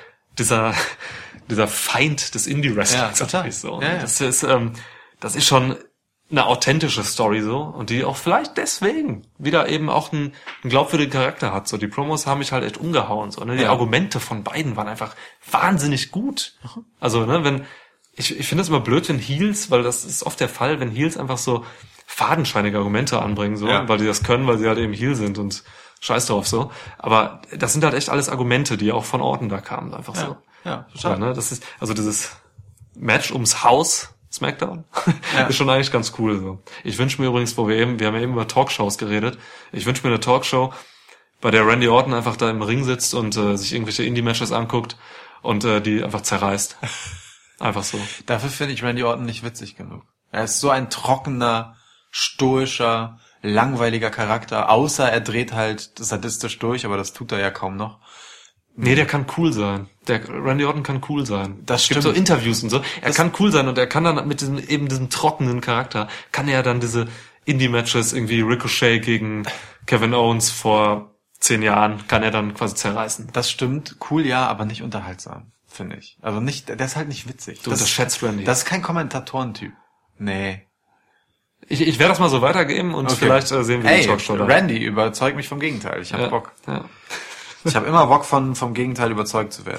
Feind des Indie-Wrestlings. Ja, total. So. Ja, ja. Das ist schon eine authentische Story so und die auch vielleicht deswegen wieder eben auch einen glaubwürdigen Charakter hat. So, die Promos haben mich halt echt umgehauen. So, ne? Die Argumente von beiden waren einfach wahnsinnig gut. Also, ne, ich finde das immer blöd, wenn Heels, weil das ist oft der Fall, wenn Heels einfach so fadenscheinige Argumente anbringen, so, weil die das können, weil sie halt eben Heel sind und scheiß drauf so. Aber das sind halt echt alles Argumente, die auch von Orton da kamen, einfach so. Ja, total. Ja, ne? Das ist, also dieses Match ums Haus, SmackDown, ist schon eigentlich ganz cool, so. Ich wünsche mir übrigens, wir haben ja eben über Talkshows geredet, ich wünsche mir eine Talkshow, bei der Randy Orton einfach da im Ring sitzt und sich irgendwelche Indie-Matches anguckt und die einfach zerreißt. Einfach so. Dafür finde ich Randy Orton nicht witzig genug. Er ist so ein trockener, stoischer, langweiliger Charakter, außer er dreht halt sadistisch durch, aber das tut er ja kaum noch. Nee, der kann cool sein. Der Randy Orton kann cool sein. Das stimmt. Es gibt so Interviews und so. Er kann cool sein und er kann dann mit diesem trockenen Charakter, kann er dann diese Indie-Matches, irgendwie Ricochet gegen Kevin Owens vor 10 Jahren, kann er dann quasi zerreißen. Das stimmt, cool ja, aber nicht unterhaltsam, finde ich. Also nicht, der ist halt nicht witzig. Du unterschätzt Randy. Das ist kein Kommentatorentyp. Nee. Ich werde das mal so weitergeben und vielleicht sehen wir die Talkshow da. Randy, überzeug mich vom Gegenteil. Ich hab Bock. Ja. Ich habe immer Bock, vom Gegenteil überzeugt zu werden.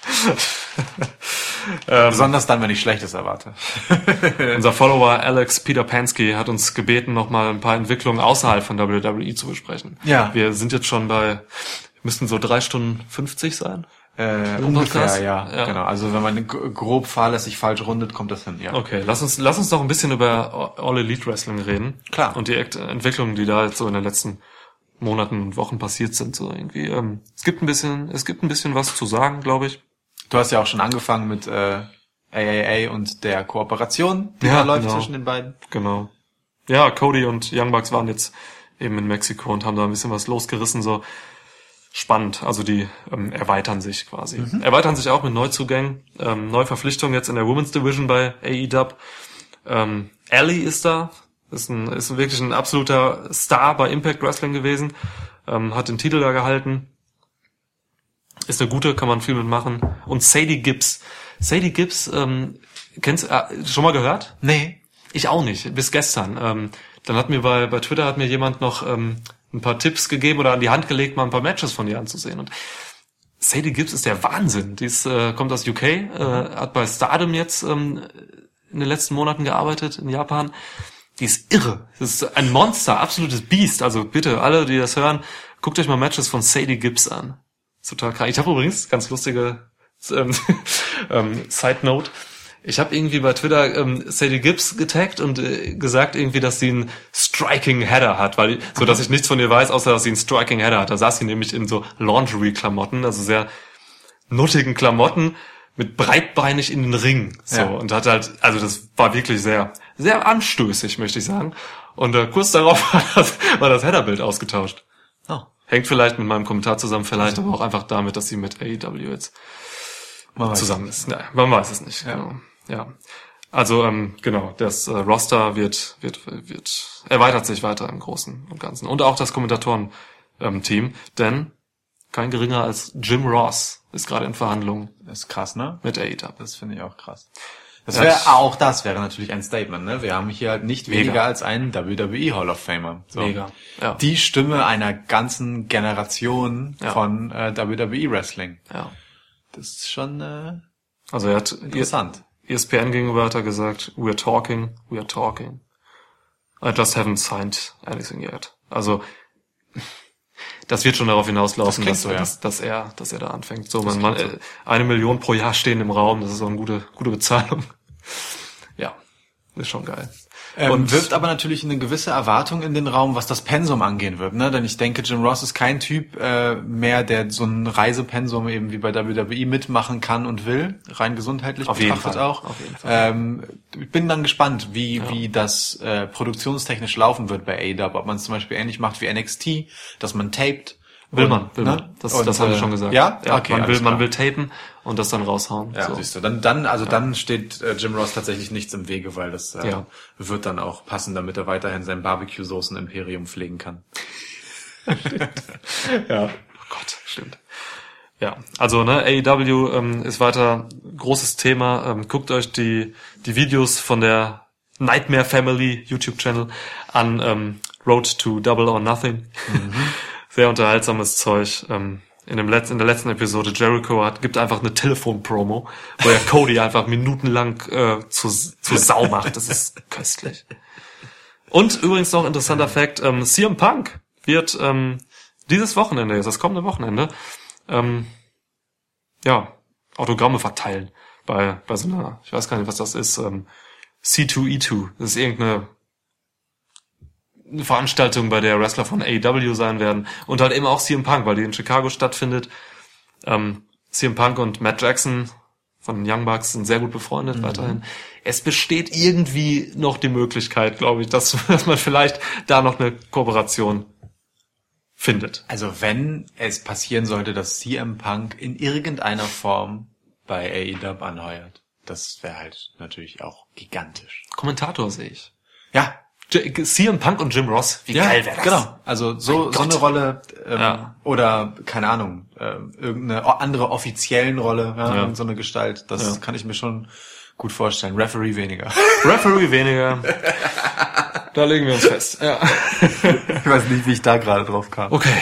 Besonders dann, wenn ich Schlechtes erwarte. Unser Follower Alex Peter Pansky hat uns gebeten, nochmal ein paar Entwicklungen außerhalb von WWE zu besprechen. Ja. Wir sind jetzt schon müssten so 3 Stunden 50 sein. Ungefähr, ja, genau. Also wenn man grob fahrlässig falsch rundet, kommt das hin, ja. Okay, lass uns noch ein bisschen über All Elite Wrestling reden. Klar. Und die Entwicklungen, die da jetzt so in den letzten Monaten und Wochen passiert sind, so irgendwie. Es gibt ein bisschen was zu sagen, glaube ich. Du hast ja auch schon angefangen mit AAA und der Kooperation, die da läuft zwischen den beiden. Genau. Ja, Cody und Young Bucks waren jetzt eben in Mexiko und haben da ein bisschen was losgerissen, so. Spannend, also die erweitern sich quasi. Erweitern sich auch mit Neuzugängen, Neuverpflichtungen jetzt in der Women's Division bei AEW. Allie ist da, ist wirklich ein absoluter Star bei Impact Wrestling gewesen, hat den Titel da gehalten, ist eine gute, kann man viel mitmachen. Und Sadie Gibbs, kennst du, schon mal gehört? Nee. Ich auch nicht, bis gestern. Dann hat mir bei Twitter jemand noch ein paar Tipps gegeben oder an die Hand gelegt, mal ein paar Matches von ihr anzusehen. Und Sadie Gibbs ist der Wahnsinn. Die kommt aus UK, hat bei Stardom jetzt in den letzten Monaten gearbeitet in Japan. Die ist irre. Das ist ein Monster, absolutes Biest. Also bitte, alle, die das hören, guckt euch mal Matches von Sadie Gibbs an. Ist total krass. Ich habe übrigens, ganz lustige Side Note, ich habe irgendwie bei Twitter Sadie Gibbs getaggt und gesagt irgendwie, dass sie einen Striking Header hat, weil so dass ich nichts von ihr weiß, außer dass sie einen Striking Header hat. Da saß sie nämlich in so Laundry-Klamotten, also sehr nuttigen Klamotten, mit breitbeinig in den Ring. So und hat halt, also das war wirklich sehr, sehr anstößig, möchte ich sagen. Und kurz darauf war das Headerbild ausgetauscht. Oh. Hängt vielleicht mit meinem Kommentar zusammen, vielleicht aber auch einfach damit, dass sie mit AEW jetzt zusammen ist. Naja, man weiß es nicht. Ja. Genau. Ja. Also genau, das Roster wird erweitert sich weiter im Großen und Ganzen. Und auch das Kommentatoren-Team, denn kein geringer als Jim Ross ist gerade in Verhandlungen. Das ist krass, ne? Mit AEW. Das finde ich auch krass. Das wäre natürlich ein Statement, ne? Wir haben hier halt nicht weniger als einen WWE Hall of Famer. So. Mega. Ja. Die Stimme einer ganzen Generation von WWE Wrestling. Ja. Das ist schon Also er hat interessant. ESPN gegenüber hat er gesagt, we're talking. I just haven't signed anything yet. Also das wird schon darauf hinauslaufen, dass er da anfängt. So, man 1 Million pro Jahr stehen im Raum, das ist auch eine gute Bezahlung. Ja, ist schon geil. Und wirft aber natürlich eine gewisse Erwartung in den Raum, was das Pensum angehen wird, ne? Denn ich denke, Jim Ross ist kein Typ mehr, der so ein Reisepensum eben wie bei WWE mitmachen kann und will, rein gesundheitlich auf betrachtet jeden Fall. auch. Auf jeden Fall. Ich bin dann gespannt, wie das produktionstechnisch laufen wird bei AEW, ob man es zum Beispiel ähnlich macht wie NXT, dass man taped. Will man. Ne? Das haben wir schon gesagt. Ja? Okay, man will tapen und das dann raushauen. Ja, so. siehst du. Dann steht Jim Ross tatsächlich nichts im Wege, weil das wird dann auch passen, damit er weiterhin sein Barbecue-Soßen-Imperium pflegen kann. Ja. Oh Gott, stimmt. Ja, also AEW ist weiter großes Thema. Guckt euch die Videos von der Nightmare Family YouTube-Channel an, Road to Double or Nothing. Sehr unterhaltsames Zeug. In der letzten Episode Jericho gibt einfach eine Telefon-Promo, wo er Cody einfach minutenlang zu Sau macht. Das ist köstlich. Und übrigens noch interessanter Fact, CM Punk wird dieses Wochenende, das kommende Wochenende, Autogramme verteilen bei so einer, ich weiß gar nicht, was das ist, C2E2. Das ist irgendeine Veranstaltung, bei der Wrestler von AEW sein werden und halt eben auch CM Punk, weil die in Chicago stattfindet. CM Punk und Matt Jackson von den Young Bucks sind sehr gut befreundet weiterhin. Es besteht irgendwie noch die Möglichkeit, glaube ich, dass man vielleicht da noch eine Kooperation findet. Also wenn es passieren sollte, dass CM Punk in irgendeiner Form bei AEW anheuert, das wäre halt natürlich auch gigantisch. Kommentator sehe ich. Ja. CM Punk und Jim Ross, wie geil wäre das? Genau, also so eine Rolle oder keine Ahnung, irgendeine andere offiziellen Rolle, so eine Gestalt, das kann ich mir schon gut vorstellen. Referee weniger. Da legen wir uns fest. Ja. Ich weiß nicht, wie ich da gerade drauf kam. Okay.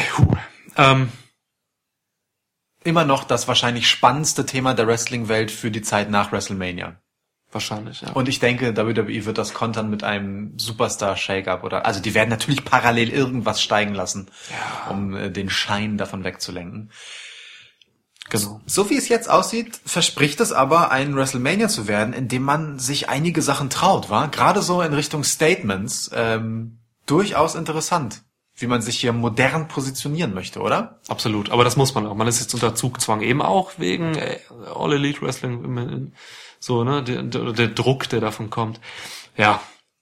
Immer noch das wahrscheinlich spannendste Thema der Wrestling-Welt für die Zeit nach WrestleMania. Wahrscheinlich, ja. Und ich denke, WWE wird das kontern mit einem Superstar-Shake-Up also die werden natürlich parallel irgendwas steigen lassen, um den Schein davon wegzulenken. Genau. So wie es jetzt aussieht, verspricht es aber, ein WrestleMania zu werden, in dem man sich einige Sachen traut, wa? Gerade so in Richtung Statements, durchaus interessant, wie man sich hier modern positionieren möchte, oder? Absolut, aber das muss man auch. Man ist jetzt unter Zugzwang, eben auch wegen All Elite Wrestling, so, ne, der Druck, der davon kommt. Ja,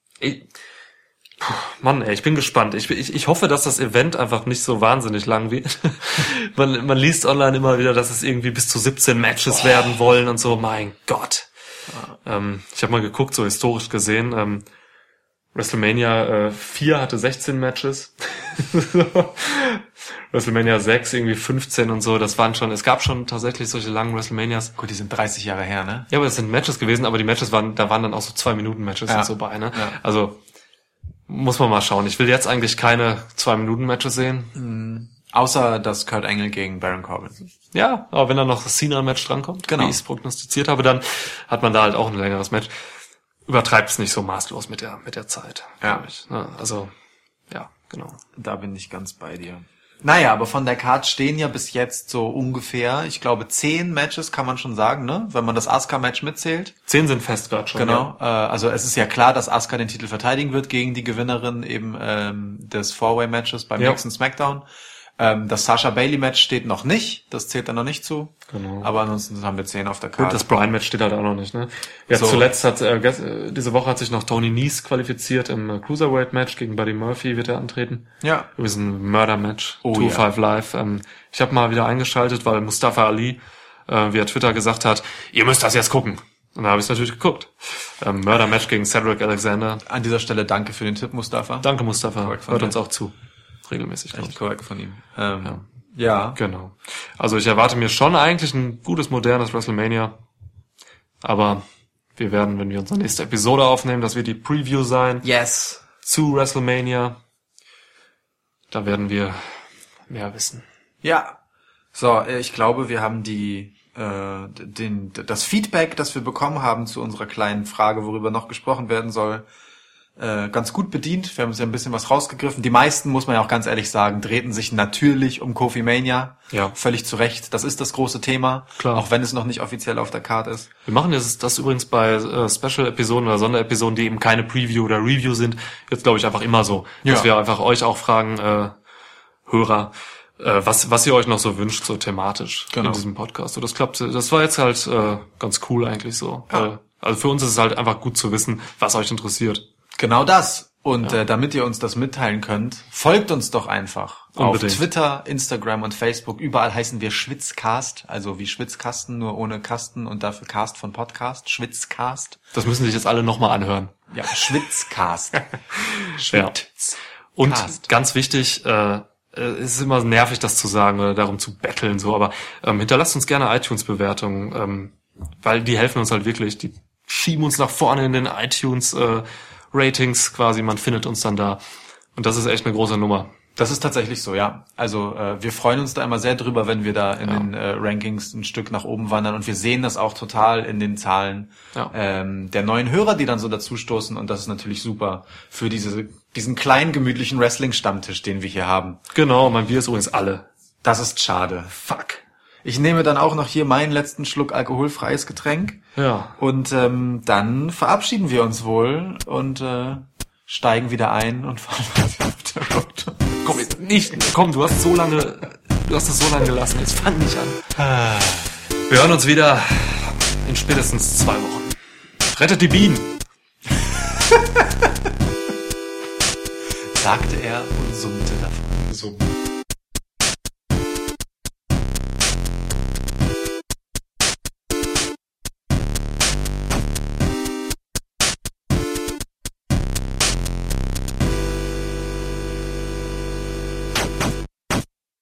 ich bin gespannt. Ich hoffe, dass das Event einfach nicht so wahnsinnig lang wird. Man liest online immer wieder, dass es irgendwie bis zu 17 Matches werden wollen und so. Mein Gott. Ich habe mal geguckt, so historisch gesehen. WrestleMania 4 hatte 16 Matches. WrestleMania 6 irgendwie 15 und so. Es gab schon tatsächlich solche langen WrestleManias. Gut, die sind 30 Jahre her, ne? Ja, aber das sind Matches gewesen, aber die Matches waren dann auch so 2-Minuten-Matches und so bei, ne? Ja. Also, muss man mal schauen. Ich will jetzt eigentlich keine 2-Minuten-Matches sehen. Außer das Kurt Angle gegen Baron Corbin. Ja, aber wenn dann noch das Cena-Match drankommt, wie ich es prognostiziert habe, dann hat man da halt auch ein längeres Match. Übertreibt es nicht so maßlos mit der Zeit. Ja. Also, ja, genau. Da bin ich ganz bei dir. Naja, aber von der Card stehen ja bis jetzt so ungefähr, ich glaube 10 Matches kann man schon sagen, ne? Wenn man das Asuka-Match mitzählt. 10 sind fest gerade schon. Genau, also es ist ja klar, dass Asuka den Titel verteidigen wird gegen die Gewinnerin eben des Four-Way-Matches beim nächsten SmackDown. Das Sasha Bayley-Match steht noch nicht, das zählt dann noch nicht zu. Genau. Aber ansonsten haben wir 10 auf der Karte. Und das Bryan-Match steht halt auch noch nicht, ne? Ja, so. Zuletzt diese Woche hat sich noch Tony Nese qualifiziert im Cruiserweight-Match gegen Buddy Murphy wird er antreten. Ja. Übrigens ein Murder-Match, 2-5 Live. Ich habe mal wieder eingeschaltet, weil Mustafa Ali via Twitter gesagt hat, ihr müsst das jetzt gucken. Und da habe ich es natürlich geguckt. Murder-Match gegen Cedric Alexander. An dieser Stelle danke für den Tipp, Mustafa. Danke, Mustafa. Korrekt von Hört dir. uns auch zu. Regelmäßig, glaube Echt ich. korrekt von ihm. Ja. Genau. Also ich erwarte mir schon eigentlich ein gutes, modernes WrestleMania. Aber wir werden, wenn wir unsere nächste Episode aufnehmen, das wird die Preview sein Yes. zu WrestleMania. Da werden wir mehr wissen. Ja. So, ich glaube, wir haben das Feedback, das wir bekommen haben zu unserer kleinen Frage, worüber noch gesprochen werden soll, ganz gut bedient. Wir haben uns ja ein bisschen was rausgegriffen. Die meisten, muss man ja auch ganz ehrlich sagen, drehten sich natürlich um Kofi Mania. Ja. Völlig zu Recht. Das ist das große Thema. Klar. Auch wenn es noch nicht offiziell auf der Karte ist. Wir machen das übrigens bei Special-Episoden oder Sonderepisoden, die eben keine Preview oder Review sind. Jetzt glaube ich einfach immer so, dass Ja. wir einfach euch auch fragen, Hörer, was ihr euch noch so wünscht, so thematisch Genau. in diesem Podcast. So, das klappt. Das war jetzt halt ganz cool eigentlich so. Ja. Also für uns ist es halt einfach gut zu wissen, was euch interessiert. Genau das. Und damit ihr uns das mitteilen könnt, folgt uns doch einfach. Unbedingt. Auf Twitter, Instagram und Facebook. Überall heißen wir Schwitzcast, also wie Schwitzkasten, nur ohne Kasten und dafür Cast von Podcast. Schwitzcast. Das müssen sich jetzt alle nochmal anhören. Ja, Schwitzcast. Ja. Und Cast. ganz wichtig, es ist immer nervig, das zu sagen oder darum zu betteln, so, aber hinterlasst uns gerne iTunes-Bewertungen, weil die helfen uns halt wirklich. Die schieben uns nach vorne in den iTunes-Ratings quasi, man findet uns dann da. Und das ist echt eine große Nummer. Das ist tatsächlich so, ja. Also wir freuen uns da immer sehr drüber, wenn wir da in den Rankings ein Stück nach oben wandern und wir sehen das auch total in den Zahlen der neuen Hörer, die dann so dazustoßen und das ist natürlich super für diesen kleinen, gemütlichen Wrestling-Stammtisch, den wir hier haben. Genau, mein Bier ist übrigens alle. Das ist schade. Fuck. Ich nehme dann auch noch hier meinen letzten Schluck alkoholfreies Getränk Ja. und dann verabschieden wir uns wohl und steigen wieder ein und fahren weiter auf der Road. Komm, du hast es so lange gelassen, jetzt fang nicht an. Wir hören uns wieder in spätestens 2 Wochen. Rettet die Bienen! Sagte er und summte davon. So.